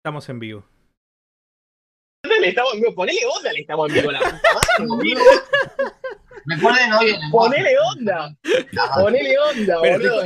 Estamos en vivo. Le estamos en vivo. Ponele onda, le estamos en vivo, la puta madre, boludo. Recuerden hoy en el Ponele onda. Ponele onda, Pero boludo.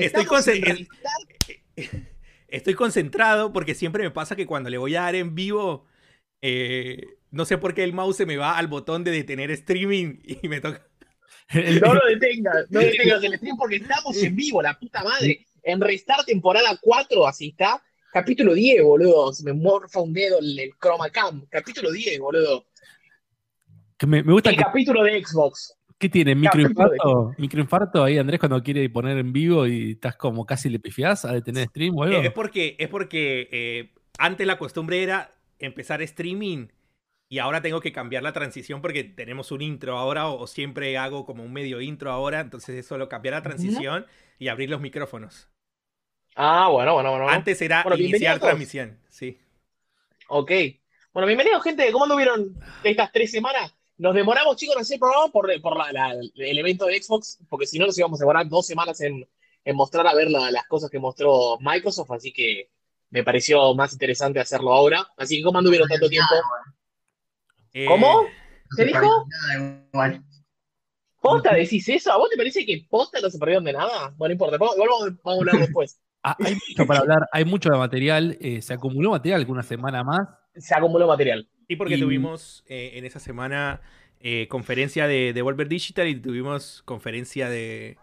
estoy concentrado porque siempre me pasa que cuando le voy a dar en vivo, no sé por qué el mouse se me va al botón de detener streaming y me toca. No lo detengas, no detengas el stream porque estamos en vivo, la puta madre. En Restart temporada 4, así está. Capítulo 10, boludo. Se me morfa un dedo el Chroma Cam. Capítulo 10, boludo. Que me gusta el capítulo de Xbox. ¿Qué tiene? ¿Microinfarto? ¿Microinfarto ahí, Andrés, cuando quiere poner en vivo y estás como casi le pifiás a detener stream o algo? Es porque antes la costumbre era empezar streaming y ahora tengo que cambiar la transición porque tenemos un intro ahora o siempre hago como un medio intro ahora, entonces es solo cambiar la transición y abrir los micrófonos. Ah, bueno. Antes era iniciar transmisión, sí. Ok. Bueno, bienvenidos, gente. ¿Cómo anduvieron estas 3 semanas? Nos demoramos, chicos, en hacer el programa por el evento de Xbox, porque si no nos íbamos a demorar 2 semanas en mostrar a ver las cosas que mostró Microsoft, así que me pareció más interesante hacerlo ahora. Así que, ¿cómo anduvieron tanto tiempo? ¿Cómo? ¿Qué dijo? ¿Posta decís eso? ¿A vos te parece que posta no se perdieron de nada? Bueno, no importa, vamos a hablar después. Hay mucho para hablar, hay mucho de material. Se acumuló material alguna semana más. Se acumuló material. Sí, porque tuvimos en esa semana conferencia de Devolver Digital y tuvimos conferencia de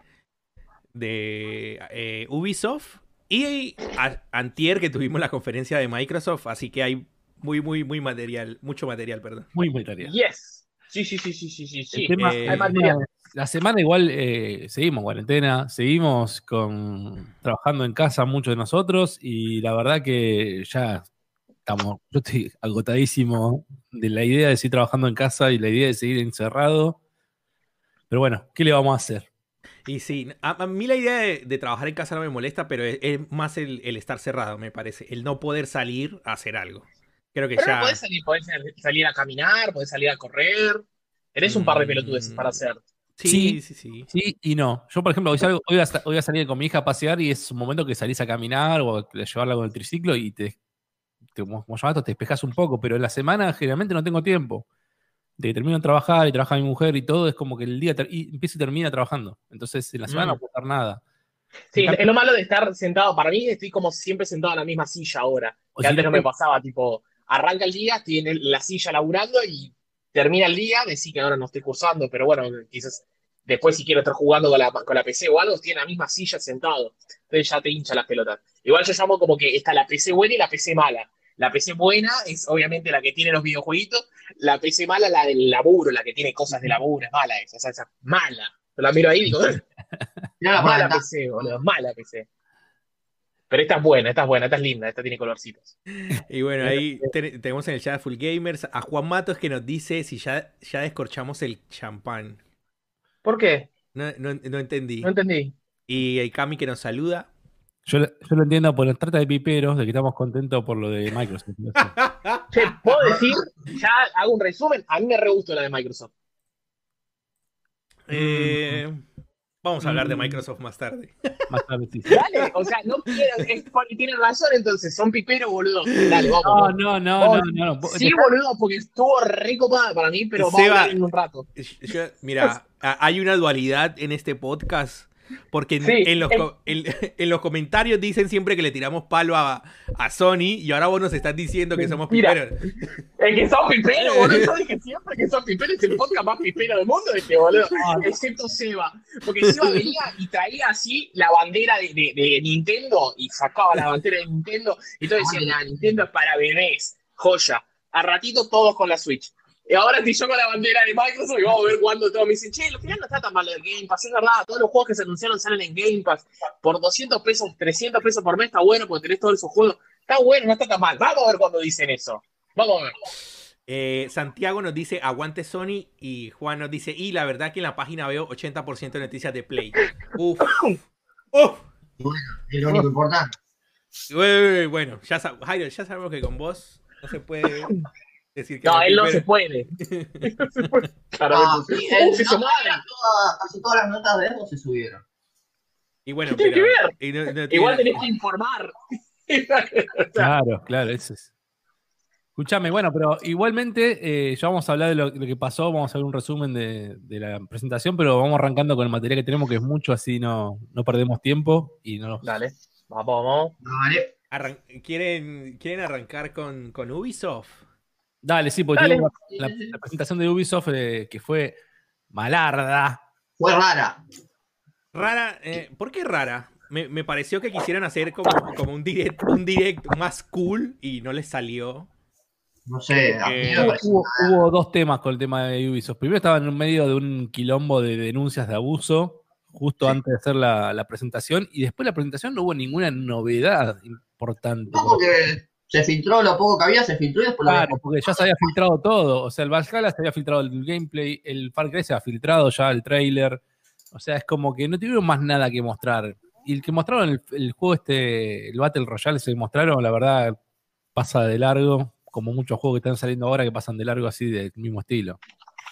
Ubisoft y antier que tuvimos la conferencia de Microsoft, así que hay muy material, mucho material, perdón. Muy material. Yes. Sí. Hay material. La semana igual seguimos en cuarentena, seguimos trabajando en casa muchos de nosotros y la verdad que ya yo estoy agotadísimo de la idea de seguir trabajando en casa y la idea de seguir encerrado, pero bueno, ¿qué le vamos a hacer? Y sí, a mí la idea de trabajar en casa no me molesta, pero es más el estar cerrado, me parece, el no poder salir a hacer algo. Creo que pero ya... no podés salir a caminar, podés salir a correr. Tenés un par de pelotudes para hacer. Sí y no. Yo, por ejemplo, hoy voy a salir con mi hija a pasear y es un momento que salís a caminar o a llevarla con el triciclo y como llamato, te despejas un poco, pero en la semana generalmente no tengo tiempo. De que termino de trabajar y trabaja mi mujer y todo, es como que el día empieza y termina trabajando. Entonces en la semana no puedo hacer nada. Sí, es lo malo de estar sentado. Para mí estoy como siempre sentado en la misma silla ahora. Que antes no me pasaba, tipo, arranca el día, estoy en la silla laburando y termina el día, decís que ahora no estoy cursando, pero bueno, quizás después si quiero estar jugando con la PC o algo, estoy en la misma silla sentado. Entonces ya te hincha las pelotas. Igual yo llamo como que está la PC buena y la PC mala. La PC buena es obviamente la que tiene los videojueguitos, la PC mala la del laburo, la que tiene cosas de laburo, es mala esa es mala. Yo la miro ahí y digo, mala PC, boludo, mala PC. Pero esta es buena, esta es linda, esta tiene colorcitos. Y bueno, ahí tenemos en el chat Full Gamers a Juan Matos que nos dice si ya descorchamos el champán. ¿Por qué? No entendí. No entendí. Y hay Cami que nos saluda. Yo lo entiendo por la trata de piperos, de que estamos contentos por lo de Microsoft. Che, ¿puedo decir? Ya hago un resumen. A mí me re gustó la de Microsoft. Vamos a hablar de Microsoft más tarde. Más tarde, sí. Dale, o sea, no tienen razón entonces, son piperos, boludo. Dale, vamos. No. Sí, boludo, porque estuvo re copada para mí, pero vamos a hablar en un rato. Mira, hay una dualidad en este podcast. Porque en los comentarios dicen siempre que le tiramos palo a Sony y ahora vos nos estás diciendo que somos piperos. Es que son piperos, boludo. Yo dije siempre que son piperos. Es el podcast más pipero del mundo, boludo. Excepto Seba. Porque Seba venía y traía así la bandera de Nintendo y sacaba la bandera de Nintendo y todos decían, la Nintendo es para bebés. Joya. A ratito todos con la Switch. Y ahora estoy yo con la bandera de Microsoft y vamos a ver cuándo todos me dicen, che, al final no está tan mal el Game Pass, es verdad, todos los juegos que se anunciaron salen en Game Pass, por 200 pesos, 300 pesos por mes está bueno porque tenés todos esos juegos, está bueno, no está tan mal, vamos a ver cuándo dicen eso, vamos a ver. Santiago nos dice, aguante Sony, y Juan nos dice, y la verdad que en la página veo 80% de noticias de Play. Uf. Bueno, es lo único importante. Bueno, Jairo, ya sabemos que con vos no se puede... decir que no, él no se puede. No se puede. Casi todas las notas de Evo se subieron. Y bueno, ¿qué tiene que ver? No igual tenés que informar. Claro, eso es. Escuchame, bueno, pero igualmente ya vamos a hablar de lo que pasó, vamos a hacer un resumen de la presentación, pero vamos arrancando con el material que tenemos, que es mucho, así no perdemos tiempo y no nos... Dale, vamos. Vale. ¿Quieren arrancar con Ubisoft? Dale, sí, porque Dale. tuvimos la presentación de Ubisoft que fue malarda. Fue rara. Rara, ¿por qué rara? Me pareció que quisieran hacer como un direct más cool y no les salió. No sé, a mí me pareció Hubo dos temas con el tema de Ubisoft. Primero estaban en medio de un quilombo de denuncias de abuso, justo Sí. antes de hacer la presentación, y después de la presentación no hubo ninguna novedad importante. no, porque se filtró lo poco que había, se filtró y después lo Claro, dejó. porque ya se había filtrado todo. O sea, el Valhalla se había filtrado el gameplay, el Far Cry se había filtrado ya el trailer. O sea, es como que no tuvieron más nada que mostrar. Y el que mostraron el juego el Battle Royale se mostraron, la verdad, pasa de largo, como muchos juegos que están saliendo ahora que pasan de largo así del mismo estilo.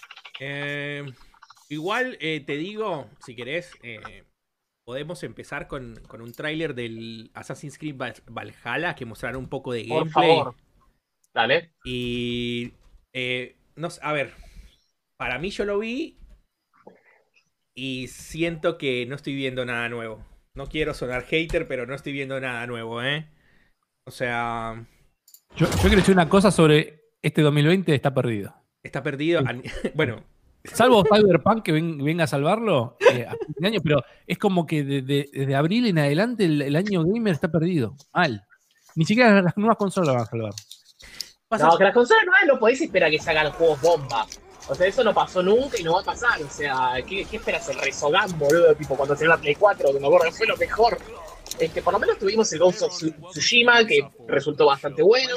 Igual te digo, si querés, podemos empezar con un tráiler del Assassin's Creed Valhalla que mostraron un poco de Por gameplay. favor. Dale. Y no sé, a ver, para mí yo lo vi y siento que no estoy viendo nada nuevo. No quiero sonar hater, pero no estoy viendo nada nuevo, ¿eh? O sea... Yo quiero decir una cosa sobre este 2020, está perdido. Está perdido. Bueno... Salvo Cyberpunk que venga a salvarlo a fin de año, pero es como que desde abril en adelante el año gamer está perdido. Mal. Ni siquiera las nuevas consolas van a salvar. No, que las consolas nuevas no podés esperar que se hagan juegos bomba. O sea, eso no pasó nunca y no va a pasar. O sea, ¿qué esperas? El Resogun, boludo, tipo cuando salió la Play 4, que me acuerdo que fue lo mejor. Por lo menos tuvimos el Ghost of Tsushima, que resultó bastante bueno.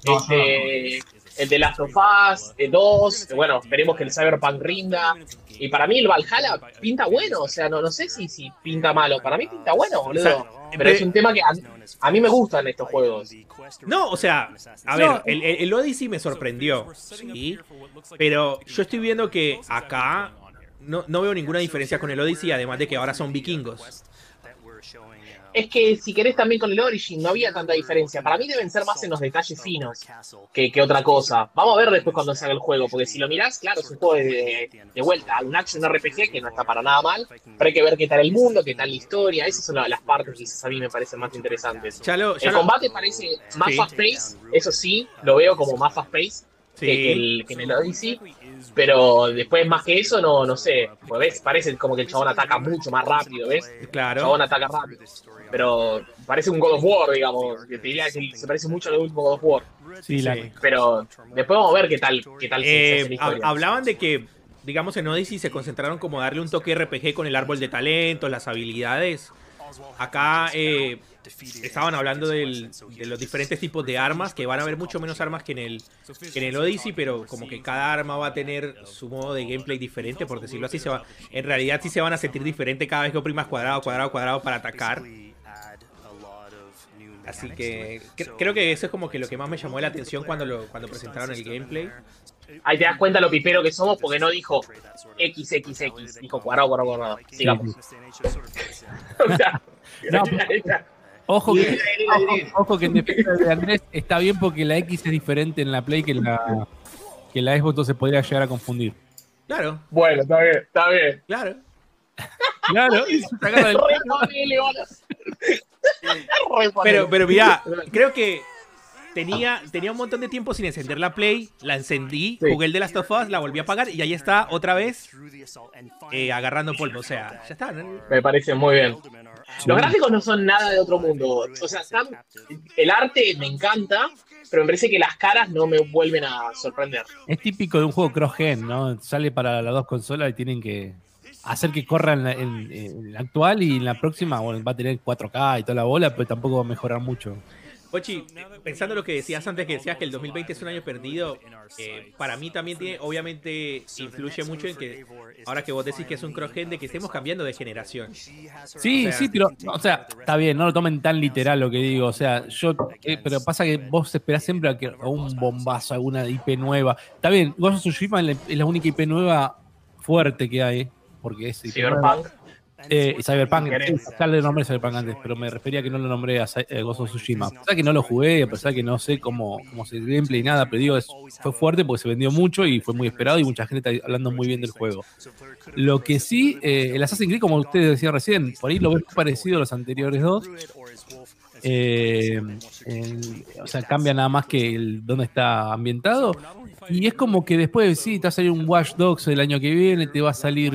El de Last of Us 2, bueno, esperemos que el Cyberpunk rinda. Y para mí el Valhalla pinta bueno, o sea, no sé si pinta malo. Para mí pinta bueno, boludo. O sea, pero es un tema que a mí me gustan estos juegos. No, o sea, a ver, el Odyssey me sorprendió, ¿sí? Pero yo estoy viendo que acá no veo ninguna diferencia con el Odyssey, además de que ahora son vikingos. Es que si querés también con el Origin no había tanta diferencia. Para mí deben ser más en los detalles finos que otra cosa. Vamos a ver después cuando se haga el juego, porque si lo mirás, claro, es un juego de vuelta, un action RPG que no está para nada mal, pero hay que ver qué tal el mundo, qué tal la historia. Esas son las partes que quizás a mí me parecen más interesantes. El combate parece más fast-paced, eso sí, lo veo como más fast-paced que en el Odyssey. Pero después, más que eso, no sé. Pues ves, parece como que el chabón ataca mucho más rápido, ¿ves? Claro. El chabón ataca rápido. Pero parece un God of War, digamos. Te diría que se parece mucho al último God of War. Sí, Pero después vamos a ver qué tal se hace la historia. Hablaban de que, digamos, en Odyssey se concentraron como darle un toque RPG con el árbol de talentos, las habilidades. Acá estaban hablando de los diferentes tipos de armas, que van a haber mucho menos armas que en el Odyssey, pero como que cada arma va a tener su modo de gameplay diferente, por decirlo así. En realidad sí se van a sentir diferente cada vez que oprimas cuadrado para atacar. Así que creo que eso es como que lo que más me llamó la atención cuando presentaron el gameplay. Ahí te das cuenta lo pipero que somos porque no dijo XXX, dijo cuadrado. Sigamos. O sea, no, ojo que en defensa de Andrés está bien porque la X es diferente en la Play que la Xbox, entonces podría llegar a confundir. Claro. Bueno, está bien. Claro. Claro. Pero mirá, creo que tenía un montón de tiempo sin encender la Play, la encendí, jugué el de Last of Us, la volví a apagar y ahí está otra vez agarrando polvo. O sea, ya está, ¿no? Me parece muy bien. Los gráficos no son nada de otro mundo. O sea, el arte me encanta, pero me parece que las caras no me vuelven a sorprender. Es típico de un juego cross-gen, ¿no? Sale para las dos consolas y tienen que hacer que corra en la actual y en la próxima, bueno, va a tener 4K y toda la bola, pero tampoco va a mejorar mucho. Pochi, pensando lo que decías antes, que decías que el 2020 es un año perdido, para mí también obviamente influye mucho en que, ahora que vos decís que es un cross-gen, de que estemos cambiando de generación. Sí, pero, o sea, está bien, no lo tomen tan literal lo que digo, o sea, pero pasa que vos esperás siempre a un bombazo, alguna IP nueva. Está bien, Ghost of Tsushima es la única IP nueva fuerte que hay, porque es Cyberpunk. Cyberpunk, ya le nombré Cyberpunk antes, pero me refería a que no lo nombré a Ghost of Tsushima. A pesar que no lo jugué, a pesar que no sé cómo se gameplay y nada, pero digo, fue fuerte porque se vendió mucho y fue muy esperado y mucha gente está hablando muy bien del juego. Lo que sí, el Assassin's Creed, como ustedes decían recién, por ahí lo ves parecido a los anteriores dos. O sea, cambia nada más que dónde está ambientado. Y es como que después, sí, te va a salir un Watch Dogs el año que viene, te va a salir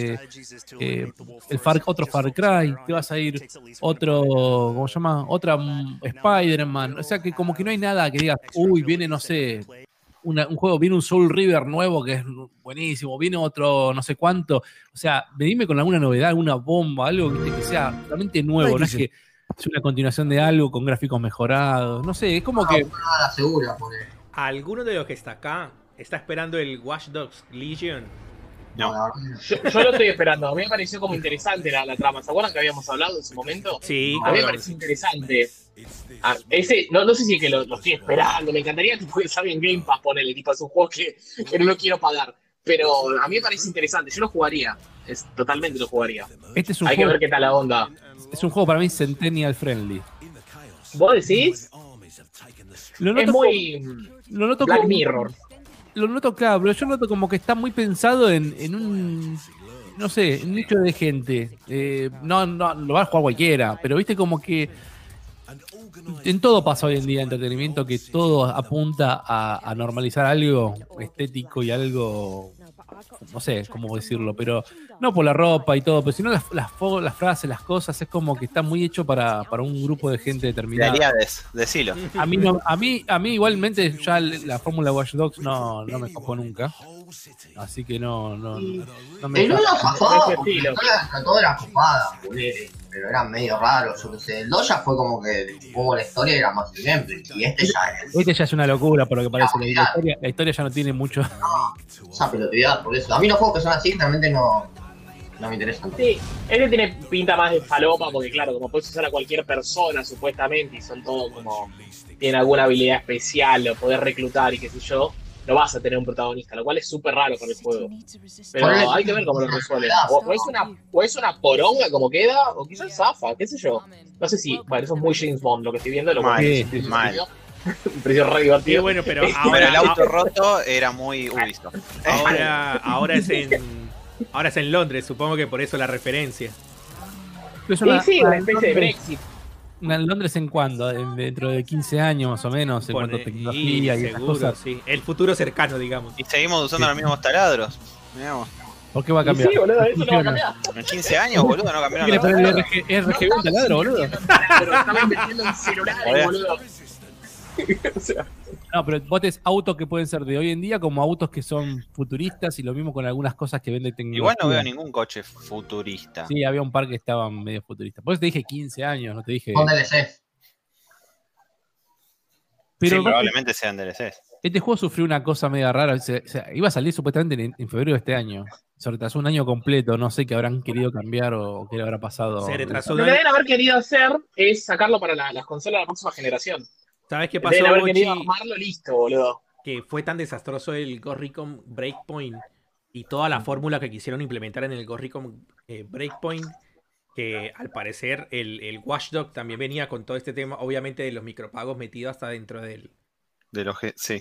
otro Far Cry, te va a salir otro, ¿cómo se llama? Otra Spider-Man. O sea, que como que no hay nada que digas, uy, viene, no sé, un juego, viene un Soul River nuevo que es buenísimo, viene otro no sé cuánto. O sea, venime con alguna novedad, alguna bomba, algo que sea realmente nuevo, no es que es una continuación de algo con gráficos mejorados. No sé, es como que. Nada segura, porque. ¿Alguno de los que está acá está esperando el Watch Dogs Legion? No. Yo lo estoy esperando. A mí me pareció como interesante la trama. ¿Se acuerdan que habíamos hablado en su momento? Sí. A mí me pareció interesante. Ese, no sé si es que lo estoy esperando. Me encantaría que salga en Game Pass, ponerle, tipo, es un juego que no lo quiero pagar. Pero a mí me parece interesante. Yo lo jugaría. Totalmente lo jugaría. Hay que ver qué tal la onda. Es un juego para mí Centennial Friendly. ¿Vos decís? Es muy lo noto Black como, Mirror. Lo noto claro, pero yo noto como que está muy pensado en un, no sé, un nicho de gente. No, lo va a jugar cualquiera, pero viste como que en todo pasa hoy en día entretenimiento, que todo apunta a normalizar algo estético y algo, no sé cómo decirlo, pero no por la ropa y todo, pero sino las frases, las cosas, es como que está muy hecho para un grupo de gente determinada. Decilo. A mí igualmente ya la fórmula Watch Dogs no me copó nunca. Así que no me. El 1 zafaba porque todo era copada, pero era medio raro, yo qué sé. El 2 ya fue como que hubo la historia y era más el gameplay. Y este ya es una locura, por lo que parece. La historia ya no tiene mucho. No, esa pelotería, por eso. A mí los juegos que son así realmente no me interesan. Sí, este tiene pinta más de falopa, porque claro, como puedes usar a cualquier persona supuestamente, y son todos como. Tienen alguna habilidad especial, o poder reclutar y qué sé yo. No vas a tener un protagonista, lo cual es súper raro con el juego. Pero hay que ver cómo lo resuelven. O es una poronga como queda, o quizás zafa, qué sé yo. No sé si, bueno, eso es muy James Bond, lo que estoy viendo. Mal. Me pareció re divertido. Sí, bueno, pero ahora el auto roto era muy Ubisoft. Ahora es en Londres, supongo que por eso la referencia. Sí, una especie de Brexit. ¿En Londres en cuándo? ¿Dentro de 15 años más o menos? ¿En cuanto a tecnología y esas cosas? Sí. El futuro cercano, digamos. Y seguimos usando los mismos taladros. Digamos. ¿Por qué va a cambiar? Sí, boludo, eso no va a cambiar. En 15 años, boludo, no cambiaron nada. ¿Quiere poner el RGB un taladro, boludo? Pero estaba invirtiendo en celulares, boludo. O sea. No, pero vos tenés autos que pueden ser de hoy en día como autos que son futuristas y lo mismo con algunas cosas que venden tecnología. Igual no veo ningún coche futurista. Sí, había un par que estaban medio futuristas. Por eso te dije 15 años, no te dije. Con DLCs. Pero sí, probablemente sean DLCs. Este juego sufrió una cosa media rara. O sea, iba a salir supuestamente en febrero de este año. Se retrasó un año completo. No sé qué habrán querido cambiar o qué le habrá pasado. Se retrasó. Lo que deben haber querido hacer es sacarlo para las consolas de la próxima generación. ¿Sabes qué pasó, deben haber querido armarlo listo, boludo. Que fue tan desastroso el Ghost Recon Breakpoint y toda la fórmula que quisieron implementar en el Ghost Recon Breakpoint, que al parecer el Watchdog también venía con todo este tema, obviamente de los micropagos metidos hasta dentro del... Sí.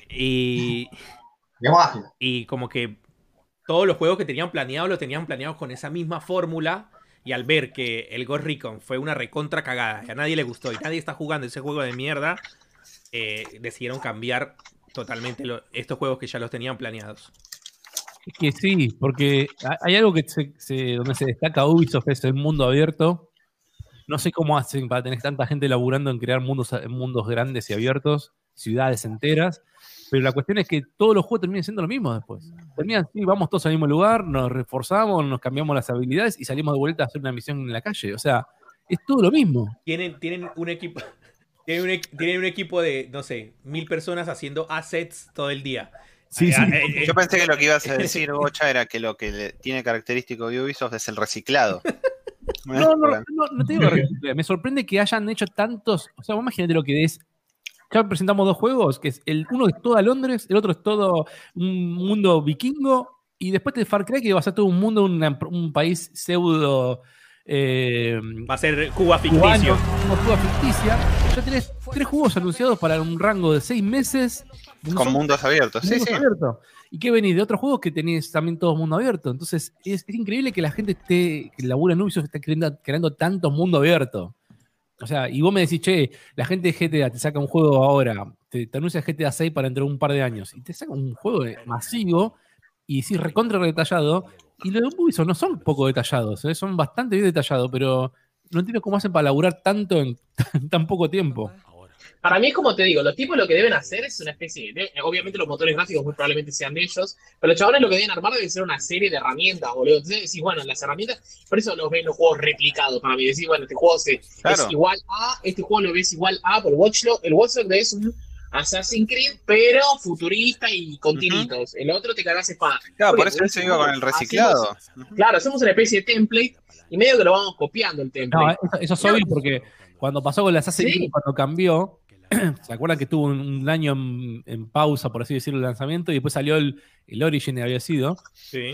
Y como que todos los juegos que tenían planeados los tenían planeados con esa misma fórmula, y al ver que el Ghost Recon fue una recontra cagada, y a nadie le gustó y nadie está jugando ese juego de mierda, decidieron cambiar totalmente estos juegos que ya los tenían planeados. Es que sí, porque hay algo que donde se destaca Ubisoft, es el mundo abierto. No sé cómo hacen para tener tanta gente laburando en crear mundos grandes y abiertos, ciudades enteras, pero la cuestión es que todos los juegos terminan siendo lo mismo después. Terminan, sí, vamos todos al mismo lugar, nos reforzamos, nos cambiamos las habilidades y salimos de vuelta a hacer una misión en la calle. O sea, es todo lo mismo. Tienen un equipo... Tienen un equipo de, no sé, 1000 personas haciendo assets todo el día. Sí. Yo pensé que lo que ibas a decir, Bocha, era que lo que tiene característico de Ubisoft es el reciclado. No te digo reciclado. Me sorprende que hayan hecho tantos. O sea, vos imagínate lo que es. Ya presentamos dos juegos, que es uno es todo a Londres, el otro es todo un mundo vikingo, y después de Far Cry, que va a ser todo un mundo, un país pseudo Va a ser Cuba ficticio. Cuba ficticia. Ya tenés 3 juegos anunciados para un rango de 6 meses. Con mundos abiertos. Sí. Abiertos. ¿Y qué venís? De otros juegos que tenés también todo mundo abierto. Entonces, es increíble que la gente que labura en Ubisoft esté creando tanto mundo abierto. O sea, y vos me decís, che, la gente de GTA te saca un juego ahora, te anuncia GTA 6 para dentro de un par de años, y te saca un juego masivo, y sí, recontra detallado, y los de Ubisoft no son poco detallados, son bastante bien detallados, pero no entiendo cómo hacen para laburar tanto en tan poco tiempo. Para mí es como te digo, los tipos lo que deben hacer es una especie de... Obviamente los motores gráficos muy probablemente sean de ellos, pero los chavales lo que deben armar debe ser una serie de herramientas, boludo. Entonces decís, bueno, las herramientas, por eso los ven los juegos replicados para mí. Decís, bueno, este juego es igual a, este juego lo ves igual a, por el Watch Dogs es un Assassin's Creed, pero futurista y con tiritos. El otro te cagás espada. Claro, por eso se iba con el reciclado. Claro, hacemos una especie de template y medio que lo vamos copiando el template. No, eso es obvio porque cuando pasó con el Assassin's Creed, cuando cambió, ¿se acuerdan que tuvo un año en pausa, por así decirlo, el lanzamiento, y después salió el Origin, había sido? Sí.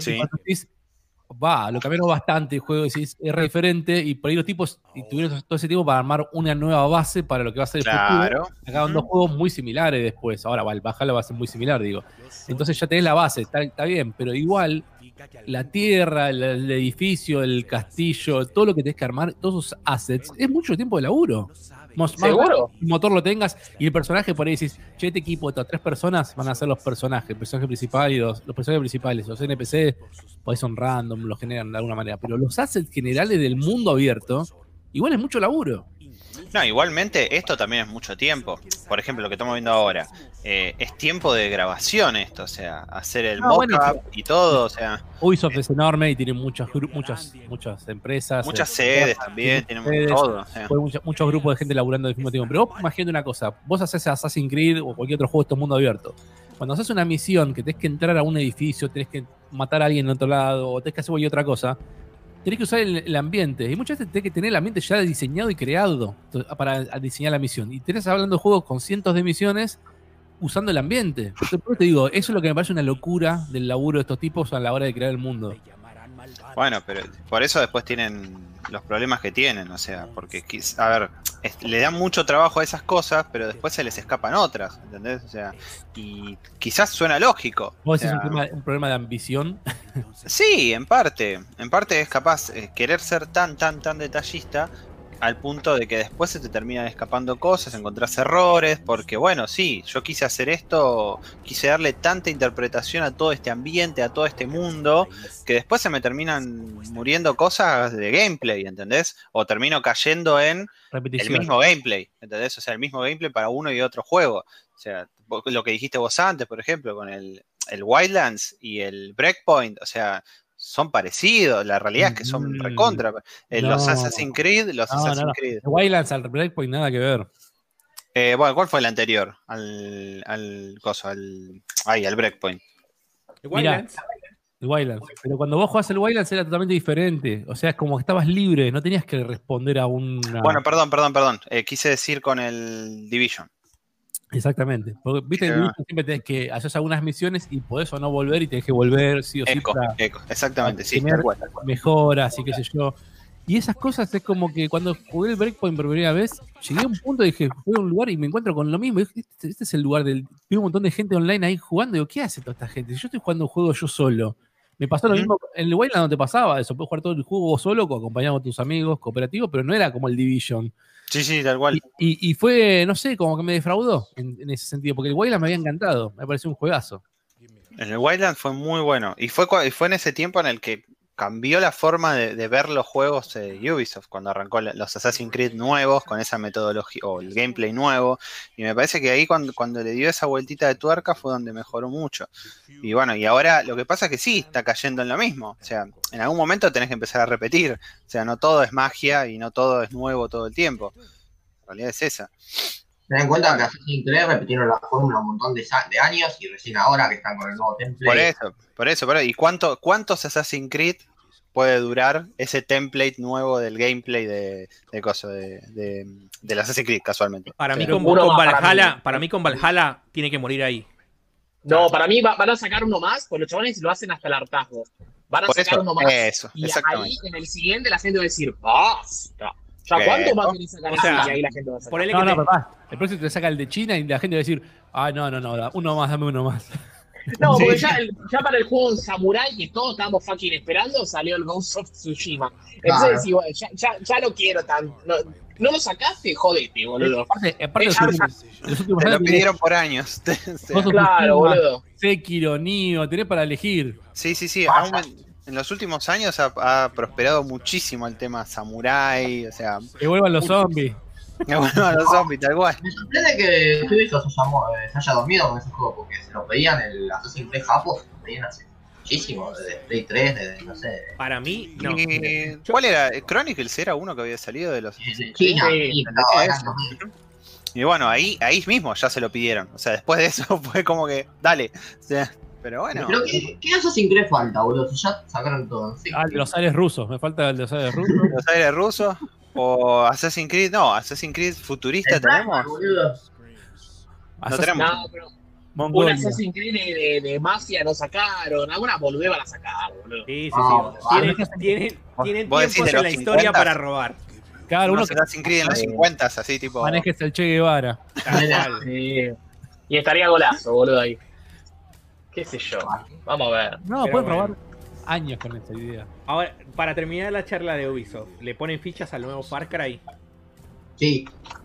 Lo cambiaron bastante el juego, es re diferente, y por ahí los tipos tuvieron todo ese tiempo para armar una nueva base para lo que va a ser el futuro. Sacaron 2 juegos muy similares después. Ahora, el Valhalla va a ser muy similar, digo. Entonces ya tenés la base, está bien, pero igual la tierra, el edificio, el castillo, todo lo que tenés que armar, todos esos assets, es mucho tiempo de laburo. ¿Seguro? El motor lo tengas y el personaje por ahí decís, che, este equipo de estas 3 personas van a ser los personajes, el personaje principal y los personajes principales. Los NPC, pues son random, los generan de alguna manera. Pero los assets generales del mundo abierto, igual es mucho laburo. No, igualmente esto también es mucho tiempo. Por ejemplo, lo que estamos viendo ahora, es tiempo de grabación esto, o sea, hacer el mock-up y todo, o sea... Ubisoft es enorme y tiene muchas empresas. Muchas sedes también, tienen todo. O sea. Muchos grupos de gente laburando al mismo tiempo. Pero vos imagínate una cosa, vos haces Assassin's Creed o cualquier otro juego de estos mundo abierto. Cuando haces una misión que tenés que entrar a un edificio, tenés que matar a alguien en otro lado, o tenés que hacer cualquier otra cosa, tenés que usar el ambiente. Y muchas veces tenés que tener el ambiente ya diseñado y creado para diseñar la misión. Y tenés hablando de juegos con cientos de misiones usando el ambiente. Entonces, te digo, eso es lo que me parece una locura del laburo de estos tipos a la hora de crear el mundo. Bueno, pero por eso después tienen los problemas que tienen, o sea, porque, a ver, le dan mucho trabajo a esas cosas, pero después se les escapan otras, ¿entendés? O sea, y quizás suena lógico. ¿Vos decís un problema de ambición? Sí, en parte es capaz querer ser tan detallista al punto de que después se te terminan escapando cosas, encontrás errores, porque bueno, sí, yo quise hacer esto, quise darle tanta interpretación a todo este ambiente, a todo este mundo, que después se me terminan muriendo cosas de gameplay, ¿entendés? O termino cayendo en repetición. El mismo gameplay, ¿entendés? O sea, el mismo gameplay para uno y otro juego. O sea, lo que dijiste vos antes, por ejemplo, con el Wildlands y el Breakpoint, o sea... son parecidos, la realidad es que son recontra. Los Assassin's Creed, Creed. Wildlands al Breakpoint nada que ver. Bueno, ¿cuál fue el anterior? Al Breakpoint. El Wildlands. Pero cuando vos jugás el Wildlands era totalmente diferente. O sea, es como que estabas libre, no tenías que responder a una... Bueno, perdón. Quise decir con el Division. Exactamente. Porque, viste, en Division siempre tenés que hacer algunas misiones y podés o no volver y tenés que volver, sí o sí. Exactamente, sí. Mejoras y qué sé yo. Y esas cosas es como que cuando jugué el Breakpoint por primera vez, llegué a un punto y dije, fui a un lugar y me encuentro con lo mismo. Este es el lugar del... Vi un montón de gente online ahí jugando y digo, ¿qué hace toda esta gente? Si yo estoy jugando un juego yo solo. Me pasó lo mismo, en el Wildlands no te pasaba eso, puedes jugar todo el juego vos solo, acompañado con tus amigos, cooperativo, pero no era como el Division. Sí, tal cual. Y fue, no sé, como que me defraudó en ese sentido, porque el Wildlands me había encantado, me pareció un juegazo. El Wildlands fue muy bueno, y fue en ese tiempo en el que cambió la forma de ver los juegos de Ubisoft, cuando arrancó los Assassin's Creed nuevos, con esa metodología, o el gameplay nuevo, y me parece que ahí cuando le dio esa vueltita de tuerca fue donde mejoró mucho. Y bueno, y ahora lo que pasa es que sí, está cayendo en lo mismo, o sea, en algún momento tenés que empezar a repetir, o sea, no todo es magia y no todo es nuevo todo el tiempo, la realidad es esa. Ten en cuenta que Assassin's Creed repitieron la fórmula un montón de años y recién ahora que están con el nuevo template. Por eso. ¿Y cuántos Assassin's Creed puede durar ese template nuevo del gameplay del Assassin's Creed, casualmente? Para mí con Valhalla tiene que morir ahí. No, para mí van a sacar uno más, pues los chavales lo hacen hasta el hartazgo. Van a Por sacar eso, uno más. eso, Y exactamente. ahí en el siguiente la gente va a decir, basta. ¿Ya cuánto más querés sacar o sea, así? Y ahí la gente va a sacar. ponele No, que no, te- papá. El próximo te saca el de China y la gente va a decir, no, uno más, dame uno más. No, Sí. porque ya para el juego Samurai que todos estábamos fucking esperando, salió el Ghost of Tsushima. Entonces Claro. decís, bueno, ya no quiero tanto. No lo sacaste, jodete, boludo. Aparte los últimos Te lo años pidieron por años. O sea, Ghost of Claro, Tsushima, boludo. Sekiro, Nioh, tenés para elegir. sí. Pasa. En los últimos años ha prosperado muchísimo el tema samurai. O sea, Que vuelvan los zombies. bueno, los zombies, tal cual. Me sorprende que Ubisoft se haya dormido con ese juego, porque se lo pedían el Assassin's Creed Japo, se lo pedían hace muchísimo, desde Play 3, desde, no sé, Para mí, no. ¿Cuál era? ¿Chronicles era uno que había salido de los de China, Sí, sí, pero eran 2000. Y bueno, ahí mismo ya se lo pidieron. O sea, después de eso fue como que, dale. O sea, pero bueno. Pero ¿qué Assassin's Creed falta, boludo? Si ya sacaron todo. Sí. Los aires rusos, me falta el de los aires rusos. Los aires rusos. O Assassin's Creed, no, Assassin's Creed futurista El Primal, tenemos. boludo. No tenemos. No, pero un Mongolia. Assassin's Creed de mafia no sacaron. Alguna boludez van a sacar, boludo. Sí. Ah, Tienen Vos decís tiempos de en los la historia 50. para robar. Claro, uno Unos que Assassin's Creed en los 50, así tipo. manejes el Che Guevara. Tal cual. Sí. Y estaría golazo, boludo, ahí. ¿Qué sé yo? Vamos a ver. No, Pero pueden bueno. robar años con esta idea. Ahora, para terminar la charla de Ubisoft, ¿le ponen fichas al nuevo Far Cry? Sí,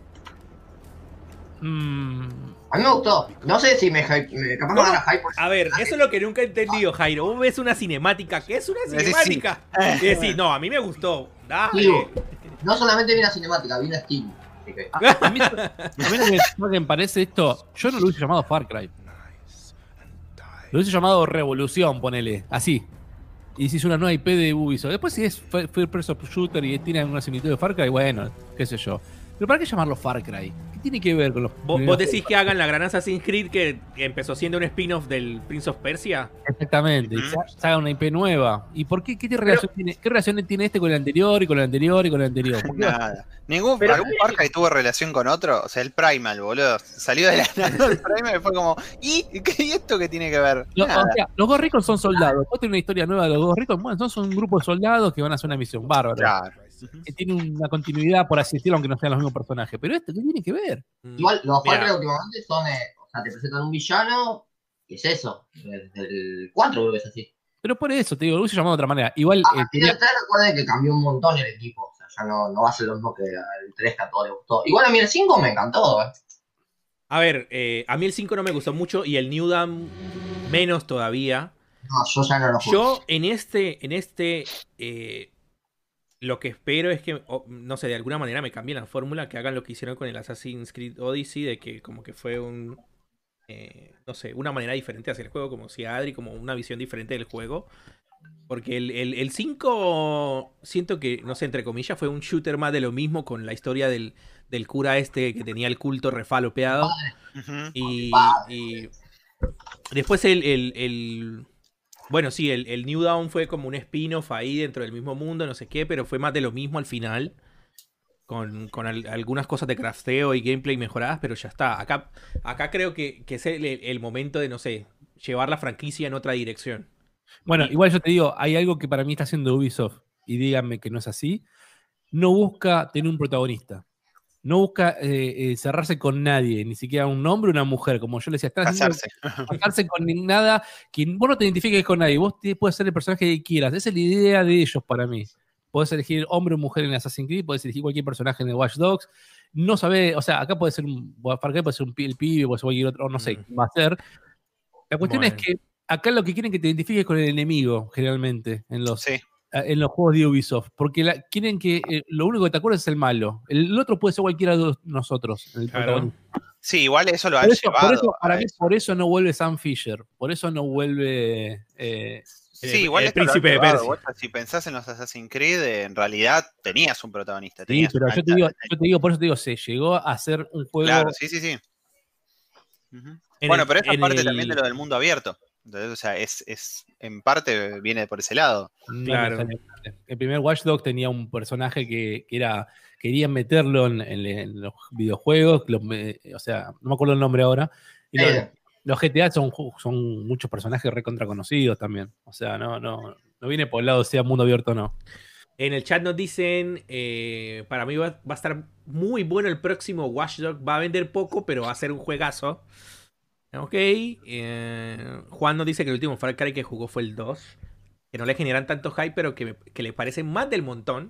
Mm, a mí me gustó. No sé si capaz me van a hype. A ver, eso es lo que nunca he entendido, Jairo. Vos ves una cinemática, ¿qué es una Decís cinemática? Y decís, no, a mí me gustó. Dale. Digo, no solamente vi la cinemática, vi la Steam. Así que, a mí lo que me parece esto, yo no lo hubiese llamado Far Cry. Lo hubiese llamado Revolución, ponele, así. Y si es una nueva IP de Ubisoft. Después si es First Person Shooter y tiene una similitud de Far Cry, bueno, qué sé yo. Pero ¿para qué llamarlo Far Cry? ¿Qué tiene que ver con los... ¿Vos decís que hagan la gran Assassin's Creed que empezó siendo un spin-off del Prince of Persia? Exactamente, y se haga una IP nueva. ¿Y por qué? ¿Qué relación tiene este con el anterior y con el anterior y con el anterior? ¿Por qué? Nada. ¿Algún Pero- Far Cry tuvo relación con otro? O sea, el Primal, boludo. Salió de la nada el Primal y fue como, ¿y esto qué tiene que ver? O Nada. sea, los Ghost Recon son soldados. Vos tenés una historia nueva de los Ghost Recon. Bueno, son un grupo de soldados que van a hacer una misión bárbara. Claro. Que tiene una continuidad, por así decirlo, aunque no sean los mismos personajes. Pero esto, ¿qué tiene que ver? igual, los Far Cry Mira, últimamente son, o sea, te presentan un villano, y es eso. Desde el 4 creo que es así. Pero por eso, te digo, lo hubiese llamado de otra manera. Igual, A partir del 3 recuerden que cambió un montón el equipo. O sea, ya no va a ser lo mismo que el 3 que a todos les gustó. Igual a mí el 5 me encantó, a ver, a mí el 5 no me gustó mucho y el New Dawn menos todavía. No, yo ya no lo jugué. Yo en este lo que espero es que, no sé, de alguna manera me cambien la fórmula, que hagan lo que hicieron con el Assassin's Creed Odyssey, de que como que fue no sé, una manera diferente hacia el juego, como si Adri, como una visión diferente del juego. Porque el 5, siento que, no sé, entre comillas, fue un shooter más de lo mismo con la historia del cura este que tenía el culto refalopeado. Ujú. Y después bueno, sí, el New Dawn fue como un spin-off ahí dentro del mismo mundo, no sé qué, pero fue más de lo mismo al final. Con algunas cosas de crafteo y gameplay mejoradas, pero ya está. Acá creo que es el momento de, no sé, llevar la franquicia en otra dirección. bueno, igual yo te digo, hay algo que para mí está haciendo Ubisoft, y díganme que no es así. No busca tener un protagonista. No busca cerrarse con nadie, ni siquiera un hombre o una mujer. Como yo le decía, estás haciendo casarse con nada, que vos no te identifiques con nadie, vos puedes ser el personaje que quieras. Esa es la idea de ellos para mí. Podés elegir hombre o mujer en Assassin's Creed, podés elegir cualquier personaje en el Watch Dogs. No sabés, o sea, acá puede ser Far Cry puede ser el pibe, puede ser cualquier otro, no sé, va a ser. La cuestión Bueno. es que acá lo que quieren que te identifiques con el enemigo, generalmente, en los Sí. juegos de Ubisoft, porque quieren que lo único que te acuerdes es el malo. El otro puede ser cualquiera de nosotros. El Claro. protagonista. Sí, igual eso lo han Por eso, llevado. para a mí, eso. por eso no vuelve Sam Fisher, por eso no vuelve... Sí, igual el esto lo han príncipe de llevado, Persia. vos, si pensás en los Assassin's Creed, en realidad tenías un protagonista. Sí, Tenías pero una- yo te digo, por eso te digo, se llegó a hacer un juego... Claro, sí. Ujú. Bueno, pero esa parte también de lo del mundo abierto. Entonces, o sea, es en parte viene por ese lado. No Claro. necesariamente. El primer Watch Dogs tenía un personaje que era... Querían meterlo en los videojuegos, o sea, no me acuerdo el nombre ahora. Y los GTA son muchos personajes recontra conocidos también. O sea, no No viene por el lado sea mundo abierto o no. En el chat nos dicen, para mí va a estar muy bueno el próximo Watch Dogs. Va a vender poco, pero va a ser un juegazo. Ok. Juan nos dice que el último Far Cry que jugó fue el 2. Que no le generan tanto hype, pero que le parecen más del montón.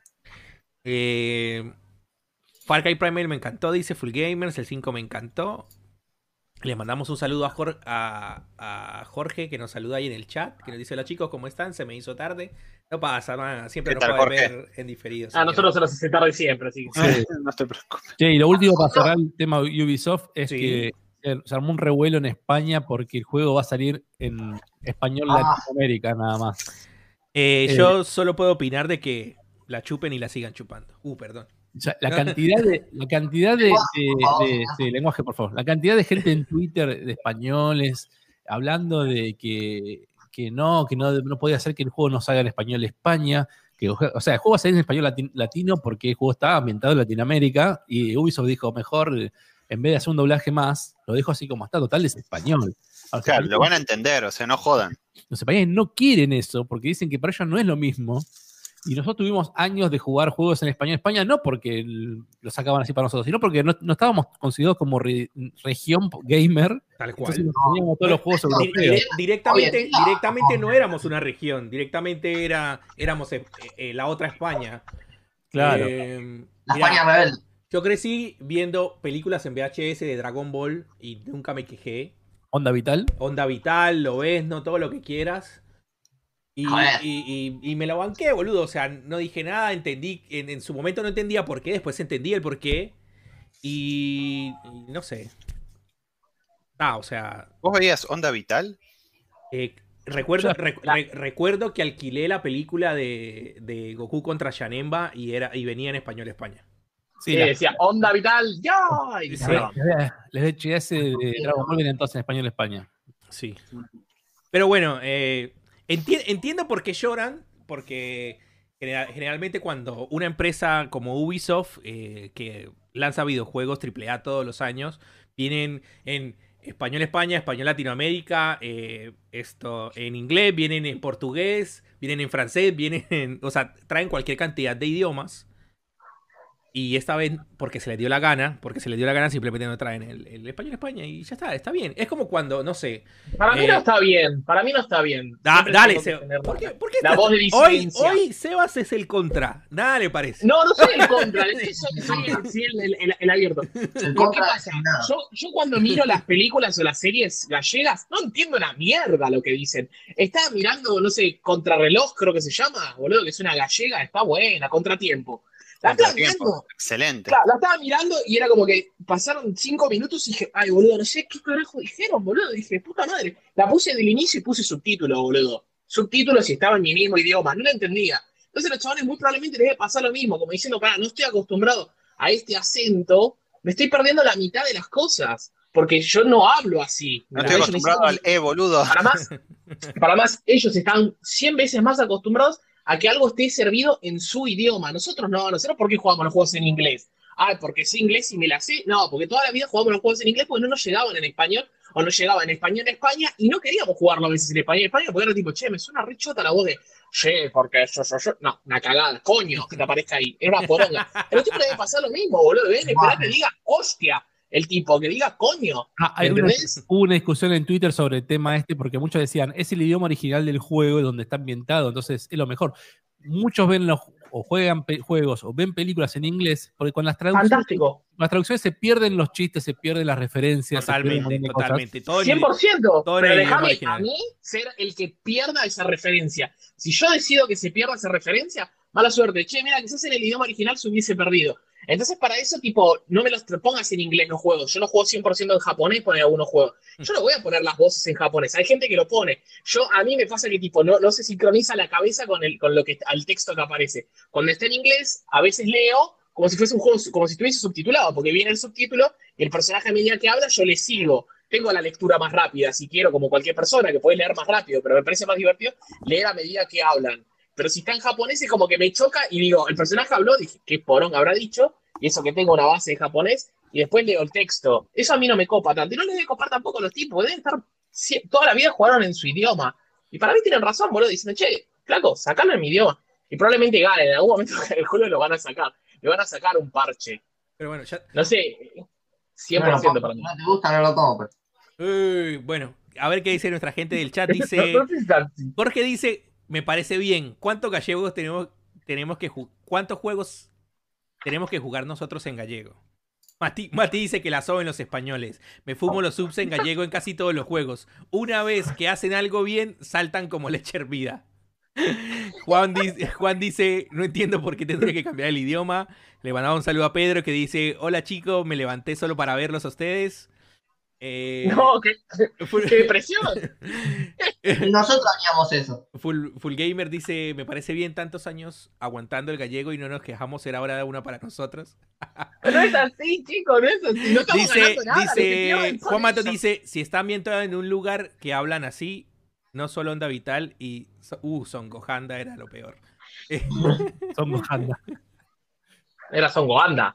Far Cry Primal me encantó, dice Full Gamers. El 5 me encantó. Les mandamos un saludo a Jorge, que nos saluda ahí en el chat, que nos dice: hola chicos, ¿cómo están? Se me hizo tarde. No pasa, man. Siempre nos pueden ver en diferido. Nosotros se nos hace tarde siempre, así que... Sí. No te preocupes. Sí, y lo último para cerrar el tema Ubisoft es que se armó un revuelo en España porque el juego va a salir en español Latinoamérica nada más. Yo solo puedo opinar de que la chupen y la sigan chupando. Perdón. O sea, la cantidad de lenguaje, por favor. La cantidad de gente en Twitter de españoles hablando de que no podía ser que el juego no salga en español de España. O sea, el juego va a salir en español latino porque el juego está ambientado en Latinoamérica y Ubisoft dijo mejor, en vez de hacer un doblaje más, lo dijo así como está, total es español. O sea, lo van a entender, o sea, no jodan. Los españoles no quieren eso porque dicen que para ellos no es lo mismo. Y nosotros tuvimos años de jugar juegos en español en España, no porque lo sacaban así para nosotros, sino porque no estábamos considerados como región gamer. Tal cual. Entonces teníamos todos los juegos europeos. Directamente no éramos una región, directamente éramos la otra España. Claro. La España rebelde. Yo crecí viendo películas en VHS de Dragon Ball y nunca me quejé. Onda Vital. Onda Vital, lo ves, no todo lo que quieras. Y me lo banqué, boludo. O sea, no dije nada, entendí. En su momento no entendía por qué, después entendí el por qué. Y no sé. O sea. ¿Vos veías Onda Vital? Recuerdo que alquilé la película de Goku contra Janemba y venía en español España. Sí, decía Onda Vital, ¡ya! Y sí, les VHS de Dragon Ball viene entonces en español España. Sí. Pero bueno, entiendo por qué lloran, porque generalmente cuando una empresa como Ubisoft, que lanza videojuegos AAA todos los años, vienen en español España, español Latinoamérica, en inglés, vienen en portugués, vienen en francés, o sea, traen cualquier cantidad de idiomas. Y esta vez, porque se les dio la gana, simplemente no traen el español España y ya está bien. Es como cuando, no sé. Para mí no está bien. Dale, Sebas. ¿Por qué la voz de disidencia. Hoy Sebas es el contra. Nada le parece. No soy el contra. Soy el abierto. ¿Qué pasa? Yo cuando miro las películas o las series gallegas, no entiendo una mierda lo que dicen. Estaba mirando, no sé, Contrarreloj, creo que se llama, boludo, que es una gallega, está buena, Contratiempo. La estaba mirando. Excelente. Claro, la estaba mirando y era como que pasaron 5 minutos y dije, ay, boludo, no sé qué carajo dijeron, boludo. Dije, puta madre. La puse del inicio y puse subtítulos, boludo. Subtítulos y estaba en mi mismo idioma. No la entendía. Entonces los chavales muy probablemente les debe pasar lo mismo, como diciendo, no estoy acostumbrado a este acento, me estoy perdiendo la mitad de las cosas. Porque yo no hablo así. No estoy acostumbrado al boludo. Para más, ellos están 100 veces más acostumbrados a que algo esté servido en su idioma. Nosotros ¿por qué jugamos los juegos en inglés? Porque sé inglés y me la sé. No, porque toda la vida jugamos los juegos en inglés porque no nos llegaban en español, o nos llegaba en español en España, y no queríamos jugarlo a veces en español porque era tipo, me suena re chota la voz de, porque yo. No, una cagada, coño, que te aparezca ahí. Era una poronga. Pero tipo le debe pasar lo mismo, boludo. Deben esperar que diga, hostia. El tipo que diga coño. Hubo una discusión en Twitter sobre el tema porque muchos decían, es el idioma original del juego donde está ambientado, entonces es lo mejor. Muchos ven o juegan juegos o ven películas en inglés, porque con las traducciones se pierden los chistes, se pierden las referencias. Totalmente. 100%. Pero déjame a mí ser el que pierda esa referencia. Si yo decido que se pierda esa referencia, mala suerte. Mira, quizás en el idioma original se hubiese perdido. Entonces, para eso, no me los pongas en inglés los juegos. Yo los juego 100% en japonés, poner algunos juegos. Yo no voy a poner las voces en japonés. Hay gente que lo pone. A mí me pasa que no se sincroniza la cabeza con al texto que aparece. Cuando está en inglés, a veces leo como si fuese un juego, como si estuviese subtitulado, porque viene el subtítulo y el personaje a medida que habla, yo le sigo. Tengo la lectura más rápida, si quiero, como cualquier persona, que puede leer más rápido, pero me parece más divertido leer a medida que hablan. Pero si está en japonés es como que me choca y digo, el personaje habló, dije, ¿qué porón habrá dicho? Y eso que tengo una base en japonés, y después leo el texto. Eso a mí no me copa tanto. Y no les debe copar tampoco a los tipos, deben estar toda la vida jugaron en su idioma. Y para mí tienen razón, boludo, diciendo, flaco, sacalo en mi idioma. Y probablemente gane, en algún momento el juego lo van a sacar. Le van a sacar un parche. Pero bueno, ya. No sé, 100% Bueno, para mí. no te gusta, no lo compres. Bueno, a ver qué dice nuestra gente del chat. No, Dice. no sé si está así. Jorge dice: me parece bien. ¿Cuántos gallegos tenemos que ¿Cuántos juegos tenemos que jugar nosotros en gallego? Mati dice que la soben los españoles. Me fumo los subs en gallego en casi todos los juegos. Una vez que hacen algo bien, saltan como leche hervida. Juan dice, no entiendo por qué tendré que cambiar el idioma. Le mandaba un saludo a Pedro que dice, hola chicos, me levanté solo para verlos a ustedes. No, qué depresión. Y nosotros haríamos eso. Full Gamer dice, me parece bien tantos años aguantando el gallego y no nos quejamos, será hora de una para nosotros. No es así, chicos, no es así. No estamos ganando nada. Juan Mato dice, si están bien todavía en un lugar que hablan así, no solo Onda Vital y Son Gohanda era lo peor. Son Gohanda. Era Son Gohanda.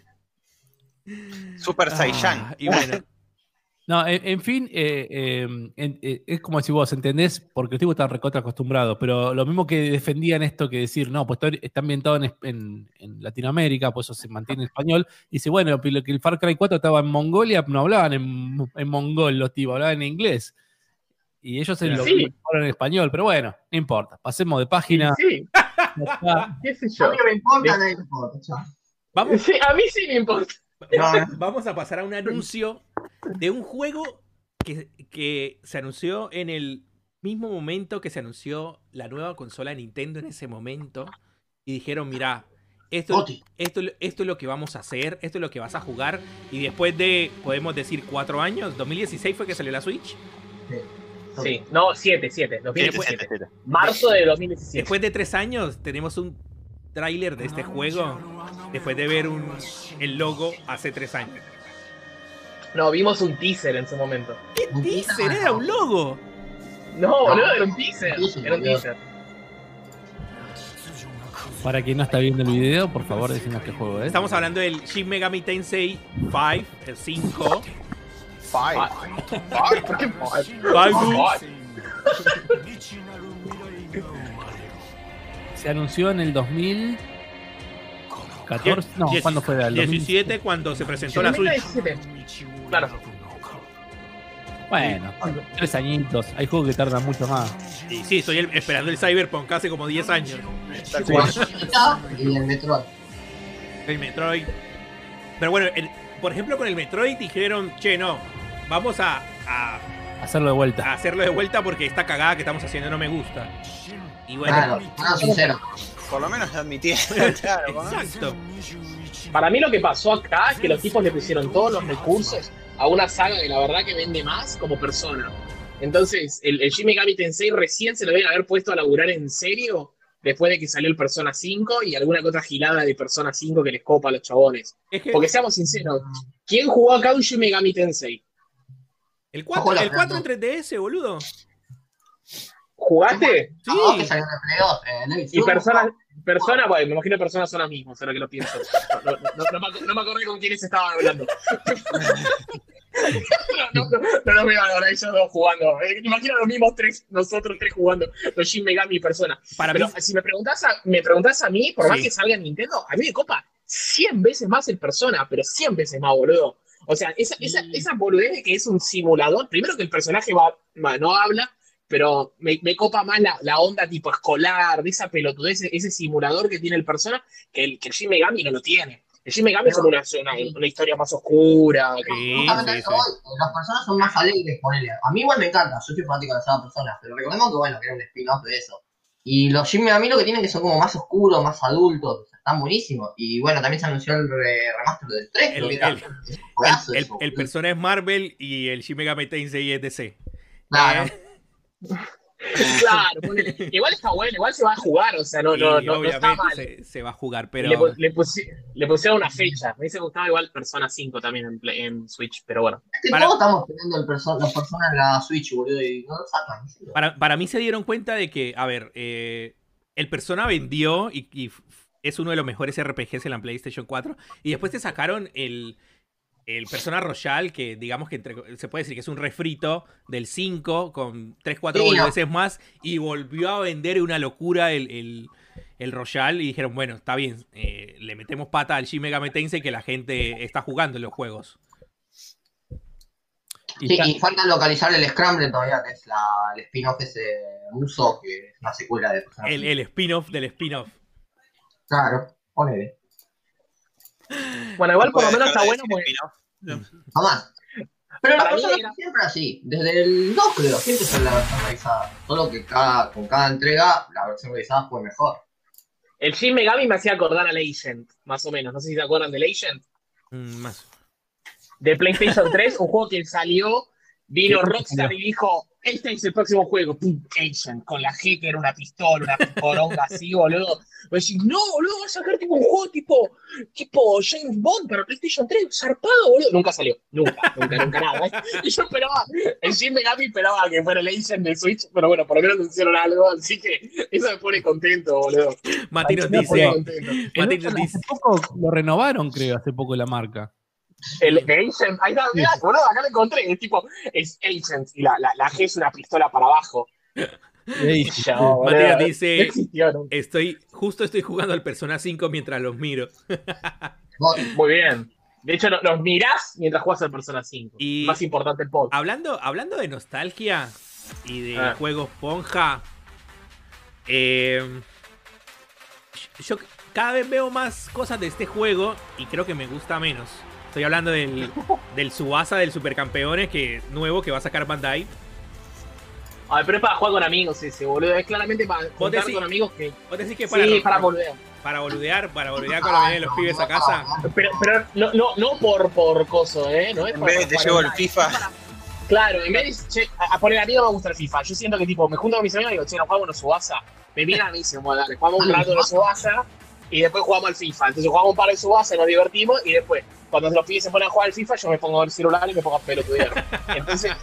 Super Saiyan. Y bueno. No, en fin, es como si vos entendés, porque el tipo está recontra acostumbrado, pero lo mismo que defendían esto que decir, no, pues está ambientado en Latinoamérica, pues eso se mantiene en español. Y dice, bueno, que el Far Cry 4 estaba en Mongolia, no hablaban en mongol los tipos, hablaban en inglés. Y ellos lo hablan en español, pero bueno, no importa, pasemos de página. Sí. ¿Qué sé yo? A mí no me importa, no me importa. Vamos. Sí, a mí sí me importa. Vamos a pasar a un anuncio de un juego que se anunció en el mismo momento que se anunció la nueva consola de Nintendo en ese momento. Y dijeron, mira, esto es lo que vamos a hacer, esto es lo que vas a jugar. Y después de, podemos decir, 4 años, 2016 fue que salió la Switch. Sí, no, 7, 2017. Marzo de 2017. Después de 3 años tenemos un tráiler de este juego, después de ver el logo hace 3 años. No, vimos un teaser en su momento. ¿Qué teaser? ¿Era un logo? No, boludo, era un teaser. Era un teaser. Para quien no está viendo el video, por favor, decimos qué juego es. Estamos hablando del Shin Megami Tensei 5, el 5. ¿Por qué 5? Se anunció en el 2014. No, ¿cuándo fue? El 17, cuando se presentó la Switch. Claro. Bueno, 3 añitos. Hay juegos que tardan mucho más. Sí, estoy esperando el Cyberpunk hace como 10 años. Y el Metroid. El Metroid. Pero bueno, por ejemplo, con el Metroid dijeron, che, no, vamos a hacerlo de vuelta. A hacerlo de vuelta porque esta cagada que estamos haciendo no me gusta. Y bueno, claro, sincero. Por lo menos admitieron. Claro, exacto. Para mí lo que pasó acá es que los tipos le pusieron todos los recursos a una saga que la verdad que vende más como Persona. Entonces, el Shin Megami Tensei recién se lo deben haber puesto a laburar en serio después de que salió el Persona 5 y alguna que otra gilada de Persona 5 que les copa a los chabones. Porque seamos sinceros, ¿quién jugó acá un Shin Megami Tensei? El 4 en 3DS, boludo. ¿Jugaste? Sí. Que salió en el y Persona, bueno, me imagino Persona son las mismas, ahora que lo pienso. No me acordé con quiénes estaban hablando. No los veo ahora ellos dos jugando. Imagino los mismos nosotros tres jugando, los Shin Megami y Persona. Pero si me preguntás a mí, por más que salga en Nintendo, a mí me copa 100 veces más el Persona, pero 100 veces más, boludo. O sea, esa boludez de que es un simulador, primero que el personaje no habla, pero me copa más la onda tipo escolar, de esa pelotudez, ese simulador que tiene el Persona, que el Shin Megami no lo tiene. El Shin Megami es como una historia más oscura. Justamente eso voy. Las personas son más alegres, ponele. A mí igual me encanta, yo soy fanático de las otras personas, pero recordemos que bueno, que era un spin-off de eso. Y los Shin Megami lo que tienen que son como más oscuros, más adultos, o sea, están buenísimos. Y bueno, también se anunció el remaster del 3. El Persona es Marvel y el Shin Megami Tensei es DC. Claro. Claro, igual está bueno, igual se va a jugar, o sea, no está mal. Se va a jugar, pero... Le pusieron una fecha. Me hubiese gustado igual Persona 5 también en Switch, pero bueno. Es que todos estamos teniendo los Persona en la Switch, boludo, y no lo sacan. Para mí se dieron cuenta de que, a ver, el Persona vendió y es uno de los mejores RPGs en la PlayStation 4, y después te sacaron el el Persona Royal, que digamos que se puede decir que es un refrito del 5 con 3-4 veces más, y volvió a vender una locura el Royal, y dijeron, bueno, está bien, le metemos pata al Shin Megami Tensei que la gente está jugando en los juegos. Y falta localizar el Scramble todavía, que es el spin-off ese Muso, que es una secuela de Persona 5. El spin-off del spin-off. Claro, ponele. Bueno, igual por lo menos está bueno porque... Jamás. Pero Para la mí persona era- siempre así. Desde el 2 creo, siempre es la versión realizada. Solo que con cada entrega la versión realizada fue mejor. El Shin Megami me hacía acordar a Legend, más o menos. No sé si se acuerdan de Legend. Más. De PlayStation 3, un juego que salió, vino ¿Qué Rockstar salió? y dijo, este es el próximo juego, pum, Agent, con la G que era una pistola, una poronga así, boludo. Y decís, no, boludo, vas a sacar tipo un juego tipo James Bond para PlayStation 3, zarpado, boludo. Nunca salió, nunca nada. Y yo esperaba, el Shin Megami esperaba que fuera el Agent de Switch, pero bueno, por lo menos hicieron algo, así que eso me pone contento, boludo. Mati nos Me pone dice, contento. Mati El nos hace dice, poco lo renovaron, creo, hace poco la marca. El Agent, ahí está, mirá, boludo, acá lo encontré, es tipo, es Agent, y la G es una pistola para abajo. Ey, Ya, Mati boludo, nos no dice, existió nunca. estoy jugando al Persona 5 mientras los miro. Vos- Muy bien. De hecho, los mirás mientras juegas al Persona 5. Y- Más importante el pod. Hablando de nostalgia y de Ah. juegos ponja, yo cada vez veo más cosas de este juego y creo que me gusta menos. Estoy hablando del Tsubasa del Supercampeones nuevo que va a sacar Bandai. Ay, pero es para jugar con amigos ese, boludo. Es claramente para jugar decís- con amigos que... ¿Vos decís que Sí, para volver. para boludear cuando vienen los pibes a casa? Pero no por coso, ¿eh? No es En vez de te para llevo el online. FIFA. Claro, en vez de... Che, a poner a mí no me gusta el FIFA. Yo siento que, tipo, me junto con mis amigos y digo, che, nos jugamos unos Tsubasa. Me miran a mí y dicen, bueno, dale, jugamos un rato de los Tsubasa y después jugamos al FIFA. Entonces jugamos un par de Tsubasa, nos divertimos y después, cuando los pibes se ponen a jugar al FIFA, yo me pongo el celular y me pongo a pelotudear. Entonces,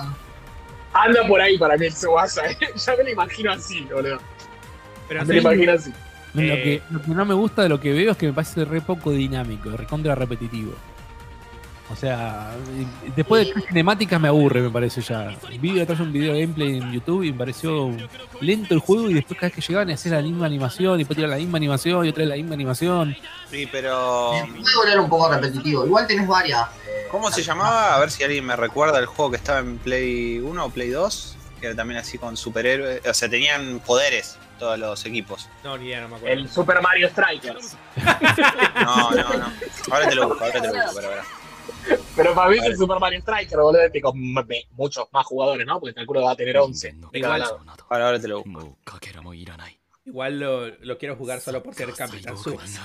anda por ahí para mí el Tsubasa. Ya me lo imagino así, boludo. Pero Me lo sí, imagino así. Lo que no me gusta de lo que veo es que me parece re poco dinámico, recontra repetitivo. O sea, después de 3 cinemáticas me aburre, me parece ya. Vi atrás un video de gameplay en YouTube y me pareció lento el juego y después cada vez que llegaban a hacer la misma animación y después tirar la misma animación y otra vez la misma animación. Sí, pero. Puede volver un poco repetitivo. Igual tenés varias. ¿Cómo se llamaba? A ver si alguien me recuerda el juego que estaba en Play 1 o Play 2. Que era también así con superhéroes. O sea, tenían poderes todos los equipos. no, ni idea, no me acuerdo. El Super Mario Strikers. No. Ahora te lo busco, pero. Pero para mí es el Super Mario Striker, boludo, que con muchos más jugadores, ¿no? Porque calculo que va a tener 11 de cada lado. Ahora te lo busco. Igual lo quiero jugar solo por ser Capitán Tsubasa.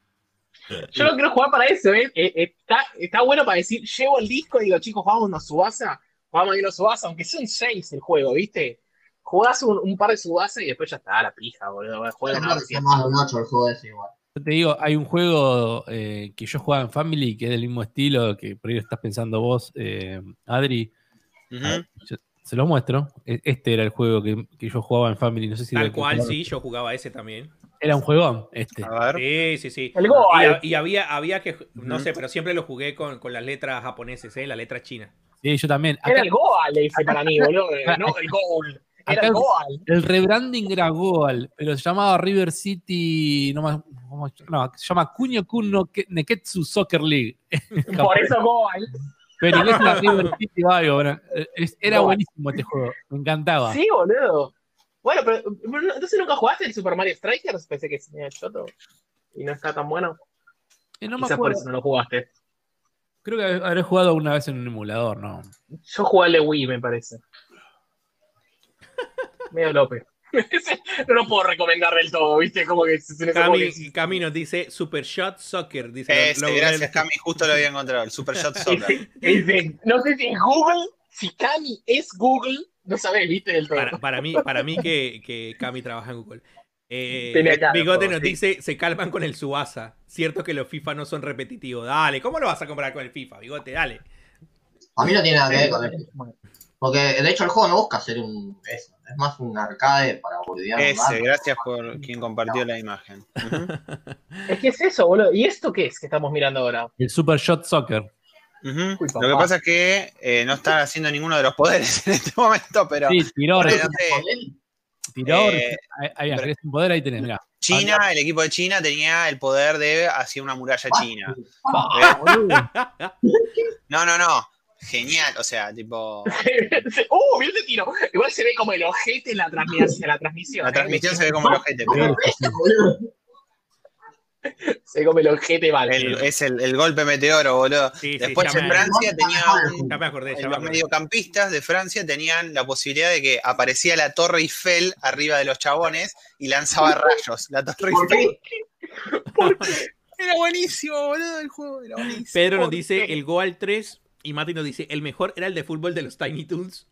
Yo lo quiero jugar para eso, ¿eh? Está bueno para decir, llevo el disco y digo, chicos, jugamos unos Tsubasa, jugamos ahí unos Tsubasa, aunque son 6 el juego, ¿viste? Jugás un par de Tsubasa y después ya está, la pija, boludo. Yo Juegan creo a que sea más de un 8 el juego ese igual. Yo te digo, hay un juego que yo jugaba en Family que es del mismo estilo que por ahí lo estás pensando vos, Adri. Ujú. Yo se lo muestro. Este era el juego que yo jugaba en Family. No sé si Tal lo cual, recuerdan. sí, yo jugaba ese también. Era un juegón, este. A ver. Sí. El Goal. Y había que, no sé, pero siempre lo jugué con las letras japonesas, las letras chinas. Sí, yo también. Era el Goal ese para mí, boludo. No, el Goal. Era acá el Goal. el rebranding era Goal, pero se llamaba River City. No, se llama Kunio-kun no Neketsu Soccer League. Por eso Goal. Pero en inglés era River City algo. Bueno, era Goal. buenísimo este juego. Me encantaba. Sí, boludo. Bueno, pero entonces nunca jugaste el Super Mario Strikers, pensé que era choto y no está tan bueno. No me Quizás por acuerdo. eso no lo jugaste. Creo que habré jugado una vez en un emulador, ¿no? Yo jugué al de Wii, me parece. Medio López. No lo puedo recomendar del todo, ¿viste? Como que se le Cami nos dice Super Shot Soccer. Dice, Gracias, Cami. Justo lo había encontrado. El Super Shot Soccer. No sé si es Google, si Cami es Google, no sabés, ¿viste? Del todo. para mí que Cami trabaja en Google. Tenía claro, Bigote todo, nos sí. dice, se calman con el Tsubasa. Cierto que los FIFA no son repetitivos. Dale, ¿cómo lo vas a comparar con el FIFA, Bigote? Dale. A mí no tiene nada que ver con eso. Porque de hecho el juego no busca ser eso. Es más un arcade para boludear. Gracias por quien compartió la imagen. Ujú. Es que es eso, boludo. ¿Y esto qué es que estamos mirando ahora? El Super Shot Soccer. Ujú. Uy, Lo que papá. pasa es que no está haciendo ninguno de los poderes en este momento, pero Sí, tiró, no sé, ahí Bra- querés un poder, ahí tenés, mirá. China, el equipo de China tenía el poder de hacer una muralla china. No. Genial, o sea, tipo. Mirá ese tiro. Igual se ve como el ojete en la transmisión. La transmisión se ve como el ojete, pero Se come el ojete mal. es el golpe meteoro, boludo. Sí, Después ya en me- Francia Ya me acordé, ya me los acordé. mediocampistas de Francia tenían la posibilidad de que aparecía la Torre Eiffel arriba de los chabones y lanzaba rayos. La Torre ¿Por Eiffel. qué? Era buenísimo, boludo, el juego. Era buenísimo. Pedro nos ¿Por dice qué? el Goal 3 y Mati nos dice el mejor era el de fútbol de los Tiny Toons.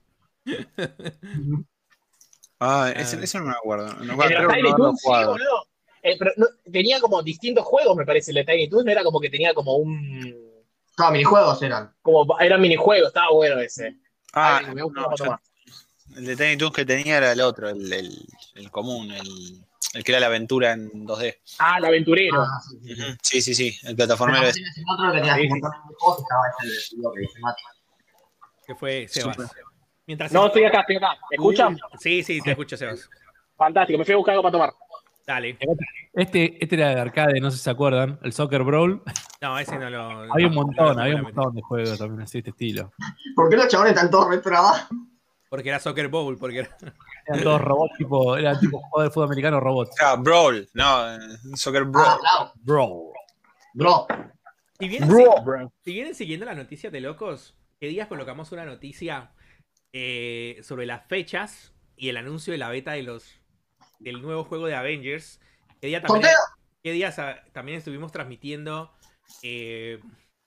Eso no me acuerdo. No, En creo el que no Tiny haberlo Toons, sí, jugado. boludo. Pero tenía como distintos juegos, me parece, el de Tiny Toons. No era como que tenía como un. No, minijuegos eran. Como eran minijuegos, estaba bueno ese. Ah, Ay, me gusta no, una foto yo- más. el de Tiny Toons que tenía era el otro, el común, el que era la aventura en 2D. Ah, el aventurero. Ah, sí. Ujú. Sí, el Pero plataformero no es. tienes el otro que tenías Sí, un sí. montón de minijuegos y estaba ese de lo que dice Mati. Que fue Sebas. Súper. Mientras No, estoy acá. ¿Me escuchan? Sí, te escucho, Sebas. Fantástico, me fui a buscar algo para tomar. Dale. Este era de arcade, no sé si se acuerdan, el Soccer Brawl. No, ese no lo. Había un no montón, lo había un metí. montón de juegos también así de este estilo. ¿Por qué los chabones están todos retrabados? Porque era Soccer Bowl, porque era. Eran todos robots, eran tipo jugadores de fútbol americano robots. Ah, Brawl, no, Soccer Brawl. Ah, claro. Brawl. Bro. Si vienen, Bro. si vienen siguiendo las noticias de locos, ¿qué días colocamos una noticia sobre las fechas y el anuncio de la beta del nuevo juego de Avengers? ¡Sorteo! ¿Qué días también estuvimos transmitiendo el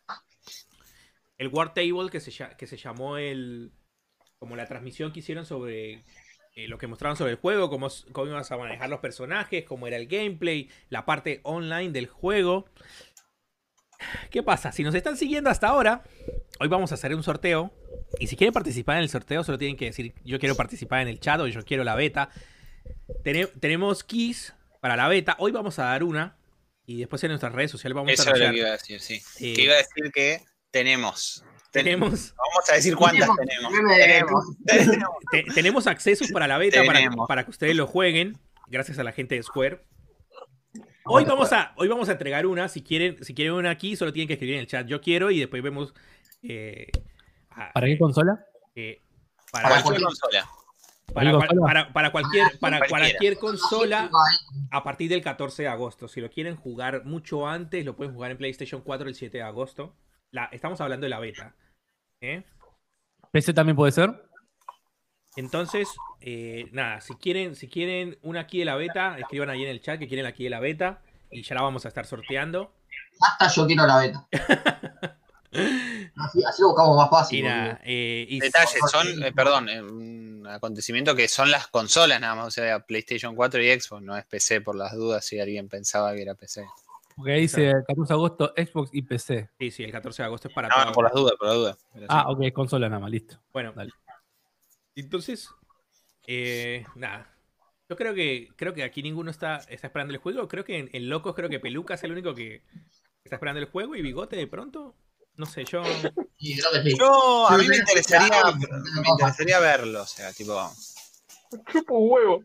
War Table que se llamó como la transmisión que hicieron sobre lo que mostraron sobre el juego, cómo ibas a manejar los personajes, cómo era el gameplay, la parte online del juego. ¿Qué pasa? Si nos están siguiendo hasta ahora, hoy vamos a hacer un sorteo. Y si quieren participar en el sorteo, solo tienen que decir yo quiero participar en el chat o yo quiero la beta. Tenemos keys para la beta. Hoy vamos a dar una. Y después en nuestras redes sociales vamos Eso a es lo anunciar. que iba a decir, sí. Que iba a decir que tenemos. Tenemos Vamos a decir cuántas tenemos. tenemos accesos para la beta Tenemos. para que ustedes lo jueguen. Gracias a la gente de Square. Hoy vamos a entregar una. Si quieren una aquí, solo tienen que escribir en el chat yo quiero y después vemos. ¿Para qué consola? Para cualquier consola. Para cualquier consola Ahí. a partir del 14 de agosto. Si lo quieren jugar mucho antes, lo pueden jugar en PlayStation 4 el 7 de agosto. Estamos hablando de la beta. ¿PC también puede ser? Entonces, nada, si quieren una aquí de la beta, escriban ahí en el chat que quieren aquí de la beta y ya la vamos a estar sorteando. Hasta yo quiero la beta. Así lo buscamos más fácil. Y nada, y Detalles, son, un acontecimiento que son las consolas nada más, o sea, PlayStation 4 y Xbox, no es PC por las dudas si alguien pensaba que era PC. Porque ahí dice 14 de agosto, Xbox y PC. sí, el 14 de agosto es para No, todo. por las dudas. Pero Ah, sí. ok, consola nada más, listo. Bueno, Dale. entonces, nada. Yo creo que aquí ninguno está esperando el juego. Creo que en Locos, creo que Peluca es el único que está esperando el juego y Bigote de pronto. No sé, yo. Sí, creo que sí. A mí me Sí, interesaría verlo, o sea, tipo. Chupo un huevo.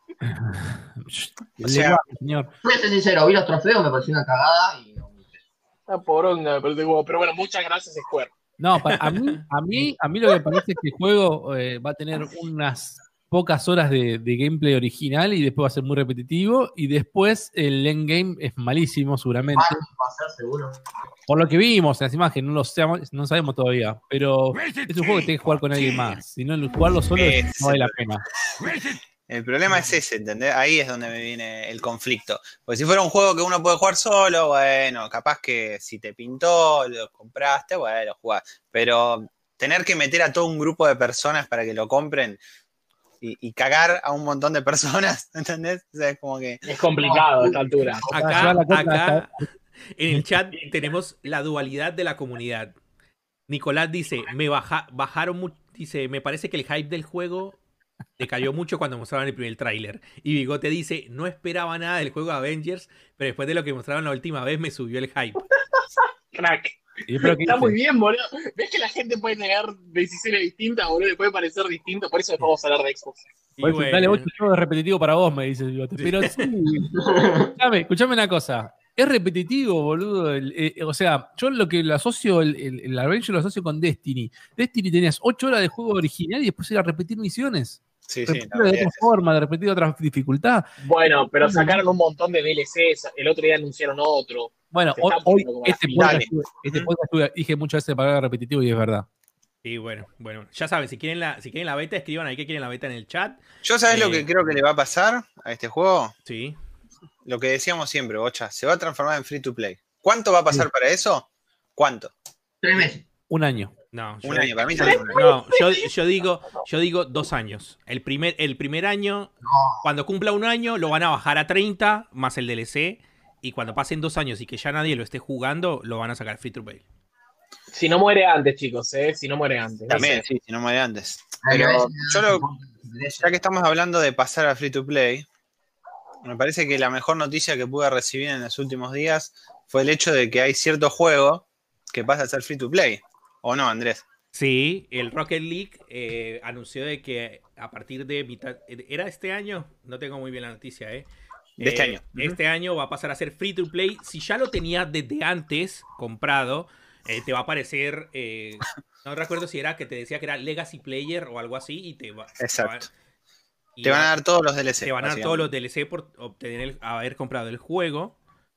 O sea, Señor. Voy a ser sincero, vi los trofeos, me pareció una cagada y no. Una poronga, me parece huevo. Pero bueno, muchas gracias, Square. No, a mí lo que me parece es que el juego va a tener unas pocas horas de gameplay original y después va a ser muy repetitivo y después el endgame es malísimo seguramente. Va a ser seguro. Por lo que vimos en las imágenes, no sabemos todavía, pero es un juego que tenés que jugar con alguien más. Si no, jugarlo solo no vale la pena. el problema es ese, ¿entendés? Ahí es donde me viene el conflicto. Porque si fuera un juego que uno puede jugar solo, bueno, capaz que si te pintó, lo compraste, bueno, jugás. Pero tener que meter a todo un grupo de personas para que lo compren y cagar a un montón de personas, ¿entendés? O sea, es como que... Es complicado a esta altura. Acá en el chat tenemos la dualidad de la comunidad. Nicolás dice, bajaron mucho. Dice, me parece que el hype del juego decayó mucho cuando mostraron el primer tráiler. Y Bigote dice, no esperaba nada del juego de Avengers, pero después de lo que mostraron la última vez me subió el hype. Crack. Está muy bien, boludo. ¿Ves que la gente puede tener decisiones distintas, boludo? Le puede parecer distinto, por eso después vamos a hablar de Xbox. Dale 8 juegos repetitivos para vos, me dice el bigote. Pero sí, escuchame una cosa. Es repetitivo, boludo. O sea, yo lo asocio, el Adventure lo asocio con Destiny. Destiny tenías 8 horas de juego original y después era repetir misiones. Sí, repetirlo de otra forma, de repetir otra dificultad. Bueno, pero sacaron un montón de DLCs. El otro día anunciaron otro. Bueno, hoy este podcast dije muchas veces para repetitivo y es verdad. Sí, bueno, ya saben, si quieren la beta, escriban ahí que quieren la beta en el chat. ¿Yo sabes lo que creo que le va a pasar a este juego? Sí. Lo que decíamos siempre, Bocha, se va a transformar en free to play. ¿Cuánto va a pasar para eso? ¿Cuánto? 3 meses. Un año. No, un año, para mí también. No, yo digo 2 años. El primer año, cuando cumpla un año, lo van a bajar a 30 más el DLC. Y cuando pasen 2 años y que ya nadie lo esté jugando, lo van a sacar free to play. Si no muere antes, chicos, si no muere antes. También, sí, si no muere antes. Pero ya que estamos hablando de pasar a free to play, me parece que la mejor noticia que pude recibir en los últimos días fue el hecho de que hay cierto juego que pasa a ser free to play. ¿O no, Andrés? Sí, el Rocket League anunció de que a partir de mitad... ¿Era este año? No tengo muy bien la noticia, De este año. Este año va a pasar a ser free to play. Si ya lo tenías desde antes comprado, te va a aparecer... no recuerdo si era que te decía que era Legacy Player o algo así. Y te va, exacto. Te van a dar todos los DLC. Te van a dar todos los DLC por haber comprado el juego.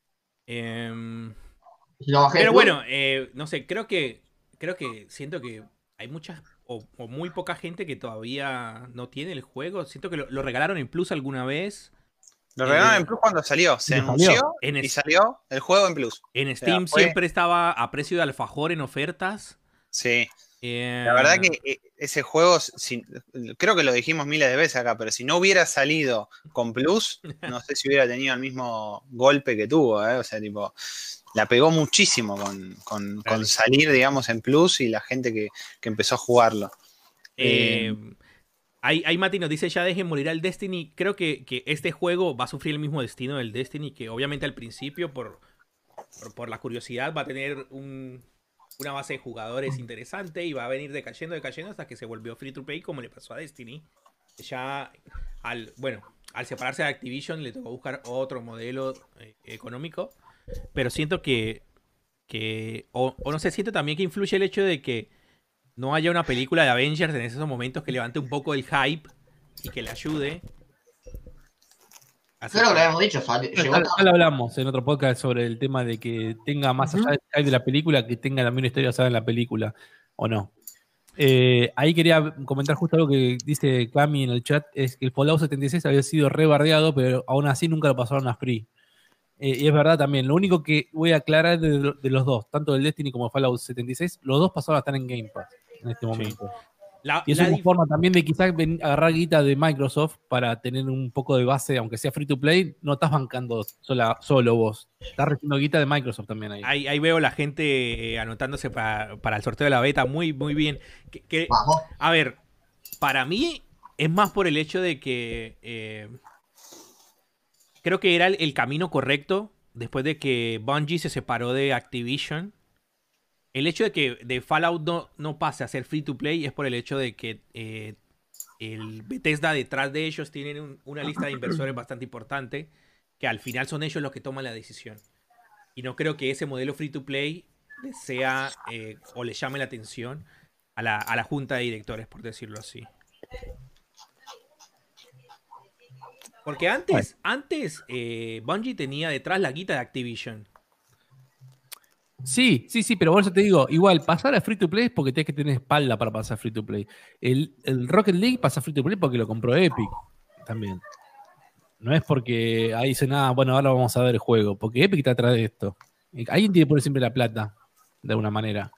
Pero bueno, no sé, creo que siento que hay muchas o muy poca gente que todavía no tiene el juego. Siento que lo regalaron en Plus alguna vez. Lo regalaron en Plus cuando salió. Se anunció y salió el juego en Plus. En Steam siempre estaba a precio de alfajor en ofertas. Sí. La verdad que ese juego, creo que lo dijimos miles de veces acá, pero si no hubiera salido con Plus, no sé si hubiera tenido el mismo golpe que tuvo, O sea, tipo, la pegó muchísimo con salir, digamos, en Plus y la gente que empezó a jugarlo. Ahí Mati nos dice, ya dejen morir al Destiny. Creo que este juego va a sufrir el mismo destino del Destiny, que obviamente al principio, por la curiosidad, va a tener una base de jugadores interesante y va a venir decayendo hasta que se volvió free to play, como le pasó a Destiny. Ya al separarse de Activision le tocó buscar otro modelo económico, pero siento o no sé, siento también que influye el hecho de que no haya una película de Avengers en esos momentos que levante un poco el hype y que le ayude. Creo que lo habíamos dicho, ya lo hablamos en otro podcast sobre el tema de que tenga más allá del hype de la película, que tenga también una historia basada en la película, o no. Ahí quería comentar justo algo que dice Cami en el chat, es que el Fallout 76 había sido rebardeado, pero aún así nunca lo pasaron a free. Y es verdad también, lo único que voy a aclarar de los dos, tanto del Destiny como Fallout 76, los dos pasaron a estar en Game Pass en este momento. Y es una forma también de quizás agarrar guita de Microsoft para tener un poco de base, aunque sea free to play, no estás bancando solo vos. Estás recibiendo guita de Microsoft también ahí. Ahí veo la gente anotándose para el sorteo de la beta, muy, muy bien. A ver, para mí es más por el hecho de que creo que era el camino correcto después de que Bungie se separó de Activision. El hecho de que de Fallout no pase a ser free to play es por el hecho de que el Bethesda detrás de ellos tienen una lista de inversores bastante importante, que al final son ellos los que toman la decisión. Y no creo que ese modelo free to play sea o le llame la atención a la junta de directores, por decirlo así. Porque antes Bungie tenía detrás la guita de Activision. Sí, pero por eso te digo, igual, pasar a free to play es porque tienes que tener espalda para pasar a free to play. El Rocket League pasa a free to play porque lo compró Epic también. No es porque ahí dicen, bueno, ahora vamos a ver el juego, porque Epic está atrás de esto. Alguien tiene que poner siempre la plata, de alguna manera.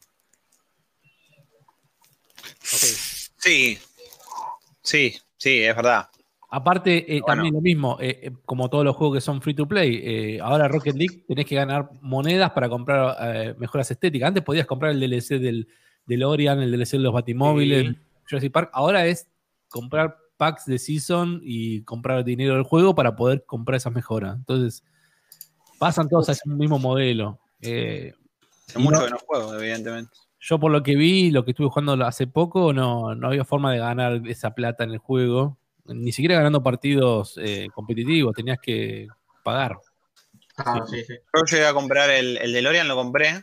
Okay. Sí, es verdad. Aparte, también lo mismo, como todos los juegos que son free to play, ahora Rocket League tenés que ganar monedas para comprar mejoras estéticas. Antes podías comprar el DLC del Orion, el DLC de los Batimóviles, Jurassic Park. Ahora es comprar packs de Season y comprar dinero del juego para poder comprar esas mejoras. Entonces, pasan todos a ese mismo modelo. Hace mucho que no juego, evidentemente. Yo por lo que vi, lo que estuve jugando hace poco, no había forma de ganar esa plata en el juego. Ni siquiera ganando partidos competitivos, tenías que pagar. Claro, sí, sí. Yo llegué a comprar el DeLorean, lo compré.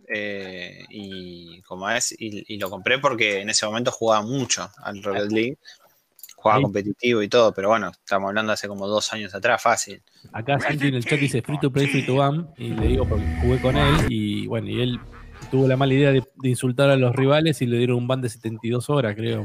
Y como es, y lo compré porque en ese momento jugaba mucho al Rocket League. Jugaba competitivo y todo, pero bueno, estamos hablando hace como 2 años atrás, fácil. Acá Santi en el chat dice free to play, free to ban, y le digo porque jugué con él, y bueno, y él tuvo la mala idea de insultar a los rivales y le dieron un ban de 72 horas, creo.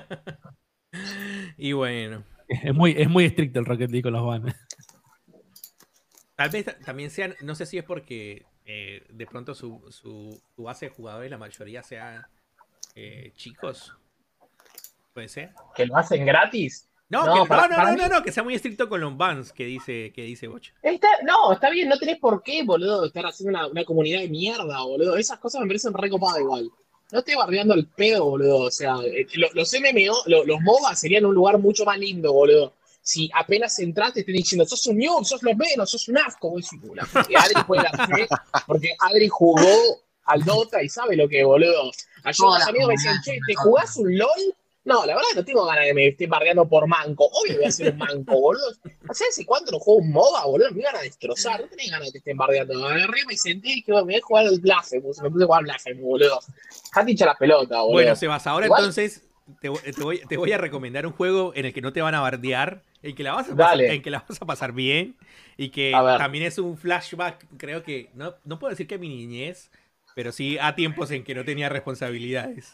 Y bueno. Es muy estricto el Rocket League con los bans. Tal vez también sean, no sé si es porque de pronto su base de jugadores, la mayoría sean chicos. ¿Puede ser? ¿Que lo hacen gratis? No, que sea muy estricto con los bans que dice Bocha. Está bien, no tenés por qué, boludo, estar haciendo una comunidad de mierda, boludo. Esas cosas me parecen re copadas igual. No estoy bardeando el pedo, boludo. O sea, los MMO, los MOBA serían un lugar mucho más lindo, boludo. Si apenas entraste te estén diciendo, sos un noob, sos los menos, sos un asco, vos decís, y Adri puede la fe, porque Adri jugó al Dota y sabe lo que, boludo. Ayer unos amigos me decían, che, ¿te jugás un LOL? No, la verdad no tengo ganas de que me estén bardeando por manco. Obvio voy a ser un manco, boludo. ¿Sabes cuánto no juego un MOBA, boludo? Me iban a destrozar. No tenés ganas de que te estén bardeando. Agarré, me senté y que me voy a jugar al Blasphemous. Me puse a jugar al Blasphemous, boludo. Jati hincha la pelota, boludo. Bueno, Sebas, ahora igual, entonces te voy a recomendar un juego en el que no te van a bardear, en que la vas a pasar bien y que también es un flashback, creo que, no puedo decir que mi niñez, pero sí a tiempos en que no tenía responsabilidades.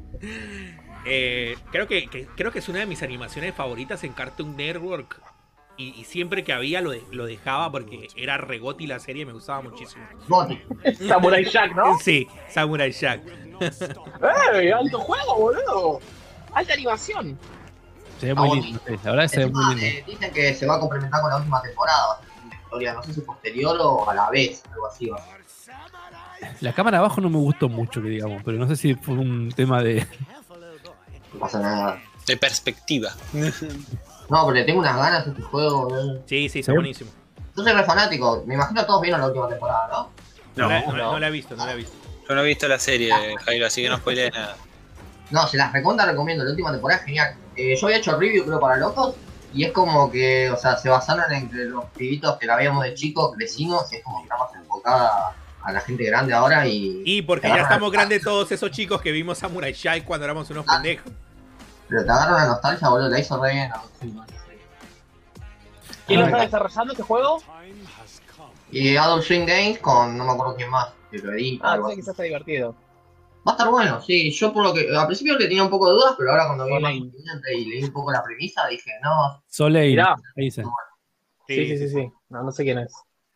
Creo que es una de mis animaciones favoritas en Cartoon Network y siempre que había lo dejaba porque era regoti la serie y me gustaba muchísimo. Samurai Jack, ¿no? Sí, Samurai Jack. Alto juego, boludo. Alta animación. Se ve muy lindo, la verdad se ve muy lindo. Dicen que se va a complementar con la última temporada. No sé si posterior o a la vez, algo así. La cámara abajo no me gustó mucho, que digamos, pero no sé si fue un tema de... No pasa nada. De perspectiva. No, pero le tengo unas ganas a este juego. Sí, está buenísimo. Yo soy re fanático. Me imagino que todos vieron la última temporada, ¿no? No la he visto. Yo no he visto la serie, Jairo, así que no spoilees nada. No, se las recomiendo. La última temporada es genial. Yo había hecho el review, creo, para locos. Y es como que, o sea, se basaron entre los pibitos que la veíamos de chicos, crecimos. Y es como que está más enfocada a la gente grande ahora y porque ya estamos grandes todos esos chicos que vimos Samurai Jack cuando éramos unos pendejos. Pero te agarra una nostalgia, boludo, la hizo re bien. ¿Quién lo está desarrollando este juego? Y Adult Swim Games con no me acuerdo quién más. Que lo edita. Sí, quizás está divertido. Va a estar bueno, sí. Yo por lo que al principio que tenía un poco de dudas, pero ahora cuando vi más y leí un poco la premisa, dije, no. Soleil, ahí dice. Sí. No sé quién es.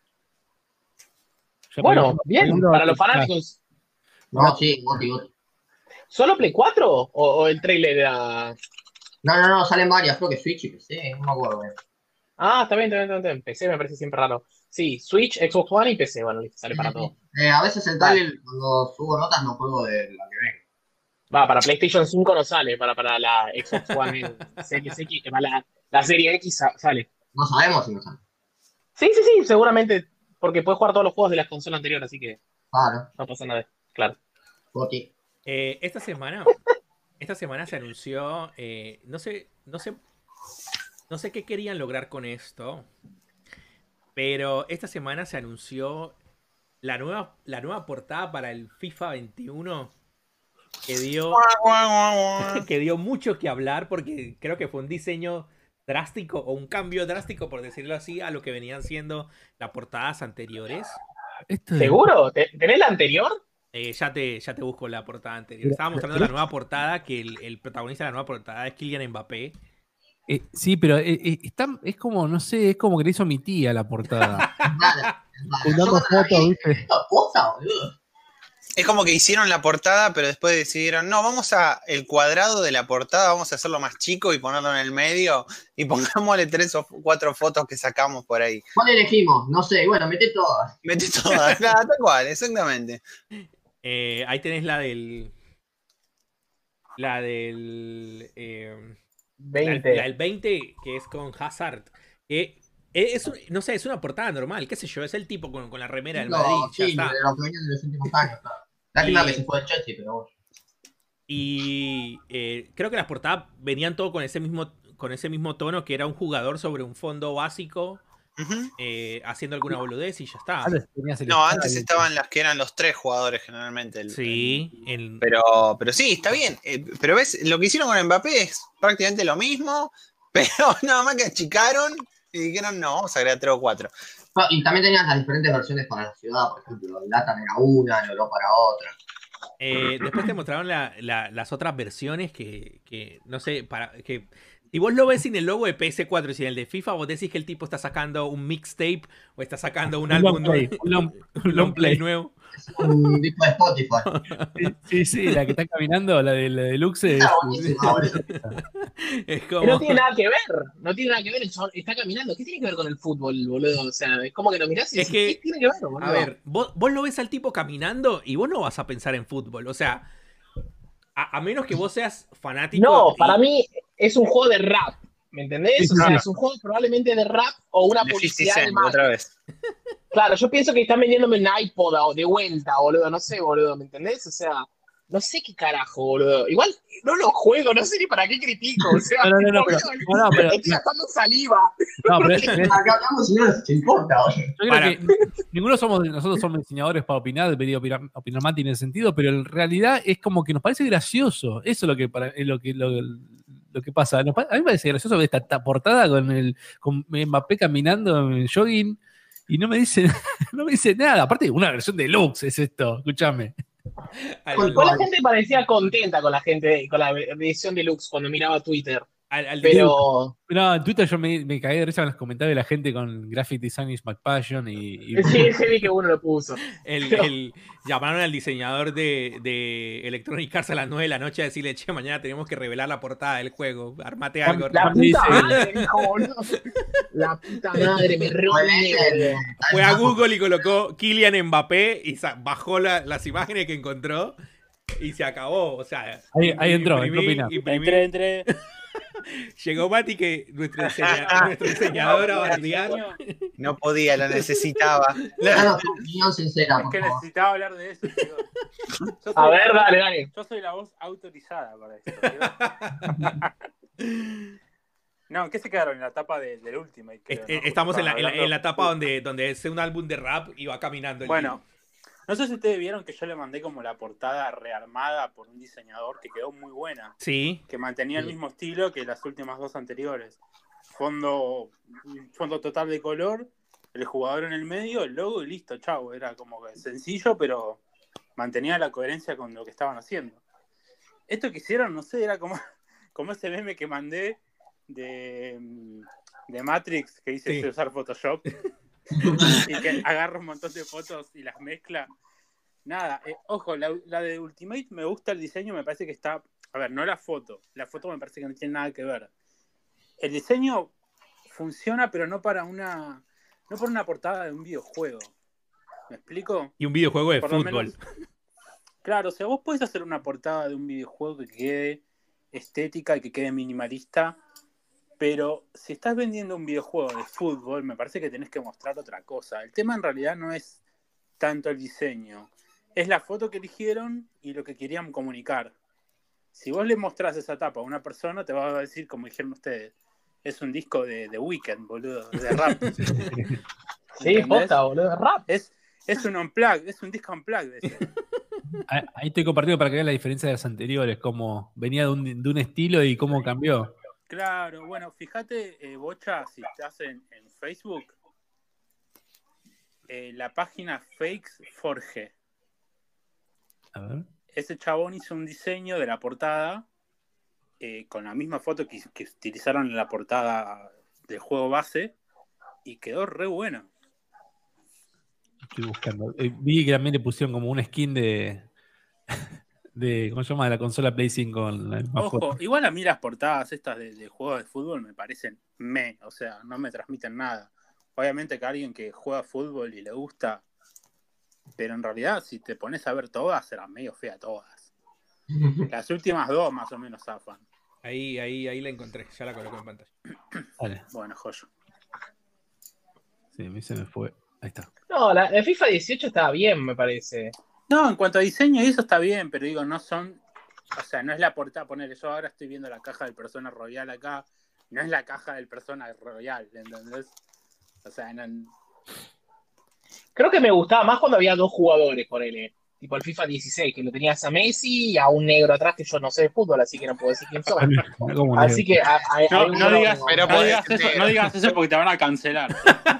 Bueno, bien, para los fanáticos. No, sí, Goti. ¿Solo Play 4 o el trailer era...? No, salen varias, creo que Switch y PC, no me acuerdo bien. Ah, está bien. PC me parece siempre raro. Sí, Switch, Xbox One y PC, bueno, sale para todo. A veces el trailer, cuando subo notas, no juego de la que ven. Va, para PlayStation 5 no sale, para la Xbox One Series X, la Serie X sale. No sabemos si no sale. Sí, seguramente, porque puedes jugar todos los juegos de las consolas anteriores, así que claro. No pasa nada, claro. Goti. Esta semana se anunció, no sé qué querían lograr con esto, pero esta semana se anunció la nueva portada para el FIFA 21 que dio mucho que hablar porque creo que fue un diseño drástico o un cambio drástico, por decirlo así, a lo que venían siendo las portadas anteriores. ¿Seguro? ¿Tenés la anterior? Ya te busco la portada anterior. Estaba mostrando la nueva portada, que el protagonista de la nueva portada es Kylian Mbappé. Sí, pero es como, no sé, es como que le hizo mi tía la portada. Juntando fotos, ¿viste? Es como que hicieron la portada, pero después decidieron, no, vamos a el cuadrado de la portada, vamos a hacerlo más chico y ponerlo en el medio y pongámosle 3 o 4 fotos que sacamos por ahí. ¿Cuál elegimos? No sé, bueno, mete todas. Nada, tal cual, exactamente. Ahí tenés la del 20. La del 20, que es con Hazard. Que No sé, es una portada normal, qué sé yo, es el tipo con la remera del No, Madrid, ya sí, está. lo que venían de los últimos años, claro. Lástima Y, que se fue el Chelsea, pero bueno. y creo que las portadas venían todo con ese mismo tono, que era un jugador sobre un fondo básico Ujú. haciendo alguna boludez y ya está. Antes tenías el No, estadio. antes estaban las que eran los 3 jugadores generalmente. Sí, Pero sí, está bien. Pero ves, lo que hicieron con Mbappé es prácticamente lo mismo, pero nada más que achicaron y dijeron, no, vamos a agregar 3 o 4. No, y también tenían las diferentes versiones para la ciudad, por ejemplo, en LATAM era una, en Europa era otra. después te mostraron las otras versiones que no sé, que si vos lo ves sin el logo de PS4 y sin el de FIFA, vos decís que el tipo está sacando un mixtape o está sacando un álbum play, un long play nuevo. Es un disco de Spotify. Sí, la que está caminando, la de Deluxe. Está buenísima, boludo. Es Que no como. tiene nada que ver. No tiene nada que ver. El chabón está caminando. ¿Qué tiene que ver con el fútbol, boludo? O sea, es como que lo mirás y Es decís, que, ¿qué tiene que ver, boludo? a ver, vos lo ves al tipo caminando y vos no vas a pensar en fútbol. O sea, a menos que vos seas fanático. No, para mí es un juego de rap. ¿Me entendés? Sí, O sea, sí. es un juego probablemente de rap o una De 50 publicidad de Cent, marca. otra vez. Claro, yo pienso que están vendiéndome un iPod o de vuelta, boludo. No sé, boludo, ¿me entendés? O sea, no sé qué carajo, boludo. Igual no lo juego, no sé ni para qué critico. O sea, No, pero estoy gastando saliva. no, pero Acá hablamos y no nos importa, boludo. yo creo que nosotros somos diseñadores para opinar, debería opinar Mati en ese sentido, pero en realidad es como que nos parece gracioso. Eso es lo que pasa. A mí me parece gracioso ver esta portada con Mbappé caminando en jogging y no me dice nada. Aparte, una versión deluxe es esto, escúchame. Igual la gente parecía contenta con la edición deluxe cuando miraba Twitter. al Pero No, en Twitter yo me caí de risa en los comentarios de la gente con Graphic Design is my passion y sí, vi que uno lo puso. llamaron al diseñador de Electronic Arts a las 9 de la noche a decirle, che, mañana tenemos que revelar la portada del juego. Armate algo. La dice- puta madre, dijo, boludo. La puta madre, me reúne, boludo. Fue a Google y colocó Kylian Mbappé y bajó las imágenes que encontró y se acabó. O sea, Ahí entró, ¿qué opina? Entré. Llegó Mati, que nuestro diseñador a bardear. No podía, lo necesitaba. Danos tu opinión sincera, Es por que favor. necesitaba hablar de eso, tío. Yo soy A ver, dale. Yo soy la voz autorizada para esto, tío. No, ¿en qué se quedaron? En la etapa del Ultimate, creo, ¿no? Estamos en Estaban la hablando- etapa donde es un álbum de rap y va caminando. Bueno, no sé si ustedes vieron que yo le mandé como la portada rearmada por un diseñador que quedó muy buena. Sí. Que mantenía el mismo estilo que las últimas dos anteriores. Un fondo total de color, el jugador en el medio, el logo y listo, chau. Era como que sencillo, pero mantenía la coherencia con lo que estaban haciendo. Esto que hicieron, no sé, era como ese meme que mandé de Matrix, que dice Sí. sé usar Photoshop y que agarra un montón de fotos y las mezcla. Nada, ojo, la de Ultimate me gusta el diseño, me parece que está... A ver, no la foto me parece que no tiene nada que ver. El diseño funciona, pero no para una portada de un videojuego. ¿Me explico? Y un videojuego de Por lo fútbol. menos- Claro, o sea, vos podés hacer una portada de un videojuego que quede estética y que quede minimalista, pero si estás vendiendo un videojuego de fútbol, me parece que tenés que mostrar otra cosa. El tema en realidad no es tanto el diseño, es la foto que eligieron y lo que querían comunicar. Si vos le mostrás esa tapa a una persona, te va a decir, como dijeron ustedes, es un disco de The Weeknd, boludo, de rap. Sí, ¿Entendés? posta, boludo, rap. Es un unplugged, es un disco unplugged ese. Ahí estoy compartido para que vean la diferencia de las anteriores, cómo venía de un estilo y cómo cambió. Claro, bueno, fíjate, Bocha, si estás en Facebook, la página Fakes Forge. A ver. Ese chabón hizo un diseño de la portada con la misma foto que utilizaron en la portada del juego base y quedó re bueno. Estoy buscando. Vi que también le pusieron como un skin de ¿cómo se llama? De la consola Play 5 con la misma Ojo, foto. igual a mí las portadas estas de juegos de fútbol me parecen o sea, no me transmiten nada. Obviamente que alguien que juega fútbol y le gusta, pero en realidad si te pones a ver todas, eran medio feas todas. Las últimas dos más o menos zafan. Ahí la encontré, ya la coloco en pantalla. Dale. Bueno, joyo. Sí, a mí se me fue. Ahí está. No, la FIFA 18 estaba bien, me parece. No, en cuanto a diseño y eso está bien, pero digo, no son... O sea, no es la portada, poner yo ahora estoy viendo la caja del Persona Royal acá, no es la caja del Persona Royal, ¿entendés? O sea, no... Creo que me gustaba más cuando había 2 jugadores, ponele. Tipo el FIFA 16, que lo tenías a Messi y a un negro atrás que yo no sé de fútbol, así que no puedo decir quién son. Así que No digas eso porque te van a cancelar.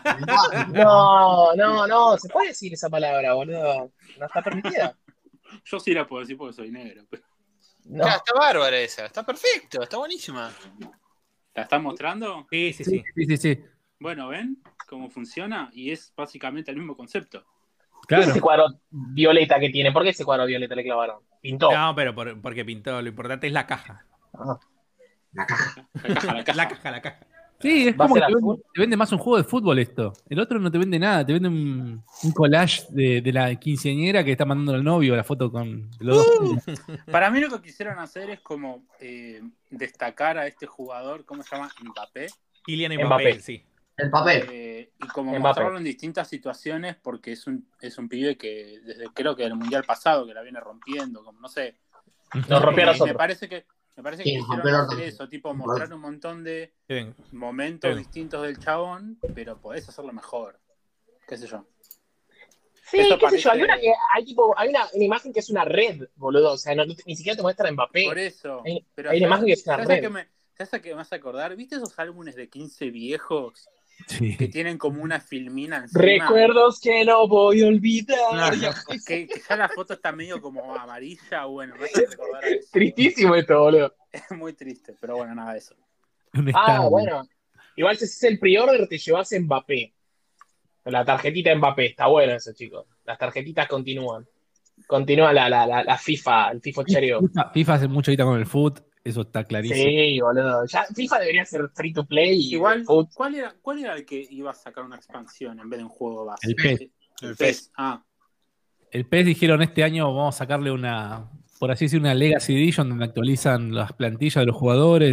No, se puede decir esa palabra, boludo. No está permitida. Yo sí la puedo decir porque soy negro. Pero... No. Claro, está bárbara esa, está perfecto, está buenísima. ¿La estás mostrando? Sí. Bueno, ¿ven cómo funciona? Y es básicamente el mismo concepto. ¿Qué es ese cuadro violeta que tiene? ¿Por qué ese cuadro violeta le clavaron? ¿Pintó? No, pero porque pintó. Lo importante es la caja. La caja. La caja. Sí, es como que te vende más un juego de fútbol esto. El otro no te vende nada, te vende un collage de la quinceañera que está mandando al novio la foto con los dos. Para mí lo que quisieron hacer es como destacar a este jugador, ¿cómo se llama? Mbappé. Kylian Mbappé, sí. El papel. Y como Mbappé. mostrarlo en distintas situaciones porque es un pibe que desde creo que el mundial pasado que la viene rompiendo, como no sé. Nos rompió a nosotros. Me parece que quisieron hacer eso, tipo mostrar un montón de momentos distintos del chabón, pero podés hacerlo mejor. Qué sé yo. Sí, Eso qué sé yo, parece- hay una imagen que es una red, boludo, o sea, ni siquiera te muestra Mbappé. Por eso. Pero hay una imagen que es una ¿sabes red. ¿sabes a qué me vas a acordar? ¿Viste esos álbumes de 15 viejos Sí. que tienen como una filmina encima? Recuerdos que no voy a olvidar. Que ya la foto está medio como amarilla, bueno, me hace recordar a eso. Tristísimo esto, boludo. Es muy triste, pero bueno, nada de eso. Bueno. Igual si es el pre-order te llevas Mbappé. La tarjetita Mbappé, está bueno eso, chicos. Las tarjetitas continúan. Continúa la FIFA, el FIFA chereo. FIFA hace mucho ahorita con el foot, eso está clarísimo. Sí, boludo. Ya FIFA debería ser free to play. Y Igual, ¿cuál era el que iba a sacar una expansión en vez de un juego base? El PES. El PES. Ah, El PES dijeron este año vamos a sacarle una, por así decir, una Legacy Edition donde actualizan las plantillas de los jugadores,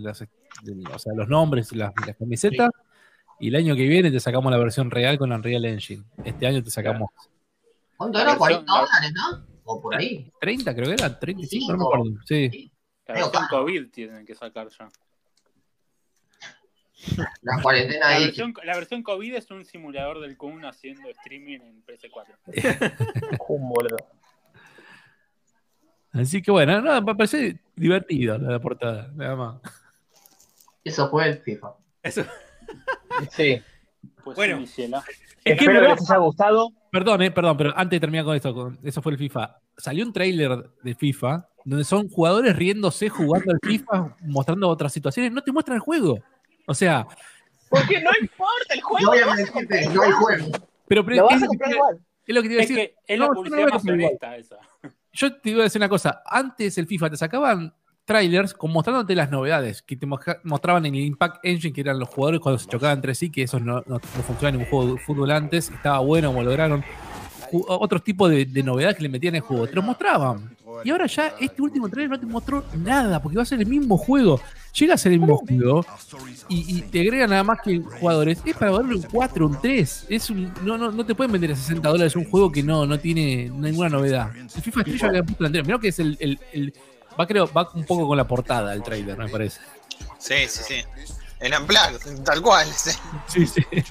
o sea, los nombres, las camisetas. Sí. Y el año que viene te sacamos la versión real con Unreal Engine. Este año te sacamos. ¿Cuánto era? $40, ¿no? O por ahí. 30, creo que era. 35, no me acuerdo. Sí. La versión COVID tienen que sacar ya. La cuarentena ahí. La versión COVID es un simulador del Kun haciendo streaming en PS4. Boludo. Así que bueno, no, me parece divertido la portada, nada más. Eso fue el FIFA. Eso. Sí. Pues bueno, espero que les haya gustado. Perdón, pero antes de terminar con esto, eso fue el FIFA. Salió un tráiler de FIFA donde son jugadores riéndose jugando al FIFA, mostrando otras situaciones. No te muestran el juego. O sea... Porque no importa el juego. No voy a mentirte, no hay juego. Pero lo vas a comprar igual. Es lo que te iba a decir. Es que es la publicidad más honesta esa. Yo te iba a decir una cosa. Antes el FIFA te sacaban trailers mostrándote las novedades que te mostraban en el Impact Engine, que eran los jugadores cuando se chocaban entre sí, que eso no funcionaba en un juego de fútbol antes. Estaba bueno como lograron. Otros tipos de novedades que le metían en el juego. Te los mostraban. Y ahora ya este último trailer no te mostró nada, porque va a ser el mismo juego. Llega a ser el mismo juego y te agregan nada más que jugadores. Es para darle un 4, un 3. No te pueden vender a $60 un juego que no tiene ninguna novedad. El FIFA Street ya le han puesto la anterior. Mirá que es va un poco con la portada el trailer, me parece. Sí. El Unplugged, tal cual. Sí.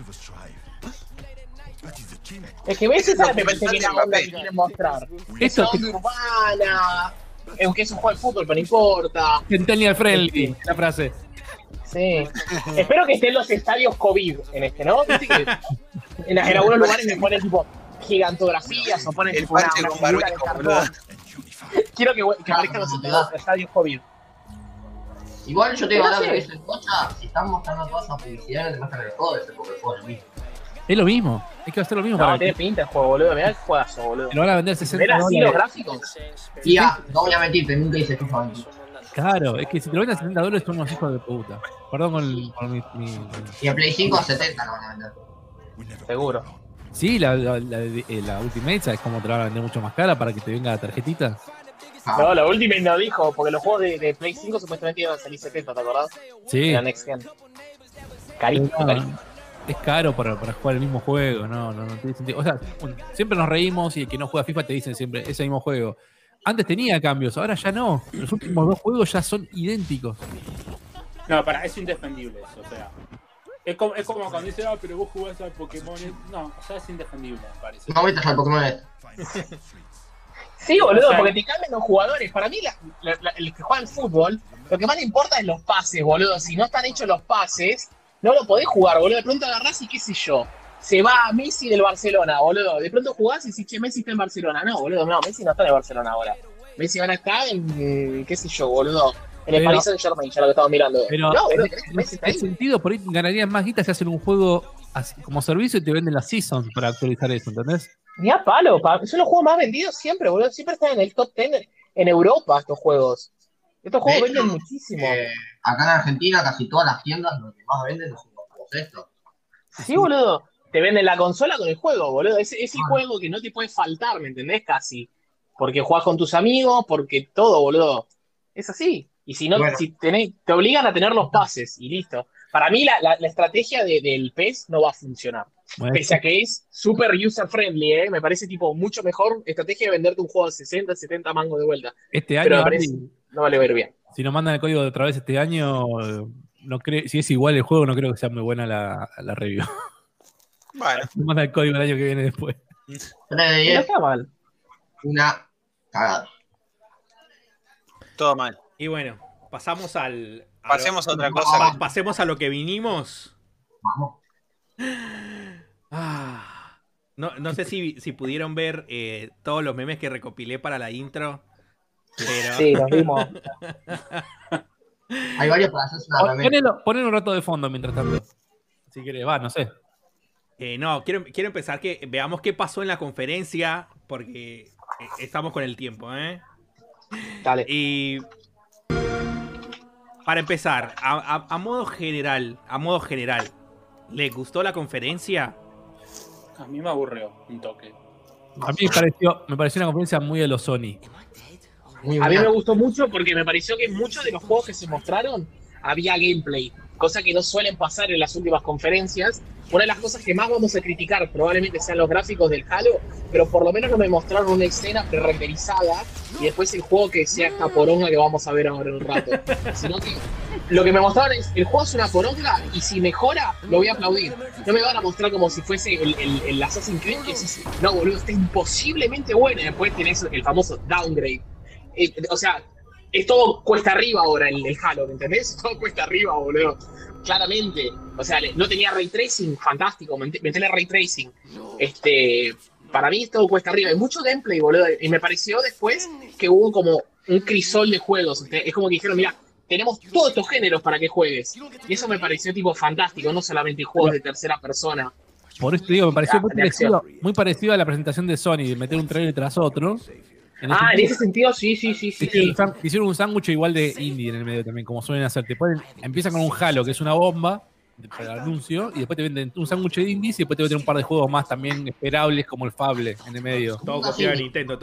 Es que ves esa me parece que la onda que quieren mostrar. Esto es urbana. Es que es un juego de fútbol, pero no importa. Centennial friendly, la frase. Sí. Espero que estén los estadios COVID en este, ¿no? Viste que en algunos lugares le ponen tipo gigantografías o ponen tipo una figura de cartón. Quiero que aparezcan los estadios COVID. Igual yo te digo algo que es el cocha, si están mostrando toda esa publicidad, no te muestran el juego, es porque el juego es lo mismo. Es lo mismo, es que va a ser lo mismo. No, tiene pinta el juego, boludo. Mirá el juegazo, boludo. Lo van a vender $60. ¿Ver así los gráficos? Y ya, no voy a mentirte, nunca hice FIFA 20. Claro, es que si te lo venden a $70 son unos hijos de puta. Perdón con mi... Y el Play 5 a 70 lo van a vender. Seguro. Sí, la Ultimate, ¿sabes cómo te la van a vender mucho más cara para que te venga la tarjetita? No, la Ultimate no dijo, porque los juegos de Play 5 supuestamente iban a salir 70, ¿te acordás? Sí. La Next Gen. Carísimo. es caro para jugar el mismo juego, no tiene sentido. O sea, siempre nos reímos y el que no juega FIFA te dicen siempre ese mismo juego. Antes tenía cambios, ahora ya no. Los últimos 2 juegos ya son idénticos. No, es indefendible eso, o sea. Es como cuando dice, pero vos jugás al Pokémon. No, o sea, es indefendible, me parece. No metas al Pokémon. Sí, boludo, porque te cambian los jugadores. Para mí, el que juega al fútbol, lo que más le importa es los pases, boludo. Si no están hechos los pases, no lo podés jugar, boludo. De pronto agarrás y qué sé yo. Se va Messi del Barcelona, boludo. De pronto jugás y decís, che, Messi está en Barcelona. No, boludo, no, Messi no está en Barcelona ahora. Messi van a estar en, qué sé yo, boludo. En el Paris Saint-Germain, ya lo que estamos mirando. Pero no, boludo, en sentido, por ahí ganarían más guita si hacen un juego así, como servicio y te venden las seasons para actualizar eso, ¿entendés? Ni a palo, son los juegos más vendidos siempre, boludo. Siempre están en el top 10 en Europa estos juegos. Estos juegos venden muchísimo. Acá en Argentina casi todas las tiendas lo que más venden son los juegos estos. Sí, boludo. Te venden la consola con el juego, boludo. Es el juego que no te puede faltar, ¿me entendés? Casi. Porque jugás con tus amigos, porque todo, boludo. Es así. Y si no, si te obligan a tener los pases y listo. Para mí la estrategia del PES no va a funcionar. Bueno, pese a que es súper user-friendly, me parece tipo mucho mejor estrategia de venderte un juego de 60, 70 mangos de vuelta. Este año pero me parece, no vale ver bien. Si nos mandan el código de otra vez este año, si es igual el juego, no creo que sea muy buena la review. Bueno. Nos mandan el código el año que viene después. No está mal. Una cagada. Todo mal. Y bueno, pasamos Pasemos a otra cosa. Pasemos a lo que vinimos. Vamos. No sé si pudieron ver todos los memes que recopilé para la intro. Pero... Sí, los vimos. Hay varios para hacerse una meme. Ponelo un rato de fondo mientras tanto. Si querés, no sé. No, quiero empezar que veamos qué pasó en la conferencia, porque estamos con el tiempo, ¿eh? Dale. Y para empezar, a modo general, ¿les gustó la conferencia? A mí me aburrió un toque. A mí me pareció una conferencia muy de los Sony. A mí me gustó mucho porque me pareció que en muchos de los juegos que se mostraron había gameplay, cosa que no suelen pasar en las últimas conferencias. Una de las cosas que más vamos a criticar probablemente sean los gráficos del Halo, pero por lo menos no me mostraron una escena pre-renderizada y después el juego que sea esta poronga que vamos a ver ahora en un rato. Sino que lo que me mostraron es, el juego es una poronga y si mejora, lo voy a aplaudir. No me van a mostrar como si fuese el Assassin's Creed que decís, no boludo, está imposiblemente bueno y después tenés el famoso downgrade. O sea, es todo cuesta arriba ahora el Halo, ¿me entendés? Todo cuesta arriba, boludo. Claramente. O sea, no tenía ray tracing, fantástico. Metele ray tracing. Para mí todo cuesta arriba. Hay mucho gameplay, boludo. Y me pareció después que hubo como un crisol de juegos. Es como que dijeron, mira, tenemos todos estos géneros para que juegues. Y eso me pareció tipo fantástico, no solamente juegos de tercera persona. Por eso te digo, me pareció muy parecido a la presentación de Sony, de meter un trailer tras otro. En ese sentido, sí. Hicieron un sándwich igual de indie en el medio también, como suelen hacer. Empiezan con un Halo, que es una bomba, para el anuncio, y después te venden un sándwich de indies y después te venden un par de juegos más también esperables, como el Fable en el medio. Todo copiado de Nintendo,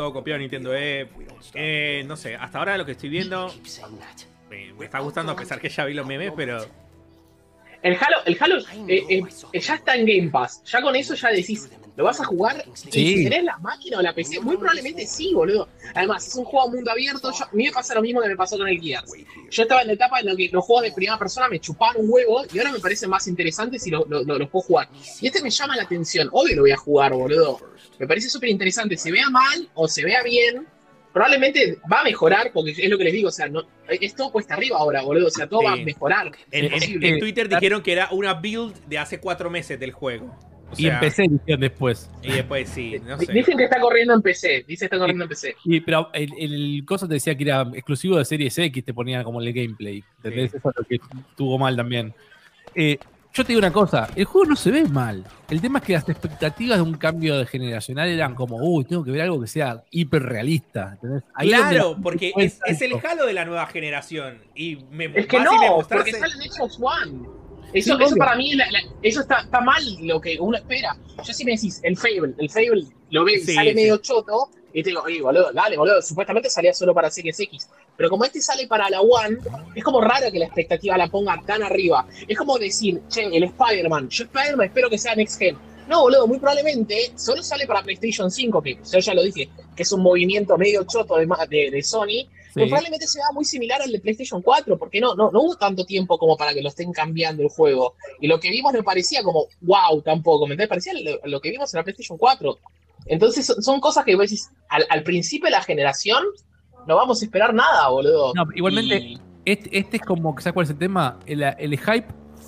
no sé, hasta ahora lo que estoy viendo me está gustando, a pesar que ya vi los memes, pero... El Halo ya está en Game Pass. Ya con eso ya decís, ¿lo vas a jugar? Sí. Y si tenés la máquina o la PC, muy probablemente sí, boludo. Además, es un juego a mundo abierto. A mí me pasa lo mismo que me pasó con el Gears. Yo estaba en la etapa en la que los juegos de primera persona me chupaban un huevo y ahora me parecen más interesantes si los puedo jugar. Y me llama la atención. Obvio lo voy a jugar, boludo. Me parece súper interesante. Se vea mal o se vea bien, probablemente va a mejorar, porque es lo que les digo, o sea, esto cuesta arriba ahora, boludo, o sea, todo va a mejorar. En Twitter dijeron que era una build de hace 4 meses del juego. O sea, y en PC dijeron después. Y después sí, no sé. Dicen que está corriendo en PC, Pero el cosa te decía que era exclusivo de Series X, te ponía como el gameplay. ¿Entendés? Sí. Eso es lo que estuvo mal también. Yo te digo una cosa, el juego no se ve mal. El tema es que las expectativas de un cambio de generacional eran como, tengo que ver algo que sea hiperrealista. Claro, porque es el Halo de la nueva generación. Y es que no, porque sale en Xbox One. Eso para mí, eso está mal lo que uno espera. Yo sí me decís, el Fable lo ves, sale medio choto, Y te digo, oye, boludo, dale, boludo, supuestamente salía solo para Series X. Pero como este sale para la One, es como raro que la expectativa la ponga tan arriba. Es como decir, che, el Spider-Man, yo Spider-Man espero que sea Next Gen. No, boludo, muy probablemente solo sale para PlayStation 5, que yo ya lo dije, que es un movimiento medio choto de Sony. Pero probablemente sea muy similar al de PlayStation 4, porque no hubo tanto tiempo como para que lo estén cambiando el juego. Y lo que vimos no parecía como, wow, tampoco, ¿me entiendes? Parecía lo que vimos en la PlayStation 4. Entonces son cosas que vos decís, al principio de la generación no vamos a esperar nada, boludo. No, igualmente, este es como, ¿sabes cuál es el tema? El hype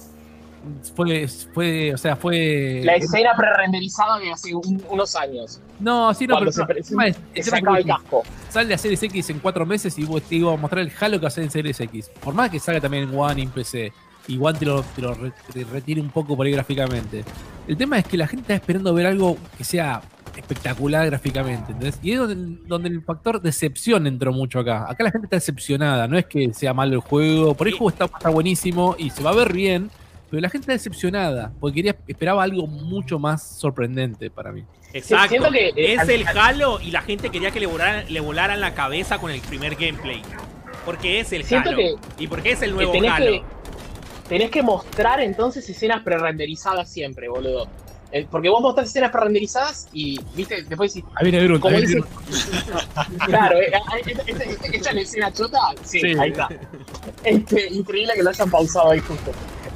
fue... La escena pre-renderizada de hace unos años. No, sí, no, pero se sacaba el casco. Sale a Series X en 4 meses y te iba a mostrar el Halo que hace en Series X. Por más que salga también en One y en PC. Y One te lo retire un poco por ahí gráficamente. El tema es que la gente está esperando ver algo que sea espectacular gráficamente, ¿entendés? Y es donde el factor decepción entró mucho acá. Acá la gente está decepcionada, no es que sea malo el juego, por ahí el juego está buenísimo y se va a ver bien, pero la gente está decepcionada, porque esperaba algo mucho más sorprendente para mí. Exacto, siento que, es el Halo y la gente quería que le volaran la cabeza con el primer gameplay. Porque es el Halo y porque es el nuevo Halo. Tenés que mostrar entonces escenas pre-renderizadas siempre, boludo. Porque vos mostrás escenas pre-renderizadas y, viste, después decís... Ahí viene Groot, Claro, ¿esta es la escena chota? Sí, ahí está. Increíble que lo hayan pausado ahí justo.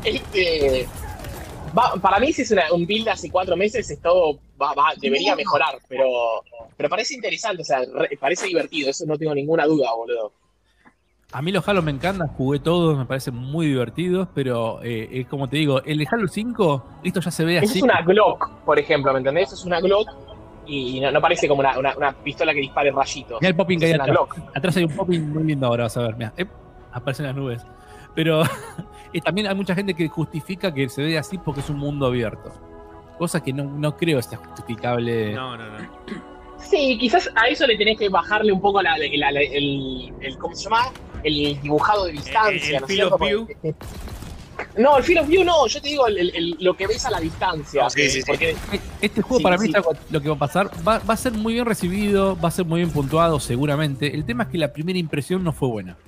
Para mí si es un build hace 4 meses, esto debería mejorar, pero parece interesante, o sea, parece divertido, eso no tengo ninguna duda, boludo. A mí los Halo me encantan, jugué todos, me parecen muy divertidos, pero como te digo, el de Halo 5, esto ya se ve así. Eso es una Glock, por ejemplo, ¿me entendés? Eso es una Glock y no parece como una pistola que dispare rayitos. Mira el popping que hay atrás. Atrás hay un popping muy lindo ahora, vas a ver, mira, aparecen las nubes. Pero también hay mucha gente que justifica que se ve así porque es un mundo abierto. Cosa que no creo sea justificable. No. Sí, quizás a eso le tenés que bajarle un poco ¿cómo se llama? El dibujado de distancia. El field of view. No, el field of view no, yo te digo lo que ves a la distancia. Sí. Porque, este juego para mí lo que va a pasar, va a ser muy bien recibido, va a ser muy bien puntuado seguramente. El tema es que la primera impresión no fue buena.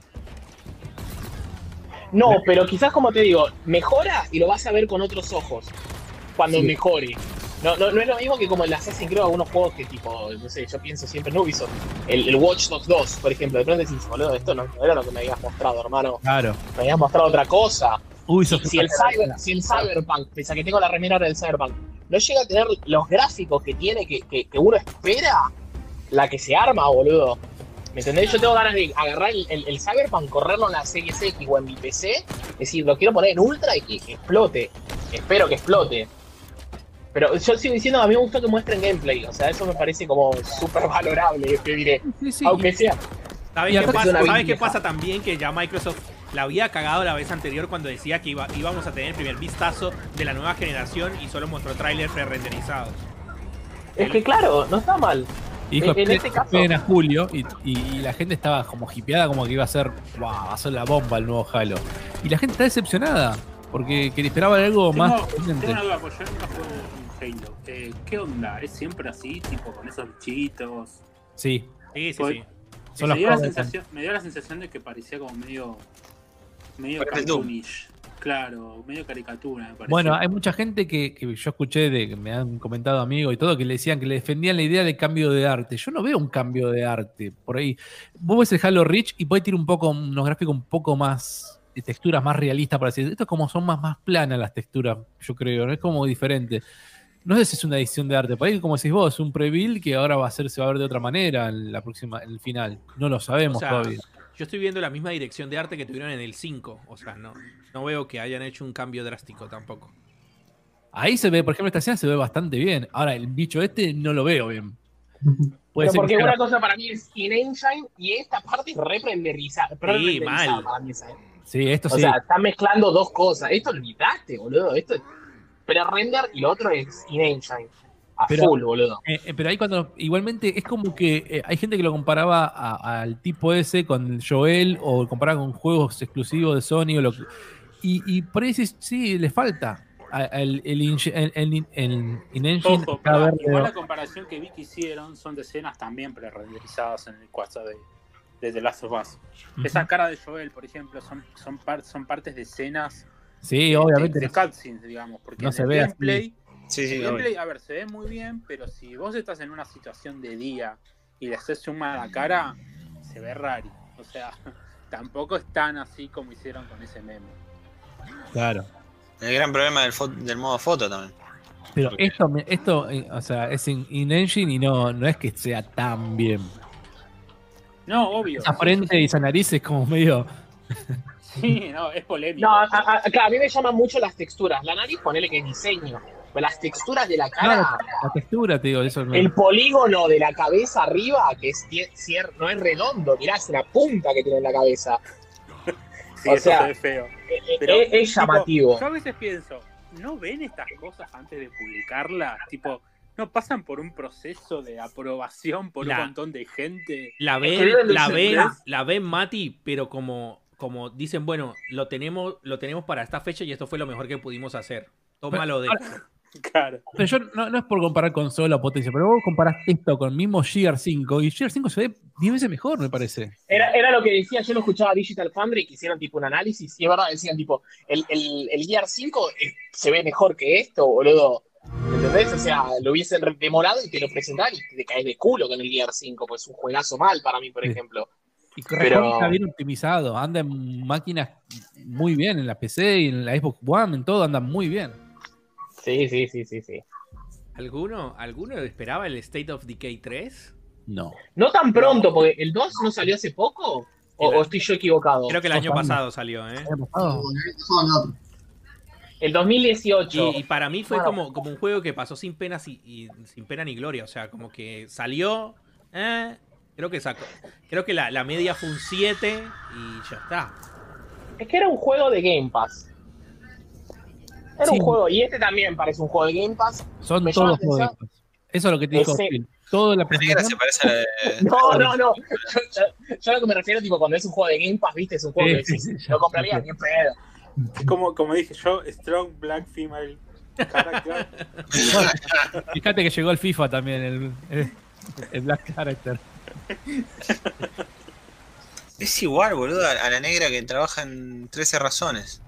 No, pero quizás como te digo, mejora y lo vas a ver con otros ojos cuando mejore. No es lo mismo que como el Assassin's Creed, algunos juegos que tipo, no sé, yo pienso siempre en Ubisoft. El Watch Dogs 2, por ejemplo, de pronto decís, boludo, esto no era lo que me habías mostrado, hermano. Claro. Me habías mostrado otra cosa. Ubisoft Si el Cyberpunk, pese a que tengo la remera del Cyberpunk, no llega a tener los gráficos que tiene, que uno espera, la que se arma, boludo. ¿Me entendés? Yo tengo ganas de agarrar el Cyberpunk, correrlo en la Series X o en mi PC, es decir, lo quiero poner en Ultra y que explote. Espero que explote. Pero yo sigo diciendo, a mí me gusta que muestren gameplay, o sea, eso me parece como súper valorable, te diré, Sí. aunque sea. ¿Sabes qué pasa también? Que ya Microsoft la había cagado la vez anterior cuando decía que íbamos a tener el primer vistazo de la nueva generación y solo mostró trailers pre-renderizados. Es que claro, no está mal. Y dijo, en este caso a julio y la gente estaba como hipeada, como que iba a ser, wow, va a ser la bomba el nuevo Halo. Y la gente está decepcionada, porque esperaba algo más. Tengo una duda, pues yo nunca jugué un Halo. ¿Qué onda? ¿Es siempre así, tipo con esos bichitos? Sí. Sí. Me dio la sensación de que parecía como medio cartoonish. Claro, medio caricatura, me parece. Bueno, hay mucha gente que yo escuché, que me han comentado amigos y todo, que le decían que le defendían la idea de cambio de arte. Yo no veo un cambio de arte por ahí. Vos ves el Halo Reach y podés tirar unos gráficos un poco más de texturas más realistas, para decir. Esto es como son más planas las texturas, yo creo, no es como diferente. No sé si es una edición de arte, por ahí como decís vos, es un pre-build que ahora se va a ver de otra manera en el final. No lo sabemos todavía. Yo estoy viendo la misma dirección de arte que tuvieron en el 5. O sea, no veo que hayan hecho un cambio drástico tampoco. Ahí se ve, por ejemplo, esta escena se ve bastante bien. Ahora, el bicho no lo veo bien. Pero porque una cosa para mí es in-engine y esta parte es re-renderizada. Sí, mal. Para mí, sí, esto sí. O sea, están mezclando dos cosas. Esto lo olvidaste, boludo. Esto es pre-render y lo otro es in-engine. Full, boludo. Pero ahí igualmente es como que hay gente que lo comparaba al tipo ese con Joel o comparaba con juegos exclusivos de Sony y por ahí sí, le falta. in-engine Ojo, está verde. igual la comparación que vi que hicieron son de escenas también pre-renderizadas en el WhatsApp de The Last of Us. Esa cara de Joel, por ejemplo, son partes de escenas Sí, obviamente. de cutscenes, digamos, porque No en se el ve gameplay, Sí, a ver, se ve muy bien, pero si vos estás en una situación de día y le haces zoom a la cara, se ve raro. O sea, tampoco es tan así como hicieron con ese meme. Claro. El gran problema del modo foto también. Pero Porque- esto, o sea, es in-engine y no es que sea tan bien. No, obvio. Esa frente y esa nariz es como medio. Sí, no, es polémico. No, claro, a mí me llaman mucho las texturas. La nariz, ponele que es diseño. Pero las texturas de la cara, Claro, la textura, te digo, eso no. el polígono de la cabeza arriba, que no es redondo, mirá, es una punta que tiene en la cabeza. Sí, o eso sea, se ve feo. Es llamativo. Yo a veces pienso, ¿no ven estas cosas antes de publicarlas? Tipo, ¿no pasan por un proceso de aprobación por un montón de gente? La ven, Mati, pero como dicen, bueno, lo tenemos para esta fecha y esto fue lo mejor que pudimos hacer. Tómalo de. Claro. Pero yo no es por comparar consola o potencia, pero vos comparás esto con el mismo Gear 5 y Gear 5 se ve 10 veces mejor, me parece. Era lo que decía, yo lo escuchaba a Digital Foundry que hicieron tipo un análisis y es verdad, decían tipo, el Gear 5 se ve mejor que esto, boludo. ¿Entendés? O sea, lo hubiesen demorado y te lo presentaban y te caes de culo con el Gear 5, pues es un juegazo mal para mí, por ejemplo. Y está bien optimizado, anda en máquinas muy bien, en la PC y en la Xbox One, en todo anda muy bien. Sí. ¿Alguno esperaba el State of Decay 3? No. No tan pronto, porque el 2 no salió hace poco. ¿O estoy yo equivocado? Creo que el año pasado salió, ¿eh? El 2018. Y para mí fue como un juego que pasó sin pena sin pena ni gloria. O sea, como que salió. Creo que la media fue un 7 y ya está. Es que era un juego de Game Pass. Era un juego, y este también parece un juego de Game Pass. Son todos juegos de Game Pass. Eso es lo que te dijo Phil. Todo la presentación. Se parece a No. Yo a lo que me refiero, tipo, cuando es un juego de Game Pass, viste, es un juego que lo compraría ni en pedo. Como dije yo, Strong Black Female Character. Fíjate que llegó el FIFA también, el Black Character. Es igual, boludo, a la negra que trabaja en 13 razones.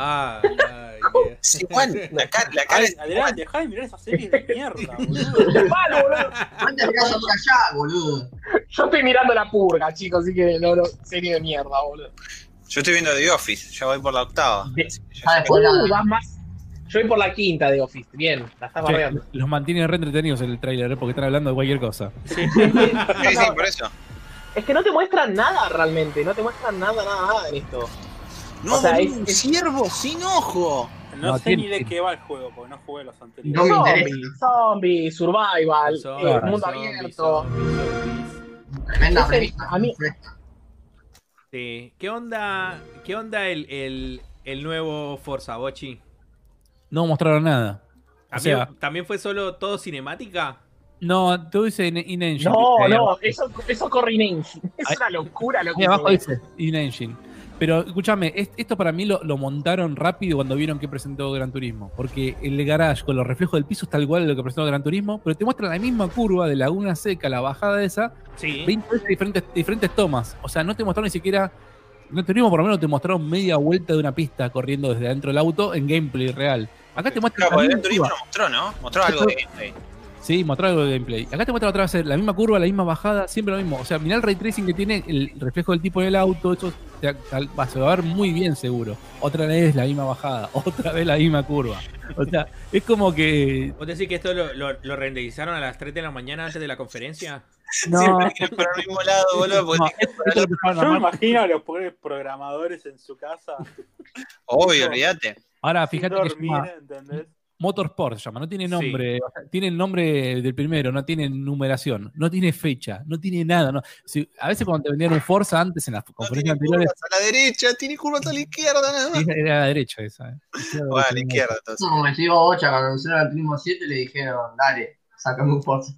Es igual, la cara es igual. Dejá de mirar esas series de mierda, boludo. Malo, boludo. Antes mirás por allá, boludo. Yo estoy mirando La Purga, chicos, así que no, serie de mierda, boludo. Yo estoy viendo The Office, ya voy por la octava. Vas más. Yo voy por la quinta de Office, bien, la estás bardeando. Los mantienen re entretenidos el trailer, porque están hablando de cualquier cosa. Sí, por eso. Es que no te muestran nada realmente, no te muestran nada en esto. No, o sea, boludo, un ciervo sin ojo. No sé ni de qué va el juego, porque no jugué los anteriores. Zombies, survival, mundo abierto. Tremenda premisa. A mí. Sí. ¿Qué onda el nuevo Forza, Bochi? No mostraron nada. ¿También fue solo todo cinemática? No, tú dices in-engine. No, eso corre in-engine. Es una locura lo que ahí abajo dice in-engine. Pero escúchame, esto para mí lo montaron rápido cuando vieron que presentó Gran Turismo. Porque el garage con los reflejos del piso está igual a lo que presentó Gran Turismo, pero te muestra la misma curva de Laguna Seca, la bajada de esa, 20 veces diferentes tomas. O sea, no te mostraron ni siquiera. Gran Turismo por lo menos te mostraron media vuelta de una pista corriendo desde adentro del auto en gameplay real. Acá te muestran. Claro, Gran Turismo lo mostró, ¿no? Mostró algo de gameplay. Sí, mostró algo de gameplay. Acá te muestra otra vez la misma curva, la misma bajada, siempre lo mismo. O sea, mirá el ray tracing que tiene, el reflejo del tipo en el auto, eso se va a ver muy bien seguro. Otra vez la misma bajada, otra vez la misma curva. O sea, es como que... ¿Vos decís que esto lo renderizaron a las 3 de la mañana antes de la conferencia? No, siempre para el mismo lado, boludo. Yo me imagino a los pobres programadores en su casa. Obvio, olvídate. Ahora, fíjate que ¿entendés? Motorsport se llama, no tiene nombre, o sea, tiene el nombre del primero, no tiene numeración, no tiene fecha, no tiene nada. No. A veces cuando te vendían un Forza antes en las conferencias anteriores. A la derecha, tiene curvas a la izquierda, nada más. Era a la derecha esa. Bueno, a la izquierda, entonces. Como me dijo Bocha cuando anunciaron el Turismo 7 le dijeron, dale, sácame un Forza.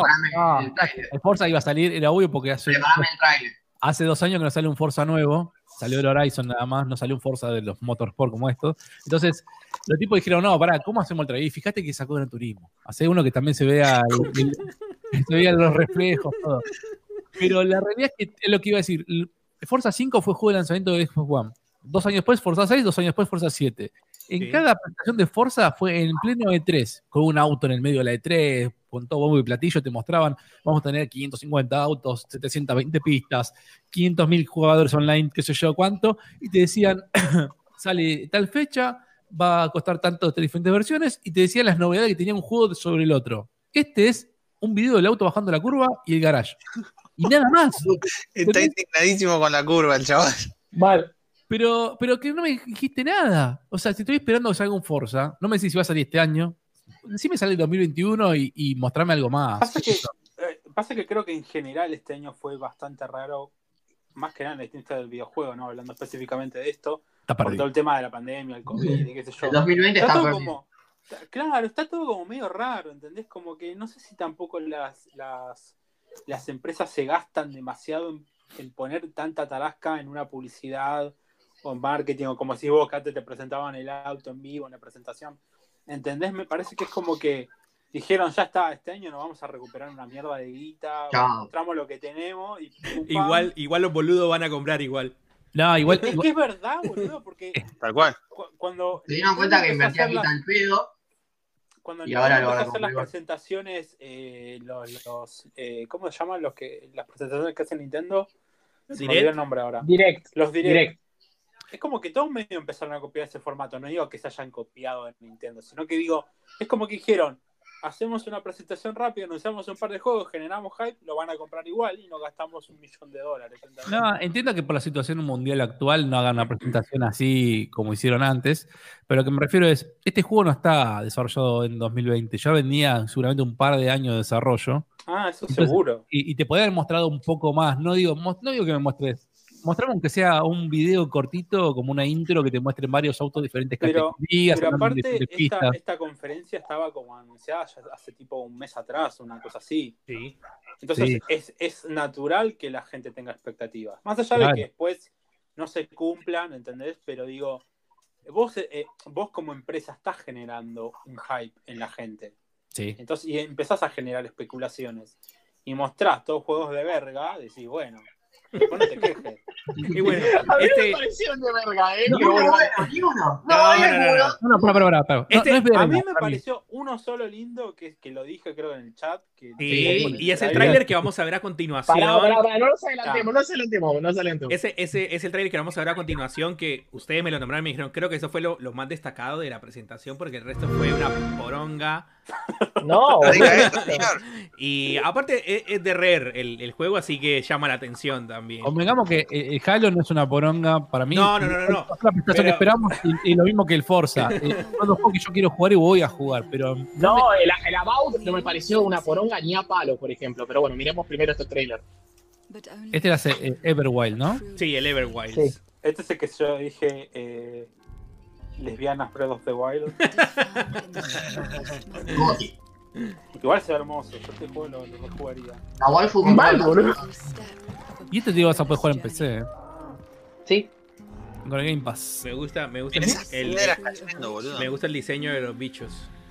El Forza iba a salir, era obvio porque hace 2 años que no sale un Forza nuevo. Salió el Horizon nada más, no salió un Forza de los Motorsport como estos. Entonces, los tipos dijeron, no, pará, ¿cómo hacemos el trailer? Y fíjate que sacó Gran Turismo. Hace uno que también se vea se vean los reflejos, todo. Pero la realidad es que es lo que iba a decir. Forza 5 fue juego de lanzamiento de Xbox One. 2 años después Forza 6, 2 años después Forza 7. En cada presentación de Forza fue en pleno E3, con un auto en el medio de la E3, con todo bombo y platillo, te mostraban, vamos a tener 550 autos, 720 pistas, 500.000 jugadores online, qué sé yo cuánto, y te decían, sale tal fecha, va a costar tanto de diferentes versiones, y te decían las novedades que tenía un juego sobre el otro. Este es un video del auto bajando la curva y el garage. Y nada más. Está indignadísimo con la curva el chaval. Mal. Pero que no me dijiste nada. O sea, si estoy esperando que salga un Forza, no me decís si va a salir este año. Sí me sale el 2021 y mostrarme algo más. Pasa que creo que en general este año fue bastante raro, más que nada en la industria del videojuego, ¿no? Hablando específicamente de esto, por todo el tema de la pandemia, el COVID, y qué sé yo. El 2020 está todo perdido. claro, está todo como medio raro, ¿entendés? Como que no sé si tampoco las empresas se gastan demasiado en poner tanta tarasca en una publicidad o en marketing, o como si vos que antes te presentaban el auto en vivo en la presentación. ¿Entendés? Me parece que es como que dijeron, ya está, este año nos vamos a recuperar una mierda de guita, mostramos lo que tenemos y igual los boludos van a comprar igual. No, igual. Es que es verdad, boludo, porque tal cual. Cuando se dieron cuenta que invertía guita al pedo. Cuando y ahora lo van a hacer las comprar. presentaciones, ¿cómo se llaman las presentaciones que hace Nintendo? Se me olvidó el nombre ahora. Los Direct. Es como que todos medio empezaron a copiar ese formato. No digo que se hayan copiado de Nintendo, sino que digo, es como que dijeron, hacemos una presentación rápida, anunciamos un par de juegos, generamos hype, lo van a comprar igual y no gastamos $1 millón. ¿Entendés? No, entiendo que por la situación mundial actual no hagan una presentación así como hicieron antes, pero lo que me refiero es, este juego no está desarrollado en 2020, ya venía seguramente un par de años de desarrollo. Ah, eso entonces, seguro. Y te podría haber mostrado un poco más, no digo que me muestres. Mostrame aunque sea un video cortito, como una intro que te muestren varios autos de diferentes categorías. Pero aparte, esta conferencia estaba como anunciada ya hace tipo un mes atrás, una cosa así. Sí. Entonces es natural que la gente tenga expectativas. Más allá de que después no se cumplan, ¿entendés? Pero digo, vos como empresa estás generando un hype en la gente. Sí. Entonces, y empezás a generar especulaciones. Y mostrás todos juegos de verga, decís, bueno... Después no te quejes. Y bueno, a mí me parecieron de verga, A mí me pareció uno solo lindo, que lo dije creo en el chat. Y es el tráiler que vamos a ver a continuación. Pará, no nos adelantemos. Ese es el tráiler que vamos a ver a continuación, que ustedes me lo nombraron y me dijeron, creo que eso fue lo más destacado de la presentación, porque el resto fue una poronga. No, y aparte es de Rare el juego, así que llama la atención también. Convengamos que el Halo no es una poronga para mí. No. Es la presentación que esperamos y lo mismo que el Forza. Son los juegos que yo quiero jugar y voy a jugar, pero... No, el About no me pareció una poronga ni a palo, por ejemplo. Pero bueno, miremos primero este trailer. Este era Everwild, ¿no? Sí, el Everwild. Sí. Este es el que yo dije... lesbianas Breath of the Wild. Igual se ve hermoso, yo este juego lo jugaría. La waifu mal, boludo. Y este tío vas a poder jugar en PC, Sí. con el Game Pass. Me gusta Me gusta el diseño de los bichos.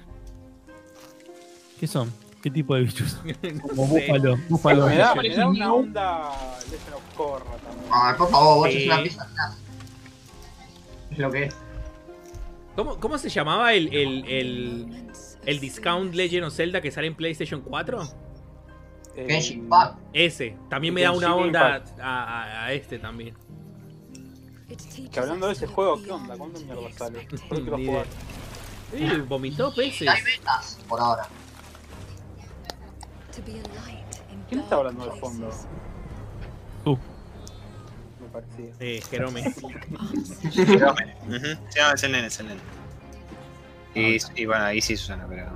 ¿Qué son? ¿Qué tipo de bichos? Como sé. búfalo. Me da una onda Legend of Korra también. Ay, por favor, vos Sí. es una pieza de nada. Es lo que es. ¿Cómo se llamaba el Discount Legend of Zelda que sale en PlayStation 4? Genshin Impact. Ese. También me da una Genshin onda Impact. a este también. Que hablando de ese juego, ¿qué onda? ¿Cuándo mierda sale? Yo quiero Ni jugar. Vomitó peces. Hay betas por ahora. ¿Quién está hablando de fondo? Me parecía. Jerome. Sí, es el nene. Y bueno, ahí sí Susana, pero...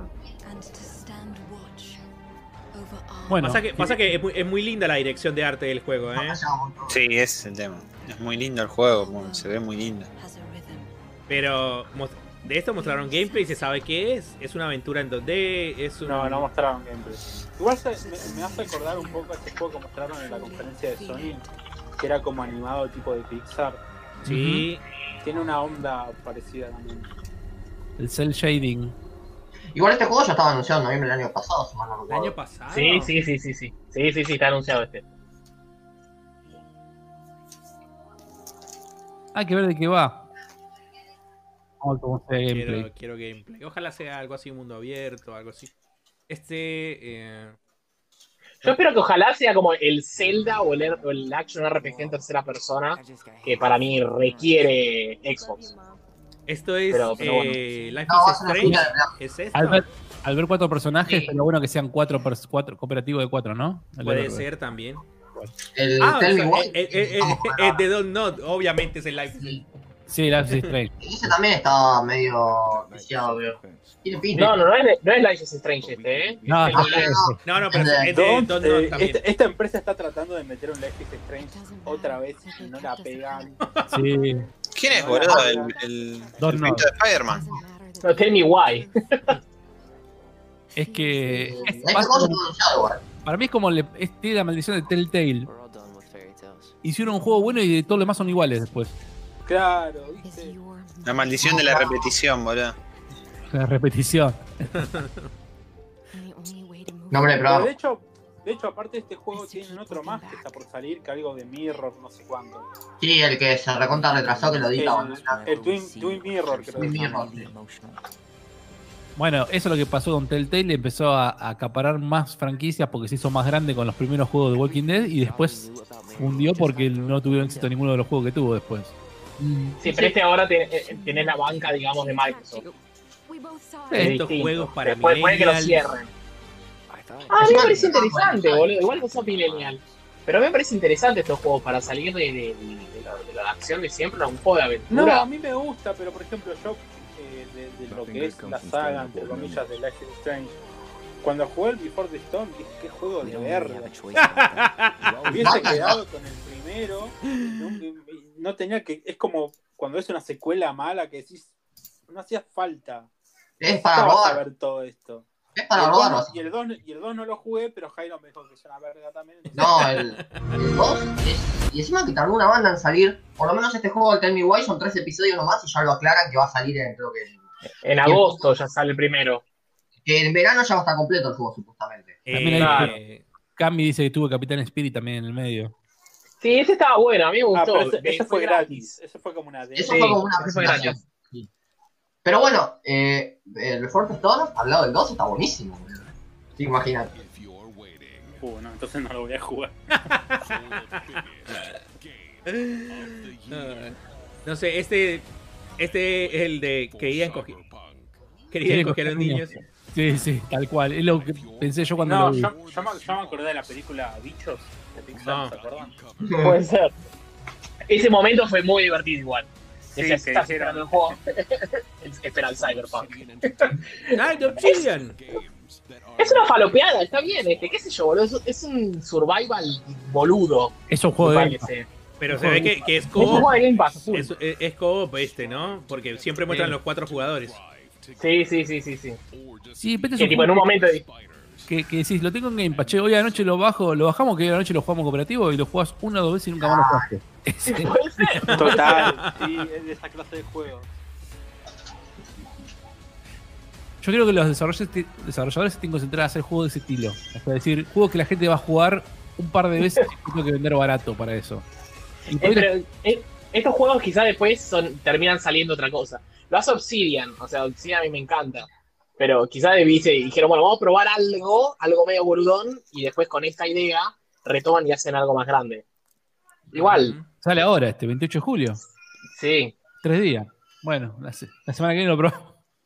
Bueno, Pasa que es muy linda la dirección de arte del juego, ¿eh? Sí, ese es el tema. Es muy lindo el juego, se ve muy lindo. Pero de esto mostraron gameplay, se sabe qué es. Es una aventura en 2D, es un... No mostraron gameplay. Igual me hace recordar un poco a este juego que mostraron en la conferencia de Sony. que era como animado tipo de Pixar. Sí. Tiene una onda parecida también. El cel shading. Igual este juego ya estaba anunciado en noviembre del año pasado, si mal no ¿El recuerdo. año pasado? Sí, está anunciado este. Hay que ver de qué va. Vamos a ver cómo sea el gameplay. Quiero gameplay. Ojalá sea algo así, mundo abierto, algo así. Yo espero que ojalá sea como el Zelda o el Action RPG en tercera persona, que para mí requiere Xbox. Esto es Pero bueno. Life No, is va a ser una Strange. fila de verdad. ¿Es esto? Al ver 4 personajes, Sí. sería bueno que sean 4 cooperativos de 4, ¿no? Puede ser también. El Ah, Tell o Me sea, Why. es de Don't Not, obviamente es el Life. Sí. Sí, Life is Strange. Ese también estaba medio viciado, veo. Tiene pinta. No es Life is Strange este, ¿eh? No, Es no, el- No, pero es de Don't Not también. Esta empresa está tratando de meter un Life is Strange otra vez y no la pegan. Sí. ¿Quién es, boludo? El Don't know. pinto de Spider-Man. No, Tell Me Why. Es que. Este juego se anunciado igual. Para mí es como tiene la maldición de Telltale. Hicieron un juego bueno y todo lo demás son iguales después. Claro, ¿viste? La maldición de la repetición, boludo. La repetición. Nombre de Pero programa. de hecho, aparte de este juego, tienen otro más que está por salir, que algo de Mirror, no sé cuándo. Sí, el que se recontra retrasó, que lo edita. El Twin Mirror, creo. Twin que se Mirror, llama. sí. Bueno, eso es lo que pasó con Telltale. Empezó a acaparar más franquicias porque se hizo más grande con los primeros juegos de Walking Dead y después hundió porque no tuvieron éxito ninguno de los juegos que tuvo después. Sí, pero este ahora tenés la banca, digamos, de Microsoft. Es Estos distinto. juegos para Después puede que lo millennials. cierren. A mí me parece interesante, boludo. Igual no sos millennial. Pero a mí me parece interesante estos juegos para salir de la acción de siempre a un juego de No, aventura. a mí me gusta, pero por ejemplo, yo, de lo que es la saga, entre comillas, de Life is Strange, cuando jugué el Before the Storm, dije, qué juego de verga. Hubiese quedado con el primero, no tenía que. Es como cuando es una secuela mala que decís, no hacía falta. Es para Necesitabas robar. saber todo esto. Es para robar. Y el 2 no lo jugué, pero Jairo me dijo que es una verga también. entonces- No, el 2 es. Y encima que tardó una banda en salir. Por lo menos este juego, el Tell Me Why, son 3 episodios nomás y ya lo aclaran que va a salir en, creo que. En agosto ya sale el primero. Que en verano ya va a estar completo el juego, supuestamente. También hay- Claro. Cami dice que tuvo Capitán Spirit también en el medio. Sí, ese estaba bueno, a mí me gustó. pero ese fue gratis. Ese fue como una demo. Eso Sí, fue como una eso fue presentación. gratis. Sí. Pero bueno, el Force Stone, al lado del 2, está buenísimo, boludo. Sí, imagínate. No, entonces no lo voy a jugar. No sé, este es el de querían coger a los niños. Sí, sí, tal cual. Es lo que pensé yo cuando No, lo vi. yo me acordé de la película Bichos de Pixar, No. ¿se acuerdan? Puede ser. Ese momento fue muy divertido igual. Sí, Decías, que estás dijeron- esperando el juego. Espera el Cyberpunk. Night Obsidian. Es una falopeada, está bien, qué sé yo, boludo. Es un survival boludo, Es un me juego de parece. Pero se ve que es Es un juego co-op. de Game Pass, full. Es co-op este, ¿no? Porque siempre muestran Sí. los 4 jugadores. Sí. Sí, pero es Que un tipo en un juego momento que decís, lo tengo en Game Pass. Che, hoy anoche lo bajamos, que hoy anoche lo jugamos cooperativo y lo jugás 1 o 2 veces y nunca más lo jugaste. puede ser. Total, sí, es de esa clase de juego. Yo creo que los desarrolladores se tienen que concentrar a hacer juegos de ese estilo. Es decir, juegos que la gente va a jugar un par de veces y tengo que vender barato para eso. Y por ahí Pero, estos juegos quizás después terminan saliendo otra cosa. Lo hace Obsidian, o sea, Obsidian a mí me encanta. Pero quizás dijeron, bueno, vamos a probar algo medio boludón, y después con esta idea retoman y hacen algo más grande. Igual, sale ahora, 28 de julio. sí. 3 días. Bueno, la semana que viene lo probamos.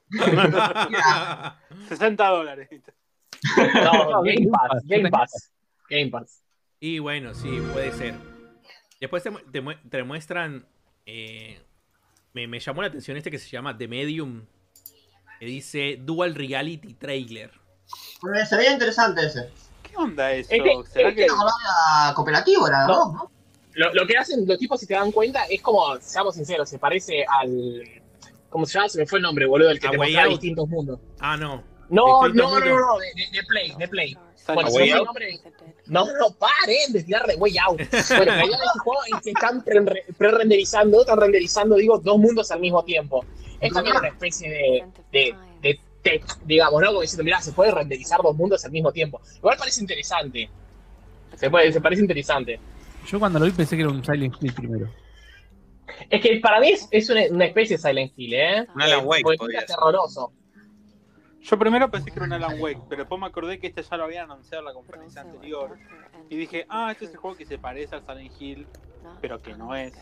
$60. No, Game Pass. Y bueno, sí, puede ser. Después te muestran. Me llamó la atención este que se llama The Medium. Que dice Dual Reality Trailer. Pero se veía interesante ese. ¿Qué onda eso? Este- ¿Será que Era cooperativo, era, ¿no? Lo que hacen los tipos, si te dan cuenta, es como, seamos sinceros, se parece al... ¿Cómo se llama? Se me fue el nombre, boludo, el que A te Way mostraba Out. distintos mundos. Ah, no. No, Estoy todo mundo. de Play. Sale Bueno, Way el Out. nombre. No, paren de tirar de Way Out. Bueno, la idea de este juego es que están pre-renderizando, digo, dos mundos al mismo tiempo. Es también una especie de tech, digamos, ¿no? Como diciendo, mirá, se puede renderizar dos mundos al mismo tiempo. Igual parece interesante. Se parece interesante. Yo cuando lo vi pensé que era un Silent Hill primero. Es que para mí es una especie de Silent Hill, ¿eh? Un Alan Wake Porque podría es ser. terroroso. Yo primero pensé que era un Alan Wake, pero después me acordé que este ya lo habían anunciado en la conferencia anterior. Y dije, este es el juego que se parece al Silent Hill, pero que no es.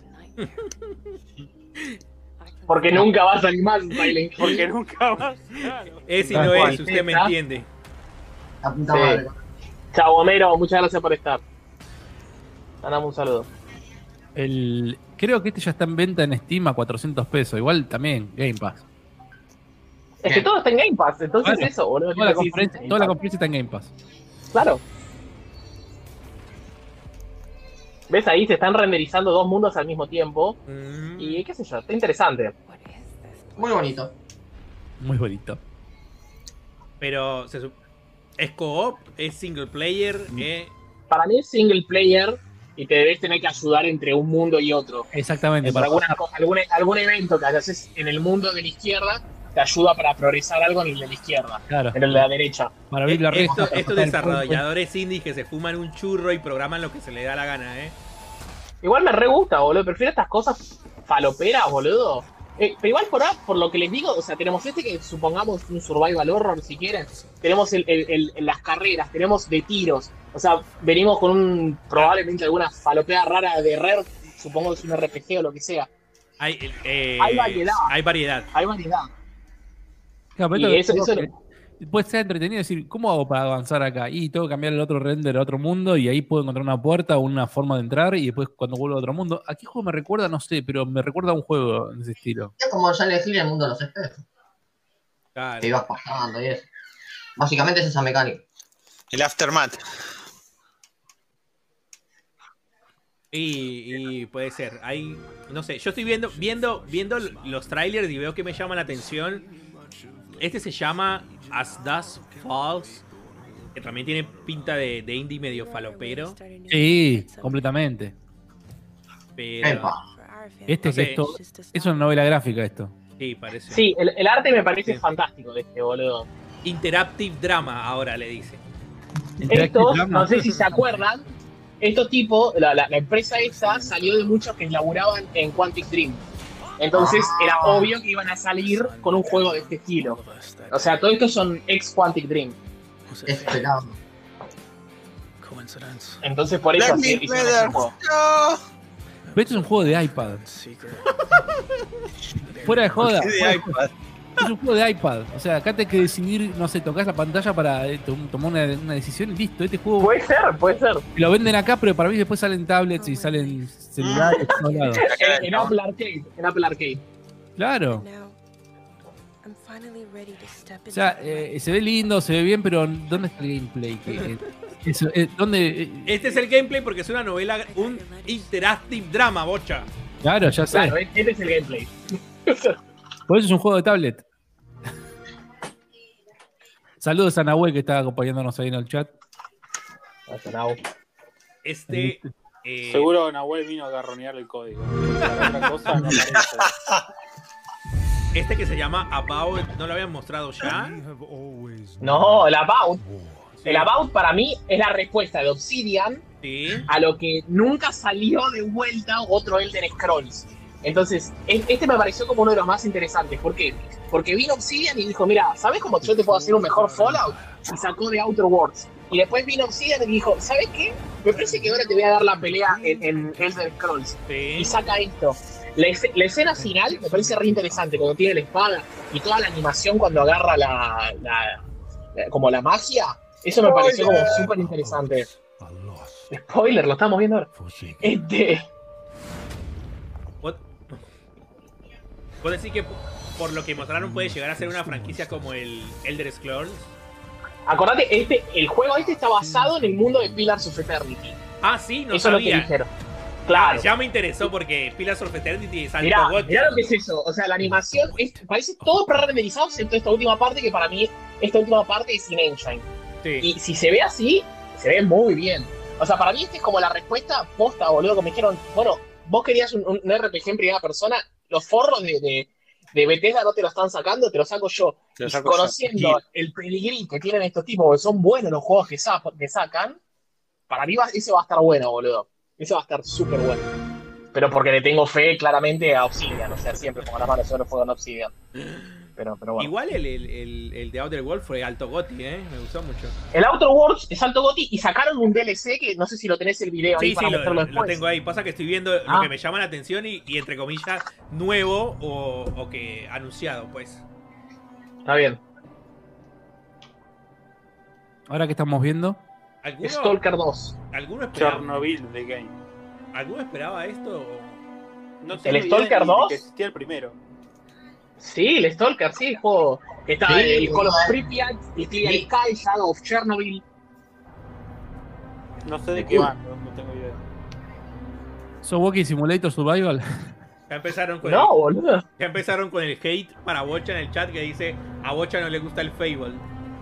Porque nunca va a salir más Silent Hill. Porque nunca más, claro. Es y Tal no cual. es, usted me ¿Está? entiende. La puta Sí. madre. Chao, Homero, muchas gracias por estar. Mandame un saludo. Creo que este ya está en venta en Steam a 400 pesos. Igual también, Game Pass. Es que Bien. todo está en Game Pass, entonces Bueno, eso, boludo. Toda la ¿qué decís? conferencia, toda la conferencia está en Game Pass. Claro. ¿Ves ahí? Se están renderizando dos mundos al mismo tiempo. Y qué sé yo, está interesante. Muy bonito. Muy bonito. Pero es co-op, es single player, Para mí es single player y te debes tener que ayudar entre un mundo y otro. Exactamente. Por algún evento que haces en el mundo de la izquierda, te ayuda para progresar algo en el de la izquierda, Claro. en el de la derecha. Para abrir la red. estos desarrolladores indies que se fuman un churro y programan lo que se le da la gana, Igual me re gusta, boludo. Prefiero estas cosas faloperas, boludo. Pero igual por lo que les digo, o sea, tenemos que supongamos un survival horror, si quieren. Tenemos las carreras, tenemos de tiros. O sea, venimos con probablemente alguna falopea rara de Rare, supongo que es un RPG o lo que sea. Hay variedad. Hay variedad. Hay variedad. Claro, Y eso puede ser entretenido decir, ¿cómo hago para avanzar acá? Y tengo que cambiar el otro render a otro mundo y ahí puedo encontrar una puerta o una forma de entrar y después cuando vuelvo a otro mundo. ¿A qué juego me recuerda? No sé, pero me recuerda a un juego de ese estilo. Es como ya elegir el mundo de los espejos. Claro. Te ibas pasando y eso. Básicamente es esa mecánica. El Aftermath. Y puede ser. Hay, no sé, yo estoy viendo los trailers y veo que me llama la atención. Este se llama As Dusk Falls, que también tiene pinta de indie medio falopero. Sí, completamente. Pero Epa. Este No que sé. esto es una novela gráfica esto. sí, parece. Sí, el arte me parece Sí. fantástico de este, boludo. Interactive Drama ahora le dice. Estos, no sé si se acuerdan, estos tipos, la empresa esta salió de muchos que laburaban en Quantic Dream. Entonces era obvio que iban a salir con un juego de este estilo. O sea, todos estos son ex Quantic Dream. Esperado. Entonces por eso Let me hicieron ese juego. No. Pero esto es un juego de iPad. Fuera de joda. Sí, de fuera de iPad. joda. Es un juego de iPad. O sea, acá tenés que decidir, no sé, tocas la pantalla para tomar una decisión y listo. Este juego Puede ser. lo venden acá, pero para mí después salen tablets y salen celulares de todos lados. En Apple Arcade. Claro. O sea, se ve lindo, se ve bien, pero ¿dónde está el gameplay? ¿Dónde? Este es el gameplay porque es una novela, un interactive drama, bocha. Claro, ya sé. Claro, este es el gameplay. Por eso es un juego de tablet. Saludos a Nahuel que está acompañándonos ahí en el chat. Este. Seguro Nahuel vino a garronear el código. Para otra cosa no parece. Este que se llama About, ¿no lo habían mostrado ya? No, el About. El About para mí es la respuesta de Obsidian Sí. a lo que nunca salió de vuelta otro Elder Scrolls. Entonces, este me pareció como uno de los más interesantes. ¿Por qué? Porque vino Obsidian y dijo, mira, ¿sabes cómo yo te puedo hacer un mejor Fallout? Y sacó de Outer Worlds. Y después vino Obsidian y dijo, ¿sabes qué? Me parece que ahora te voy a dar la pelea en Elder Scrolls. Sí. Y saca esto. La escena final me parece re interesante, cuando tiene la espada y toda la animación cuando agarra como la magia. Eso me pareció como súper interesante. Spoiler, lo estamos viendo ahora. ¿Vos decís que por lo que mostraron puede llegar a ser una franquicia como el Elder Scrolls? Acordate, el juego este está basado en el mundo de Pillars of Eternity. Ah, sí, no Eso es lo que sabía. dijeron. Claro. Ya me interesó porque Pillars of Eternity es alto Mirá Gotti. lo que es eso. O sea, la animación parece todo pre-renderizado, excepto esta última parte, que para mí, esta última parte es in-engine. Sí. Y si se ve así, se ve muy bien. O sea, para mí esta es como la respuesta posta, boludo, que me dijeron, bueno, vos querías un RPG en primera persona, los forros de Bethesda no te lo están sacando, te lo saco yo. Te lo Y saco conociendo el pedigrí que tienen estos tipos, que son buenos los juegos que sacan, para mí ese va a estar bueno, boludo. Ese va a estar súper bueno. Pero porque le tengo fe claramente a Obsidian, o sea, siempre pongo la mano sobre el fuego en Obsidian. Pero bueno. Igual el de Outer Worlds fue alto Gotti, me gustó mucho. El Outer Worlds es alto Gotti y sacaron un DLC que no sé si lo tenés el video ahí Sí, para sí, mostrarlo lo después. tengo ahí. Pasa que estoy viendo lo que me llama la atención y entre comillas, nuevo o que anunciado, pues. Está bien. Ahora que estamos viendo. Stalker 2. ¿Alguno esperaba, Chernobyl de Game. ¿Alguno esperaba esto? No tengo ¿El idea Stalker ni 2? de que existía el primero. Sí, el Stalker, sí, el juego. Que estaba Sí, el Call of igual. Pripyat, el Clear Sky, Shadow of Chernobyl. No sé de qué van, no tengo idea. ¿So Walking Simulator Survival? Ya empezaron con No, boludo. ya empezaron con el hate para Bocha en el chat que dice a Bocha no le gusta el Fable.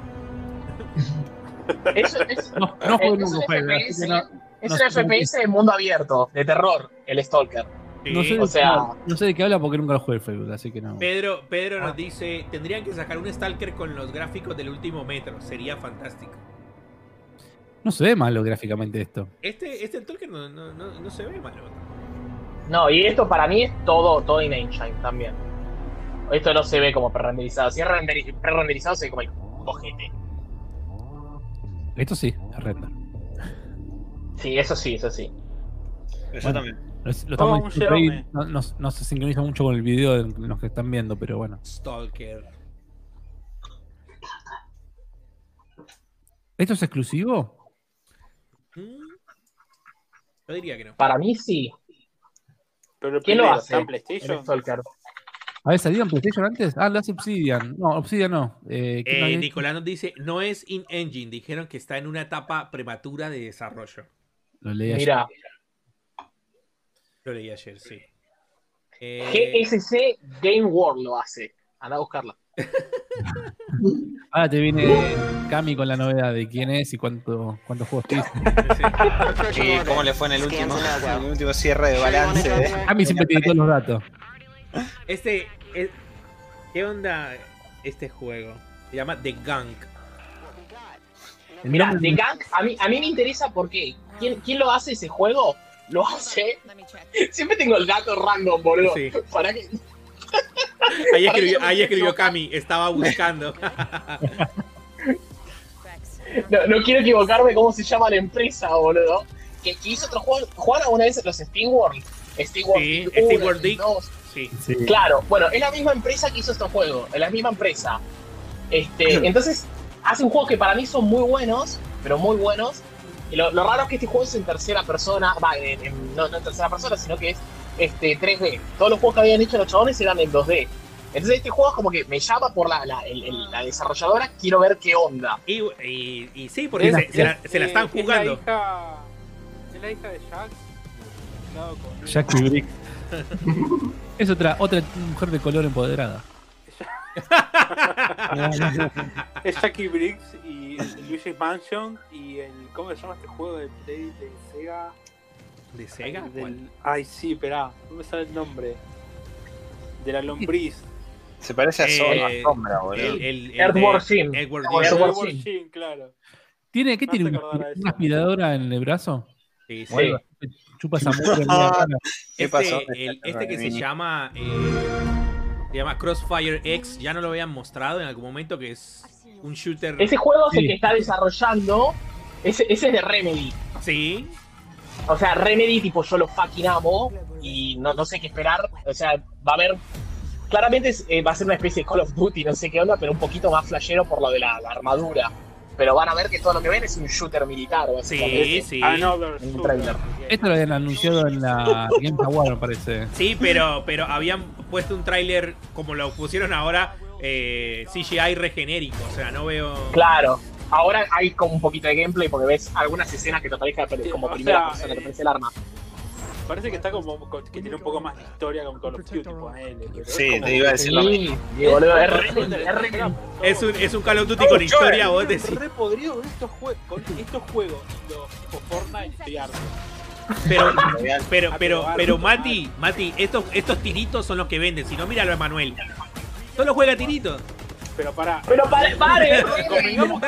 Eso es, No juego nunca un Fable, FPS, así que no. es no un sé FPS de mundo abierto, de terror, el Stalker. Sí. No sé, O sea- no sé de qué habla porque nunca lo jugué el Facebook, así que no. Pedro nos dice, tendrían que sacar un Stalker con los gráficos del último metro, sería fantástico. No se ve malo gráficamente esto. Este Stalker no se ve malo. No, y esto para mí es todo in engine también. Esto no se ve como pre-renderizado. Si es pre-renderizado se ve como el cojete. Esto sí, es render. Sí, eso sí, eso sí. Eso Bueno. también. Lo estamos un diciendo ahí, Xiaomi. no se sincroniza mucho con el video de los que están viendo, pero bueno. Stalker. ¿Esto es exclusivo? Yo diría que no. Para mí sí. Pero el ¿Quién lo primero, hace? ¿está en El PlayStation? Stalker. ¿A ver, salido en PlayStation antes? Ah, lo hace Obsidian. No, Obsidian no. ¿Quién lo había hecho? Nicolás nos dice, no es in-engine, dijeron que está en una etapa prematura de desarrollo. Lo leí ayer. Mira, Lo leí ayer, sí. GSC Game World lo hace. Anda a buscarla. Ahora te viene Cami con la novedad de quién es y cuántos juegos tiene. ¿Y cómo le fue en el último cierre de balance? Cami siempre tiene todos los datos. ¿Qué onda este juego? Se llama The Gang. Mira, The Gang, a mí me interesa porque ¿quién lo hace ese juego? Lo hace. Siempre tengo el dato random, boludo. Sí. Para que. Ahí escribió Cami, estaba buscando. No quiero equivocarme cómo se llama la empresa, boludo. Que hizo otro juego. ¿Jugaron alguna vez los Steam World? Steam World Sí, 1, Steam World Dig. 2. Sí. Sí. Claro, bueno, es la misma empresa que hizo estos juegos. Es la misma empresa. Entonces, hacen juegos que para mí son muy buenos, pero muy buenos. Y lo raro es que este juego es en tercera persona. No en tercera persona, sino que es 3D. Todos los juegos que habían hecho los chabones eran en 2D. Entonces este juego es como que me llama por la desarrolladora, quiero ver qué onda. Y sí, porque se la están jugando. Es la hija de Jack. mezclado con Jackie Brick. Es otra mujer de color empoderada. es Jackie Briggs y el Luigi's Mansion y el. ¿Cómo se llama este juego de Play de Sega? ¿De Sega? Ay, sí, esperá, no me sale el nombre. De la lombriz. Se parece a Sombra, boludo. Earthworm Jim. Earthworm Jim. Jim, claro. ¿Qué tiene? ¿Una aspiradora en el brazo? Sí, sí. Sí. Chupa esa mugre. ¿Qué pasó? Este que se llama Crossfire X, ya no lo habían mostrado en algún momento, que es un shooter. Ese juego es el que está desarrollando. Ese es de Remedy. Sí. O sea, Remedy, tipo, yo lo fucking amo y no sé qué esperar. O sea, va a haber. Claramente va a ser una especie de Call of Duty, no sé qué onda, pero un poquito más flashero por lo de la armadura. Pero van a ver que todo lo que ven es un shooter militar. Sí, sí. En un trailer. Esto lo habían anunciado en la Game Award, me parece. Sí, pero habían puesto un tráiler como lo pusieron ahora, CGI regenérico, o sea, no veo. Claro. Ahora hay como un poquito de gameplay porque ves algunas escenas que te aparezcan como o primera sea, persona, te aparece el arma. Parece que está como que tiene un poco más de historia con Call of Duty, ponele. Sí, te iba a decir lo mismo. Sí, boludo, Es un Call of Duty con historia, vos decís. Re podrido con estos juegos, los tipo Fortnite, estoy harto. Pero Mati, estos tiritos son los que venden. Si no, míralo a Manuel. Solo juega tiritos. Pero pare. Convengamos que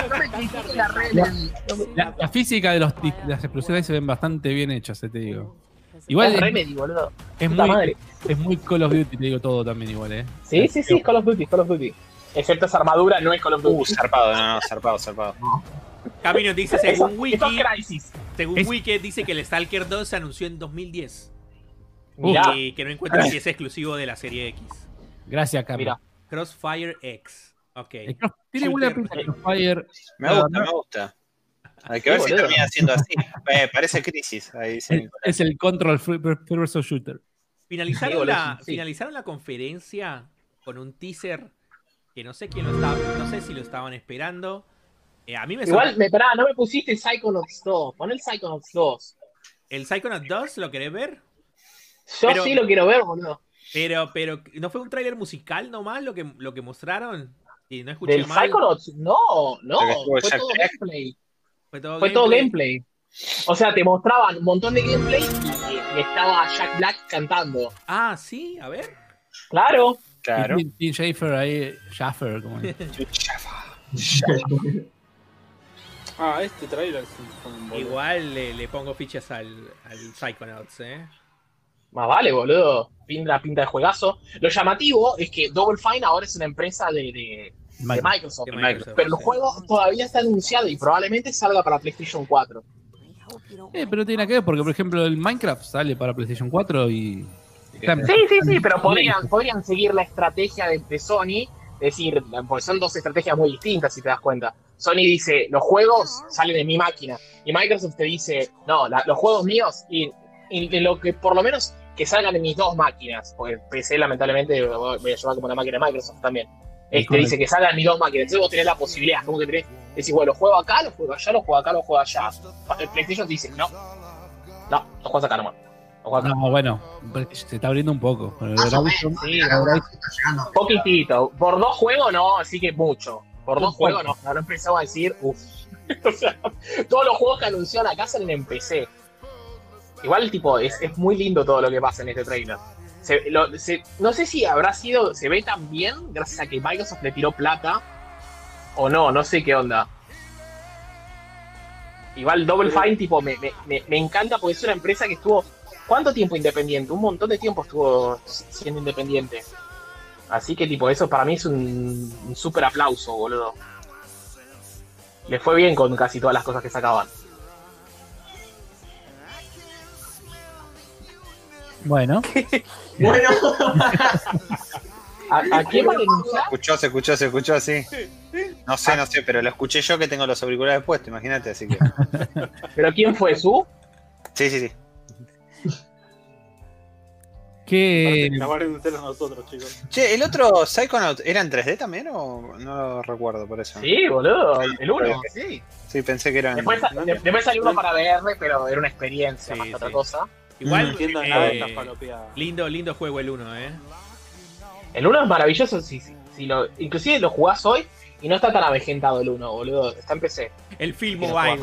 La física de las explosiones se ven bastante bien hechas, te digo. Igual es Remedy, boludo. es muy Call of Duty, te digo todo también igual, Sí, es Call of Duty. Excepto esa armadura, no es Call of Duty. Zarpado. Camino dice, según Esto es Wiki, dice que el Stalker 2 se anunció en 2010. Mirá. Y que no encuentra si es exclusivo de la serie X. Gracias, Cami. Mirá. Crossfire X. Ok. Tiene buena pinta de Crossfire. Me gusta. Hay que ver si termina siendo así. Parece Crisis. Ahí dice Es el Control First Person Shooter. Finalizaron la conferencia con un teaser que no sé si lo estaban esperando. A mí me Igual, no me pusiste Psychonauts 2. Pon el Psychonauts 2. ¿El Psychonauts 2 lo querés ver? Yo sí lo quiero ver, boludo. Pero ¿no fue un tráiler musical nomás lo que mostraron? Y no escuché ¿Del mal. Psychonauts? No. Fue todo gameplay. Fue todo gameplay. O sea, te mostraban un montón de gameplay y estaba Jack Black cantando. Ah, sí, a ver. Claro. Tim Schafer ahí. Schaffer, como este trailer es un igual le pongo fichas al Psychonauts, Más vale, boludo. Pinta de juegazo. Lo llamativo es que Double Fine ahora es una empresa de Microsoft. Pero el juego todavía está anunciado y probablemente salga para PlayStation 4. Pero tiene que ver porque, por ejemplo, el Minecraft sale para PlayStation 4 y... Sí, pero podrían seguir la estrategia de Sony. Es decir, porque son dos estrategias muy distintas, si te das cuenta. Sony dice, los juegos salen de mi máquina. Y Microsoft te dice, no, los juegos míos y de lo que por lo menos que salgan de mis dos máquinas. Porque PC lamentablemente voy a llevar como la máquina de Microsoft también. Te dice que salgan de mis dos máquinas. Entonces vos tenés la posibilidad, como que decís, bueno, lo juego acá, lo juego allá, lo juego acá, lo juego allá. El PlayStation te dice, no, lo juegas acá nomás. No, bueno, se está abriendo un poco. Poquitito. Por dos juegos no, así que mucho. Por dos juegos no. Ahora empezamos a decir, o sea, todos los juegos que anunció acá salen en PC. Igual, tipo, es muy lindo todo lo que pasa en este trailer. No sé si se ve tan bien gracias a que Microsoft le tiró plata o no sé qué onda. Igual Double Fine, tipo, me encanta porque es una empresa que estuvo... ¿Cuánto tiempo independiente? Un montón de tiempo estuvo siendo independiente. Así que, tipo, eso para mí es un súper aplauso, boludo. Le fue bien con casi todas las cosas que sacaban. Bueno. ¿A quién va a denunciar? Se escuchó así. No sé, pero lo escuché yo que tengo los auriculares puestos, imagínate, así que. ¿Pero quién fue? ¿Su? Sí. ¿Qué? Nosotros, chicos. Che, ¿el otro Psychonaut era en 3D también o no lo recuerdo por eso? Sí, boludo, el uno, sí. Sí, pensé que era en... Después salió uno para VR, pero era una experiencia más que otra cosa. Igual, lindo juego el 1, El 1 es maravilloso, sí. Inclusive lo jugás hoy y no está tan avejentado el 1, boludo. Está en PC. El film mobile.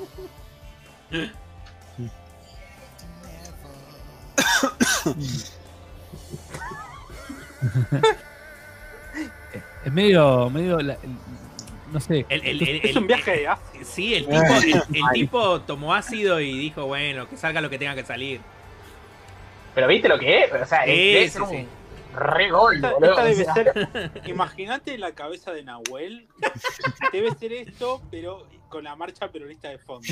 Es medio no sé. Es un viaje de ácido. Sí, el tipo tomó ácido y dijo, bueno, que salga lo que tenga que salir. Pero ¿viste lo que es? O sea, debe ser un re gol, boludo. Esta debe ser... Imagínate la cabeza de Nahuel. Debe ser esto, pero con la marcha peronista de fondo.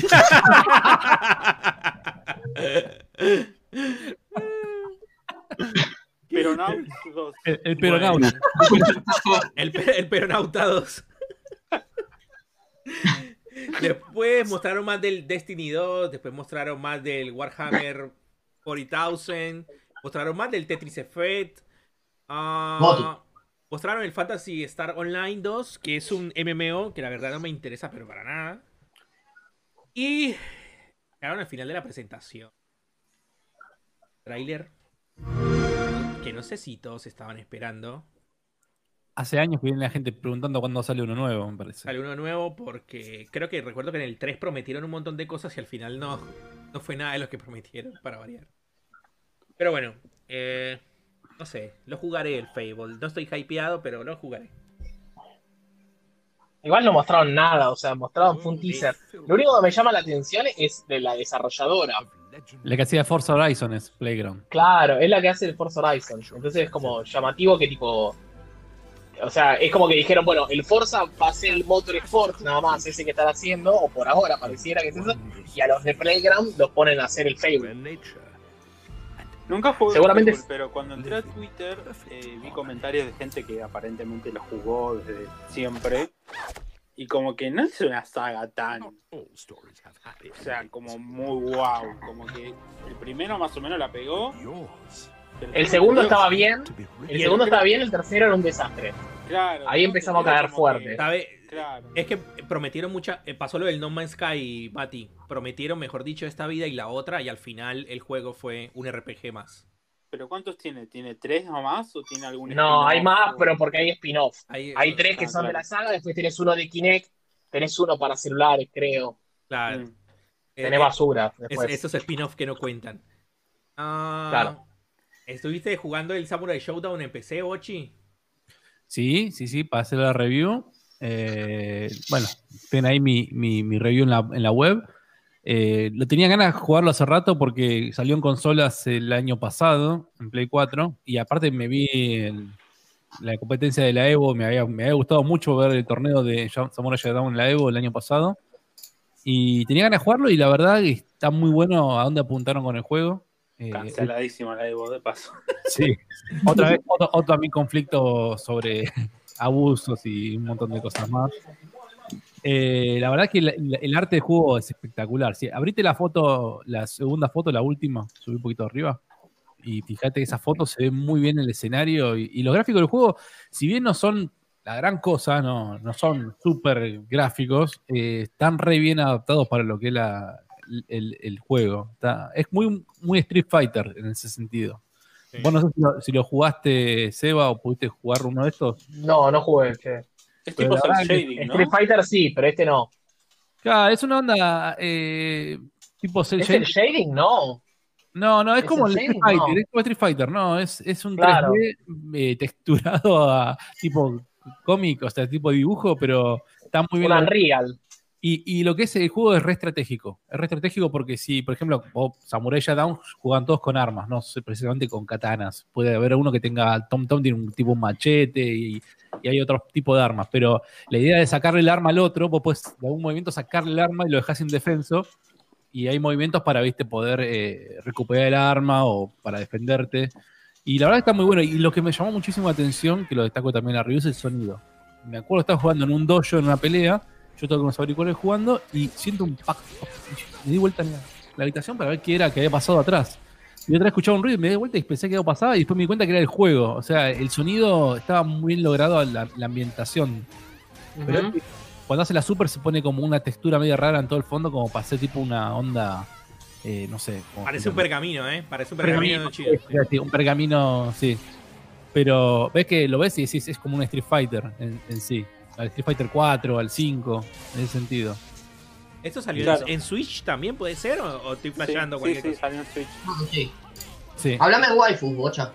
Peronauts 2. El Peronauts. El Peronauta 2. Después mostraron más del Destiny 2. Después mostraron más del Warhammer 40,000. Mostraron más del Tetris Effect. Mostraron el Fantasy Star Online 2, que es un MMO que la verdad no me interesa, pero para nada. Y llegaron al final de la presentación. tráiler que no sé si todos estaban esperando. Hace años que viene la gente preguntando cuándo sale uno nuevo, me parece. Sale uno nuevo porque creo que recuerdo que en el 3 prometieron un montón de cosas y al final no fue nada de lo que prometieron, para variar. Pero bueno, no sé, lo jugaré el Fable. No estoy hypeado, pero lo jugaré. Igual no mostraron nada, o sea, mostraron fue un teaser. Lo único que me llama la atención es de la desarrolladora. La que hacía Forza Horizon es Playground. Claro, es la que hace el Forza Horizon. Entonces es como llamativo que tipo... O sea, es como que dijeron, bueno, el Forza va a ser el Motorsport nada más, ese que están haciendo, o por ahora pareciera que es eso, y a los de Playground los ponen a hacer el Fable. Nunca jugué Seguramente Fable, pero cuando entré a Twitter vi comentarios de gente que aparentemente lo jugó desde siempre. Y como que no es una saga tan... O sea, como muy wow. Como que el primero más o menos la pegó. El segundo estaba bien, el tercero era un desastre. Claro, Ahí empezamos a caer fuerte. Claro. Es que prometieron pasó lo del No Man's Sky, Mati. Prometieron, mejor dicho, esta vida y la otra, y al final el juego fue un RPG más. ¿Pero cuántos tiene? ¿Tiene 3 nomás o tiene algún No, spin-off? hay más, pero porque hay spin-off. Hay 3 que son claro. de la saga, después tenés uno de Kinect, tenés uno para celulares, creo. Claro. Mm. Tenés basura después. Esos spin-offs que no cuentan. Claro. ¿Estuviste jugando el Samurai Showdown en PC, Ochi? Sí, para hacer la review. Bueno, tienen ahí mi review en la web. Lo tenía ganas de jugarlo hace rato porque salió en consolas el año pasado, en Play 4, y aparte me vi la competencia de la Evo, me había gustado mucho ver el torneo de Samurai Showdown en la Evo el año pasado, y tenía ganas de jugarlo y la verdad que está muy bueno a dónde apuntaron con el juego. Canceladísima la Evo, de paso. Sí, otra vez, otro también conflicto sobre abusos y un montón de cosas más. La verdad que el arte del juego es espectacular. Sí, abrite la foto, la segunda foto, la última, subí un poquito arriba. Y fíjate que esa foto se ve muy bien en el escenario. Y los gráficos del juego, si bien no son la gran cosa, no son súper gráficos, están re bien adaptados para lo que es el juego. Es muy Street Fighter en ese sentido. Sí. Vos no sé si lo jugaste, Seba, o pudiste jugar uno de estos. No jugué, che. Es tipo cel shading, ¿no? Street Fighter sí, pero este no. Claro, es una onda tipo cel shading. ¿Es el shading? No. No, es como el Street Fighter, no. es como Street Fighter, no, es un claro. 3D texturado a tipo cómic, o sea, tipo dibujo, pero está muy bien. Unreal. Y lo que es el juego es re estratégico. Es re estratégico porque si, por ejemplo, Samurai Showdown juegan todos con armas, no precisamente con katanas. Puede haber uno que tenga Tom tiene un tipo machete y hay otro tipo de armas. Pero la idea de sacarle el arma al otro, vos podés de algún movimiento sacarle el arma y lo dejás indefenso. Y hay movimientos para, poder recuperar el arma o para defenderte. Y la verdad que está muy bueno. Y lo que me llamó muchísimo la atención, que lo destaco también en la review, es el sonido. Me acuerdo que estaba jugando en un dojo, en una pelea. Yo estaba con los auriculares jugando y siento un pack. Me di vuelta en la habitación para ver qué era que había pasado atrás. Y otra vez escuchaba un ruido y me di vuelta y pensé que algo pasaba y después me di cuenta que era el juego. O sea, el sonido estaba muy bien logrado, la ambientación. Pero cuando hace la super se pone como una textura medio rara en todo el fondo, como para hacer tipo una onda, no sé. Parece un pergamino, Parece un pergamino chido. Sí, un pergamino, sí. Pero ves que lo ves y decís, es como un Street Fighter en sí. Al Street Fighter 4, al 5, en ese sentido. ¿Esto salió en Switch también puede ser? ¿O estoy flasheando cualquier cosa? Sí, salió en Switch. Sí. Háblame waifu, bocha.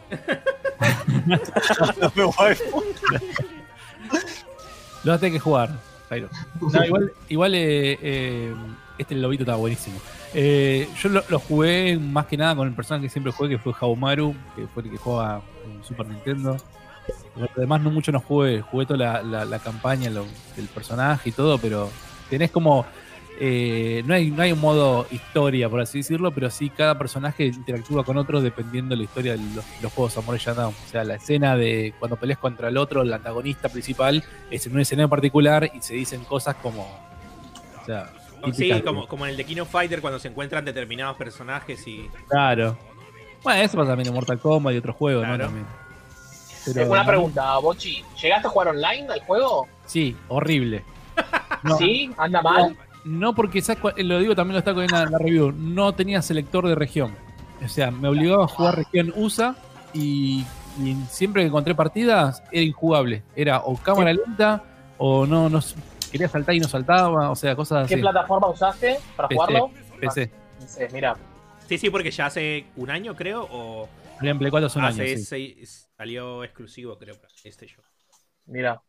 Háblame waifu. Lo vas a tener que jugar, Jairo. No, igual este lobito estaba buenísimo. Yo lo jugué más que nada con el personaje que siempre jugué, que fue Haumaru, que fue el que juega en Super Nintendo. Además no jugué toda la campaña del personaje y todo, pero tenés como no hay un modo historia, por así decirlo, pero sí cada personaje interactúa con otro dependiendo de la historia de los juegos Samurai Showdown. O sea, la escena de cuando peleas contra el otro, el antagonista principal, es en un escenario particular y se dicen cosas como, o sea, sí, como en el de King of Fighter cuando se encuentran determinados personajes y... Claro. Bueno, eso pasa también en Mortal Kombat y otros juegos, claro, ¿no? También. Pero, una pregunta, Bochi, ¿llegaste a jugar online al juego? Sí, horrible. No, ¿sí? ¿Anda mal? No, porque lo digo, también lo está en la review, no tenía selector de región. O sea, me obligaba a jugar región USA y siempre que encontré partidas era injugable. Era o cámara lenta o no quería saltar y no saltaba, o sea, cosas así. ¿Qué plataforma usaste para PC, jugarlo? PC. PC, mira. Sí, porque ya hace un año, creo, o En Play 4 hace un año, sí. Salió exclusivo, creo, para PlayStation. Mira.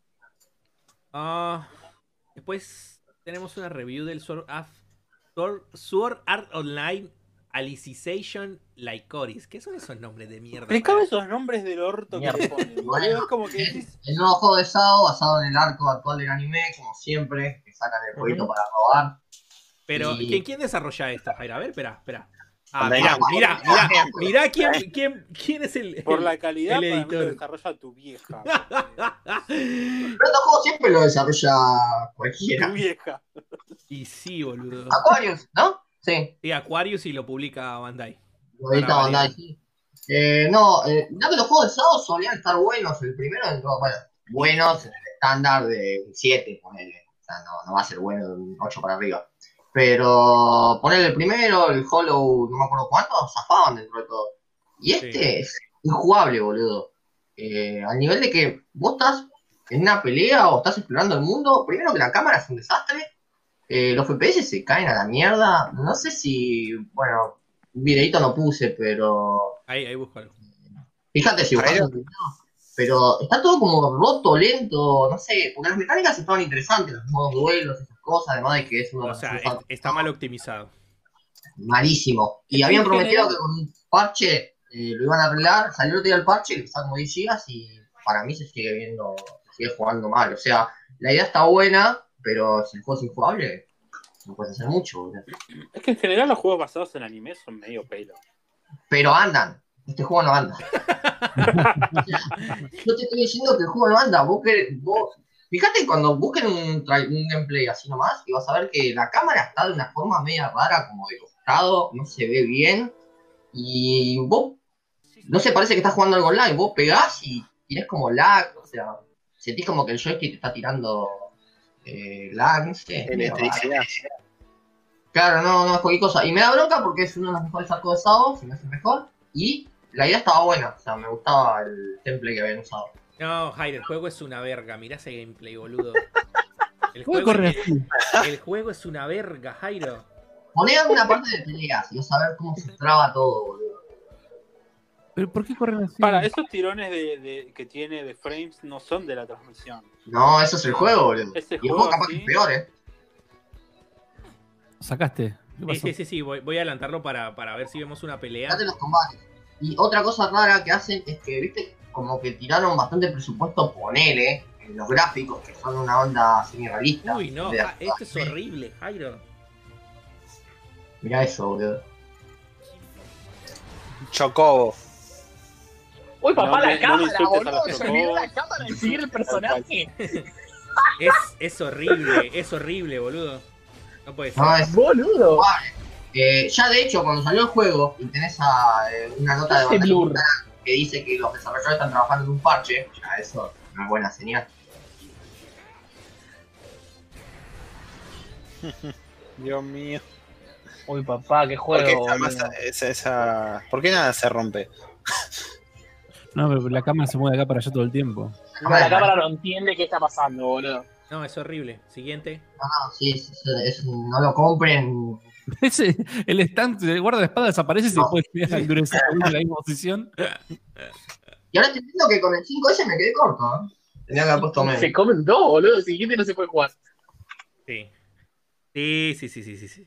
Después tenemos una review del Sword Art Online Alicization Lycoris. ¿Qué son esos nombres de mierda? Explicame esos nombres del orto que le ponen. Bueno, Es como que decís, el nuevo juego de SAO basado en el arco actual del anime, como siempre, que sacan el jueguito para robar. Pero, Y- ¿quién desarrolla esto, Jairo? A ver, espera. Bandai Mirá quién es el por la calidad el para mí lo editor. desarrolla tu vieja. Pero estos juegos siempre lo desarrolla cualquiera. Tu vieja. Y sí, boludo. Aquarius, ¿no? Sí, Sí, Aquarius y lo publica Bandai. lo edita Para Bandai, variar. sí. Ya que los juegos de SAO solían estar buenos. El primero entró, bueno, buenos en el estándar de un 7, ponele. O sea, no va a ser bueno de un 8 para arriba. Pero ponerle el primero, el Hollow, no me acuerdo cuántos, zafaban dentro de todo. Y este es injugable, boludo. Al nivel de que vos estás en una pelea o estás explorando el mundo, primero que la cámara es un desastre, los FPS se caen a la mierda. No sé si, bueno, un videito no puse, pero Ahí búscalo. fíjate si buscas un video. Pero está todo como roto, lento, no sé, porque las mecánicas estaban interesantes, los modos duelos, esas cosas, además de que es uno de O los sea, mejores está mal optimizado. malísimo. Y Es que habían en prometido general- que con un parche lo iban a arreglar, salió el otro día el parche, que está como 10 gigas y para mí se sigue jugando mal. O sea, la idea está buena, pero si el juego es injugable, no puedes hacer mucho, boludo. Es que en general los juegos basados en anime son medio pelo. Pero andan. Este juego no anda. Yo te estoy diciendo que el juego no anda. Vos fíjate cuando busquen un gameplay así nomás y vas a ver que la cámara está de una forma media rara, como de costado, no se ve bien. Y vos, no sé, parece que estás jugando algo online. Vos pegás y tienes como lag, o sea, sentís como que el joystick te está tirando lag, no sé. medio raro. Electricidad. Claro, no es cualquier cosa. Y me da bronca porque es uno de los mejores arcos de SAO, si no es el mejor. Y la idea estaba buena, o sea, me gustaba el template que habían usado. No, Jairo, el juego es una verga. Mirá ese gameplay, boludo. El ¿Cómo juego, corre así? el juego es una verga, Jairo. Poné alguna parte de peleas y vas a ver cómo se traba todo, boludo. ¿Pero por qué corren así? Para, esos tirones que tiene de frames no son de la transmisión. No, eso es el juego, boludo. Ese Y el juego juego capaz así- que es peor, ¿Sacaste? ¿Qué pasó? Sí, voy a adelantarlo para ver si vemos una pelea. Fíjate los combates. Y otra cosa rara que hacen es que, viste, como que tiraron bastante presupuesto, ponele, en los gráficos, que son una onda semi-realista. Uy, no, esto es horrible, Jairo. Mirá eso, boludo. Chocobo. Uy, papá, No la me cámara, insultes a boludo. los Se olvidó la chocobos. cámara de seguir el personaje. Es horrible, boludo. No puede ser. No, es Boludo. ya de hecho, cuando salió el juego y tenés una nota de Ese Bandai blur. que dice que los desarrolladores están trabajando en un parche, ya eso es una buena señal. Dios mío. Uy, papá, qué ¿Por qué, juego, boludo. ¿Por qué nada se rompe? No, pero la cámara se mueve de acá para allá todo el tiempo. No, la cámara no entiende qué está pasando, boludo. No, es horrible. Siguiente. No, sí, no lo compren. El stand, el guardaespaldas desaparece y se No. puede quedar endurecer en la misma posición. Y ahora estoy viendo que con el 5S me quedé corto, ¿eh? Tenía que haber puesto menos. Se comen dos, boludo. El siguiente no se puede jugar. Sí. Sí.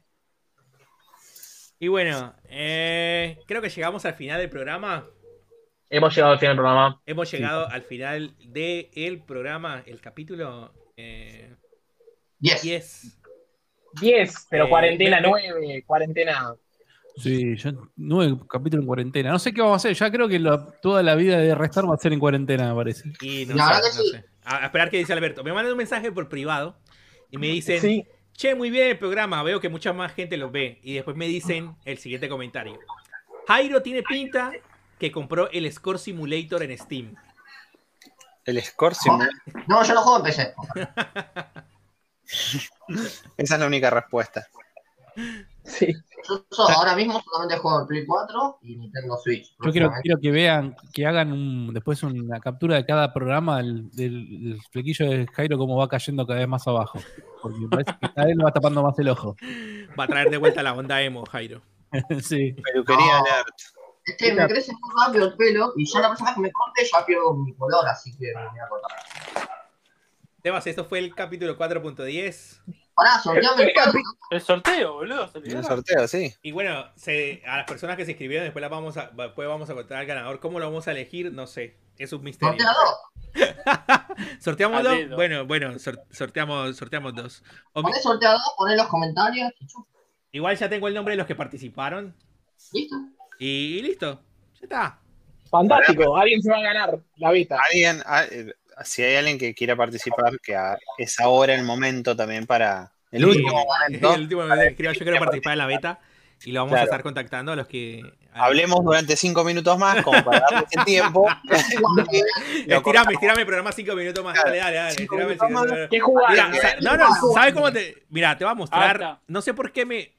Y bueno, creo que llegamos al final del programa. Hemos llegado al final del programa. Hemos llegado al final del programa, el capítulo 10. 10. 10, pero cuarentena me- 9, cuarentena. Sí, yo 9 capítulos en cuarentena. No sé qué vamos a hacer. Ya creo que toda la vida de Restar va a ser en cuarentena, me parece. Y no La sé, verdad que no sí. sé. A esperar qué dice Alberto. Me mandan un mensaje por privado y me dicen, Sí. che, muy bien el programa, veo que mucha más gente lo ve. Y después me dicen el siguiente comentario. Jairo tiene pinta que compró el Score Simulator en Steam. El Score Simulator. No, yo lo juego en PC. Esa es la única respuesta. Sí. Yo ahora mismo solamente juego el Play 4 y Nintendo Switch. Yo quiero que vean, que hagan después una captura de cada programa del flequillo de Jairo cómo va cayendo cada vez más abajo. Porque me parece que cada vez le va tapando más el ojo. Va a traer de vuelta la onda emo, Jairo. Sí. Peluquería alert. Es que me crece muy rápido el pelo y ya la persona que me corte ya pierdo mi color, así que me voy a cortar. Sebas, esto fue el capítulo 4.10. Pará, sorteame el cuadro. El sorteo, boludo. El sorteo, sí. Y bueno, a las personas que se inscribieron, después vamos a contar al ganador. ¿Cómo lo vamos a elegir? No sé. Es un misterio. Sorteado. ¿Sorteamos dos? Bueno, sorteamos dos. Poné sorteado, poné los comentarios y chup. Igual ya tengo el nombre de los que participaron. ¿Listo? Y listo. Ya está. Fantástico, alguien se va a ganar la beta. Si hay alguien que quiera participar, que es ahora el momento también para el Sí, último momento. El último momento que escriba, yo quiero participar en la beta y lo vamos a estar contactando a los que... Hablemos durante 5 minutos más, como para darles el tiempo. Estirame el programa 5 minutos más. Dale. ¿Qué jugaron? Mira, ¿sabes cómo te...? Mira, te voy a mostrar. No sé por qué me...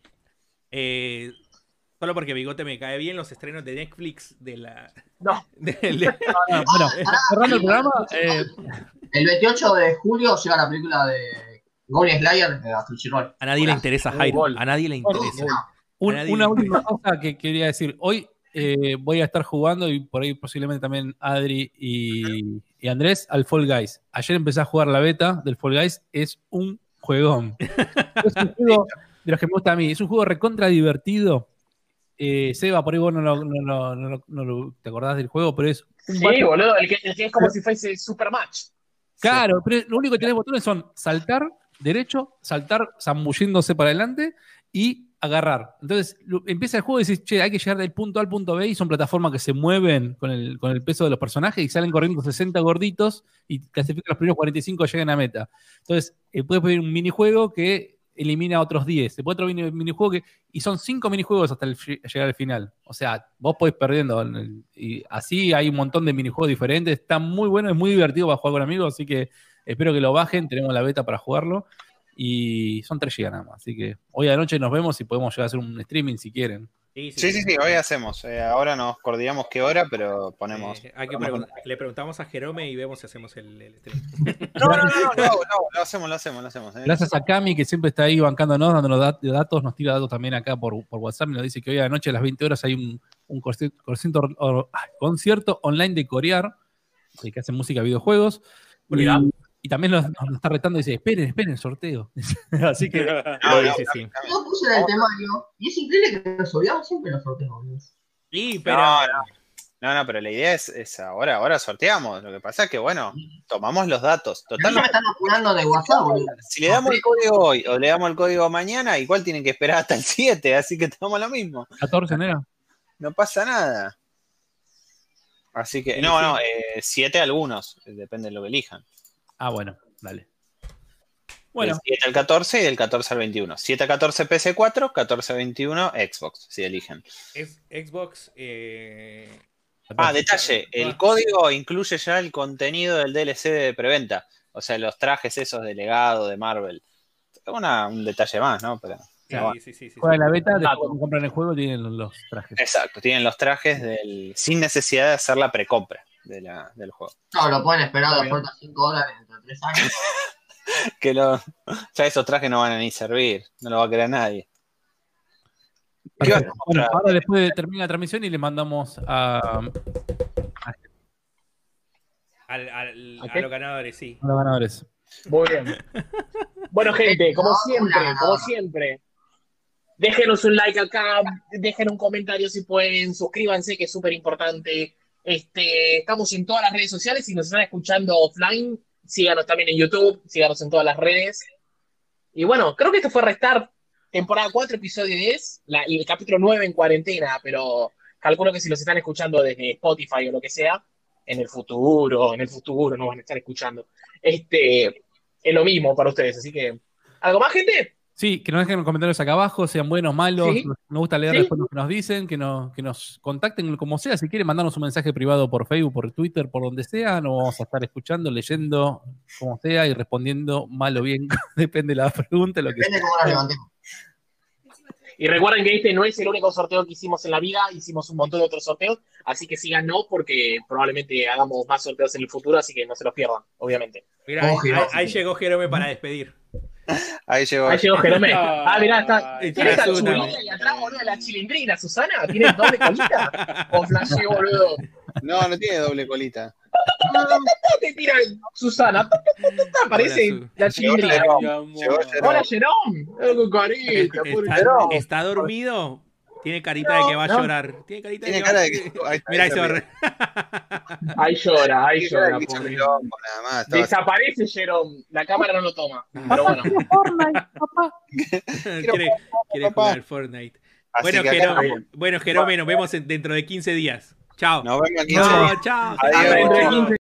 Solo porque Bigote me cae bien los estrenos de Netflix de la... No. Bueno, cerrando el programa... El 28 de julio llega la película de Golden Slayer a Crunchyroll. A nadie le interesa, Jairo. A nadie le interesa. Una última cosa que quería decir. Hoy voy a estar jugando, y por ahí posiblemente también Adri y Andrés, al Fall Guys. Ayer empecé a jugar la beta del Fall Guys. Es un juegón. Es un juego de los que me gusta a mí. Es un juego recontra divertido. Seba, por ahí vos no te acordás del juego, pero es un Sí, boludo, el que es como si fuese Super Match. Claro, pero lo único que tenés botones son saltar derecho, saltar zambulléndose para adelante y agarrar. Entonces empieza el juego y dices, che, hay que llegar del punto A al punto B, y son plataformas que se mueven con el peso de los personajes y salen corriendo 60 gorditos y clasifican los primeros 45 y llegan a meta. Entonces, puedes pedir un minijuego que elimina otros 10. Después otro minijuego y son 5 minijuegos hasta llegar al final. O sea, vos podés perdiendo. Y así hay un montón de minijuegos diferentes. Está muy bueno, es muy divertido para jugar con amigos, así que espero que lo bajen. Tenemos la beta para jugarlo. Y son 3 GB nada más. Así que hoy a la noche nos vemos y podemos llegar a hacer un streaming si quieren. Sí, hoy hacemos. Ahora nos coordinamos qué hora, pero ponemos. Le preguntamos a Jerome y vemos si hacemos el stream. No, lo hacemos. Gracias a Cami, que siempre está ahí bancándonos, dándonos datos, nos tira datos también acá por WhatsApp, y nos dice que hoy a la noche a las 20 horas hay un concierto online de Corear, que hace música y videojuegos. Y también nos está retando y dice, esperen el sorteo. Así que... Sí. Yo puse en el temario y es increíble que nos olvidamos siempre los sorteos. Sí, pero... No, pero la idea es ahora sorteamos. Lo que pasa es que, bueno, tomamos los datos. Total, me están apurando de WhatsApp, boludo. Si le damos el código hoy o le damos el código mañana, igual tienen que esperar hasta el 7, así que tomamos lo mismo. 14 de enero. No pasa nada. Así que, 7 algunos, depende de lo que elijan. Ah, bueno, dale. Bueno. Del 7 al 14 y del 14 al 21. 7 a 14 PS4, 14 a 21 Xbox, si eligen. Es Xbox... detalle, el código incluye ya el contenido del DLC de preventa. O sea, los trajes esos de legado de Marvel. Un detalle más, ¿no? Pero, sí. Juegan la beta, después cuando compran el juego tienen los trajes. Exacto, tienen los trajes sin necesidad de hacer la precompra del juego. No, lo pueden esperar de oferta $5 dentro de 3 años. Ya esos trajes no van a ni servir, no lo va a querer nadie. Bueno, ahora después termina la transmisión y le mandamos a los ganadores, sí. A los ganadores. Muy bien. Bueno, gente, como siempre, déjenos un like acá, dejen un comentario si pueden, suscríbanse, que es súper importante. Estamos en todas las redes sociales. Si nos están escuchando offline, síganos también en YouTube, síganos en todas las redes. Y bueno, creo que esto fue Restart, temporada 4, episodio 10, el capítulo 9 en cuarentena, pero calculo que si los están escuchando desde Spotify o lo que sea, en el futuro nos van a estar escuchando. Es lo mismo para ustedes, así que... ¿Algo más, gente? Sí, que nos dejen comentarios acá abajo, sean buenos, malos. Sí. Nos gusta leer después lo que nos dicen, que nos contacten como sea. Si quieren mandarnos un mensaje privado por Facebook, por Twitter, por donde sea, nos vamos a estar escuchando, leyendo como sea y respondiendo mal o bien. Depende de la pregunta. Depende cómo la levantemos. Y recuerden que este no es el único sorteo que hicimos en la vida, hicimos un montón de otros sorteos, así que síganos porque probablemente hagamos más sorteos en el futuro, así que no se los pierdan, obviamente. Mira, ahí llegó Jerome para despedir. Ahí llegó. Ahí llegó Jerome. Mirá, está. Ay, ¿Tienes a Susana. Chulita y atrás, boludo, la chilindrina, Susana? ¿Tienes doble colita? ¿O flashé, boludo? No tiene doble colita. Te tira Susana. Aparece Hola, la chilindrina. Llegó Llegó Jerome. Hola, Jerome. Con carita, pobre Jerome. ¿Está dormido? Tiene carita de que va a llorar. Tiene carita Tiene de cara de que que. va a... Mira, ahí se va. Ahí llora, Tiene cara de que hizo pobre. quilombo, nada más. Estaba- Desaparece Jerome. La cámara no lo toma. Pero bueno. quiere jugar al Fortnite. Así Bueno, que acá- Jerome, nos vemos dentro de 15 días. Chao. Nos vemos en 15 No, días. chao. Adiós. Hasta dentro de 15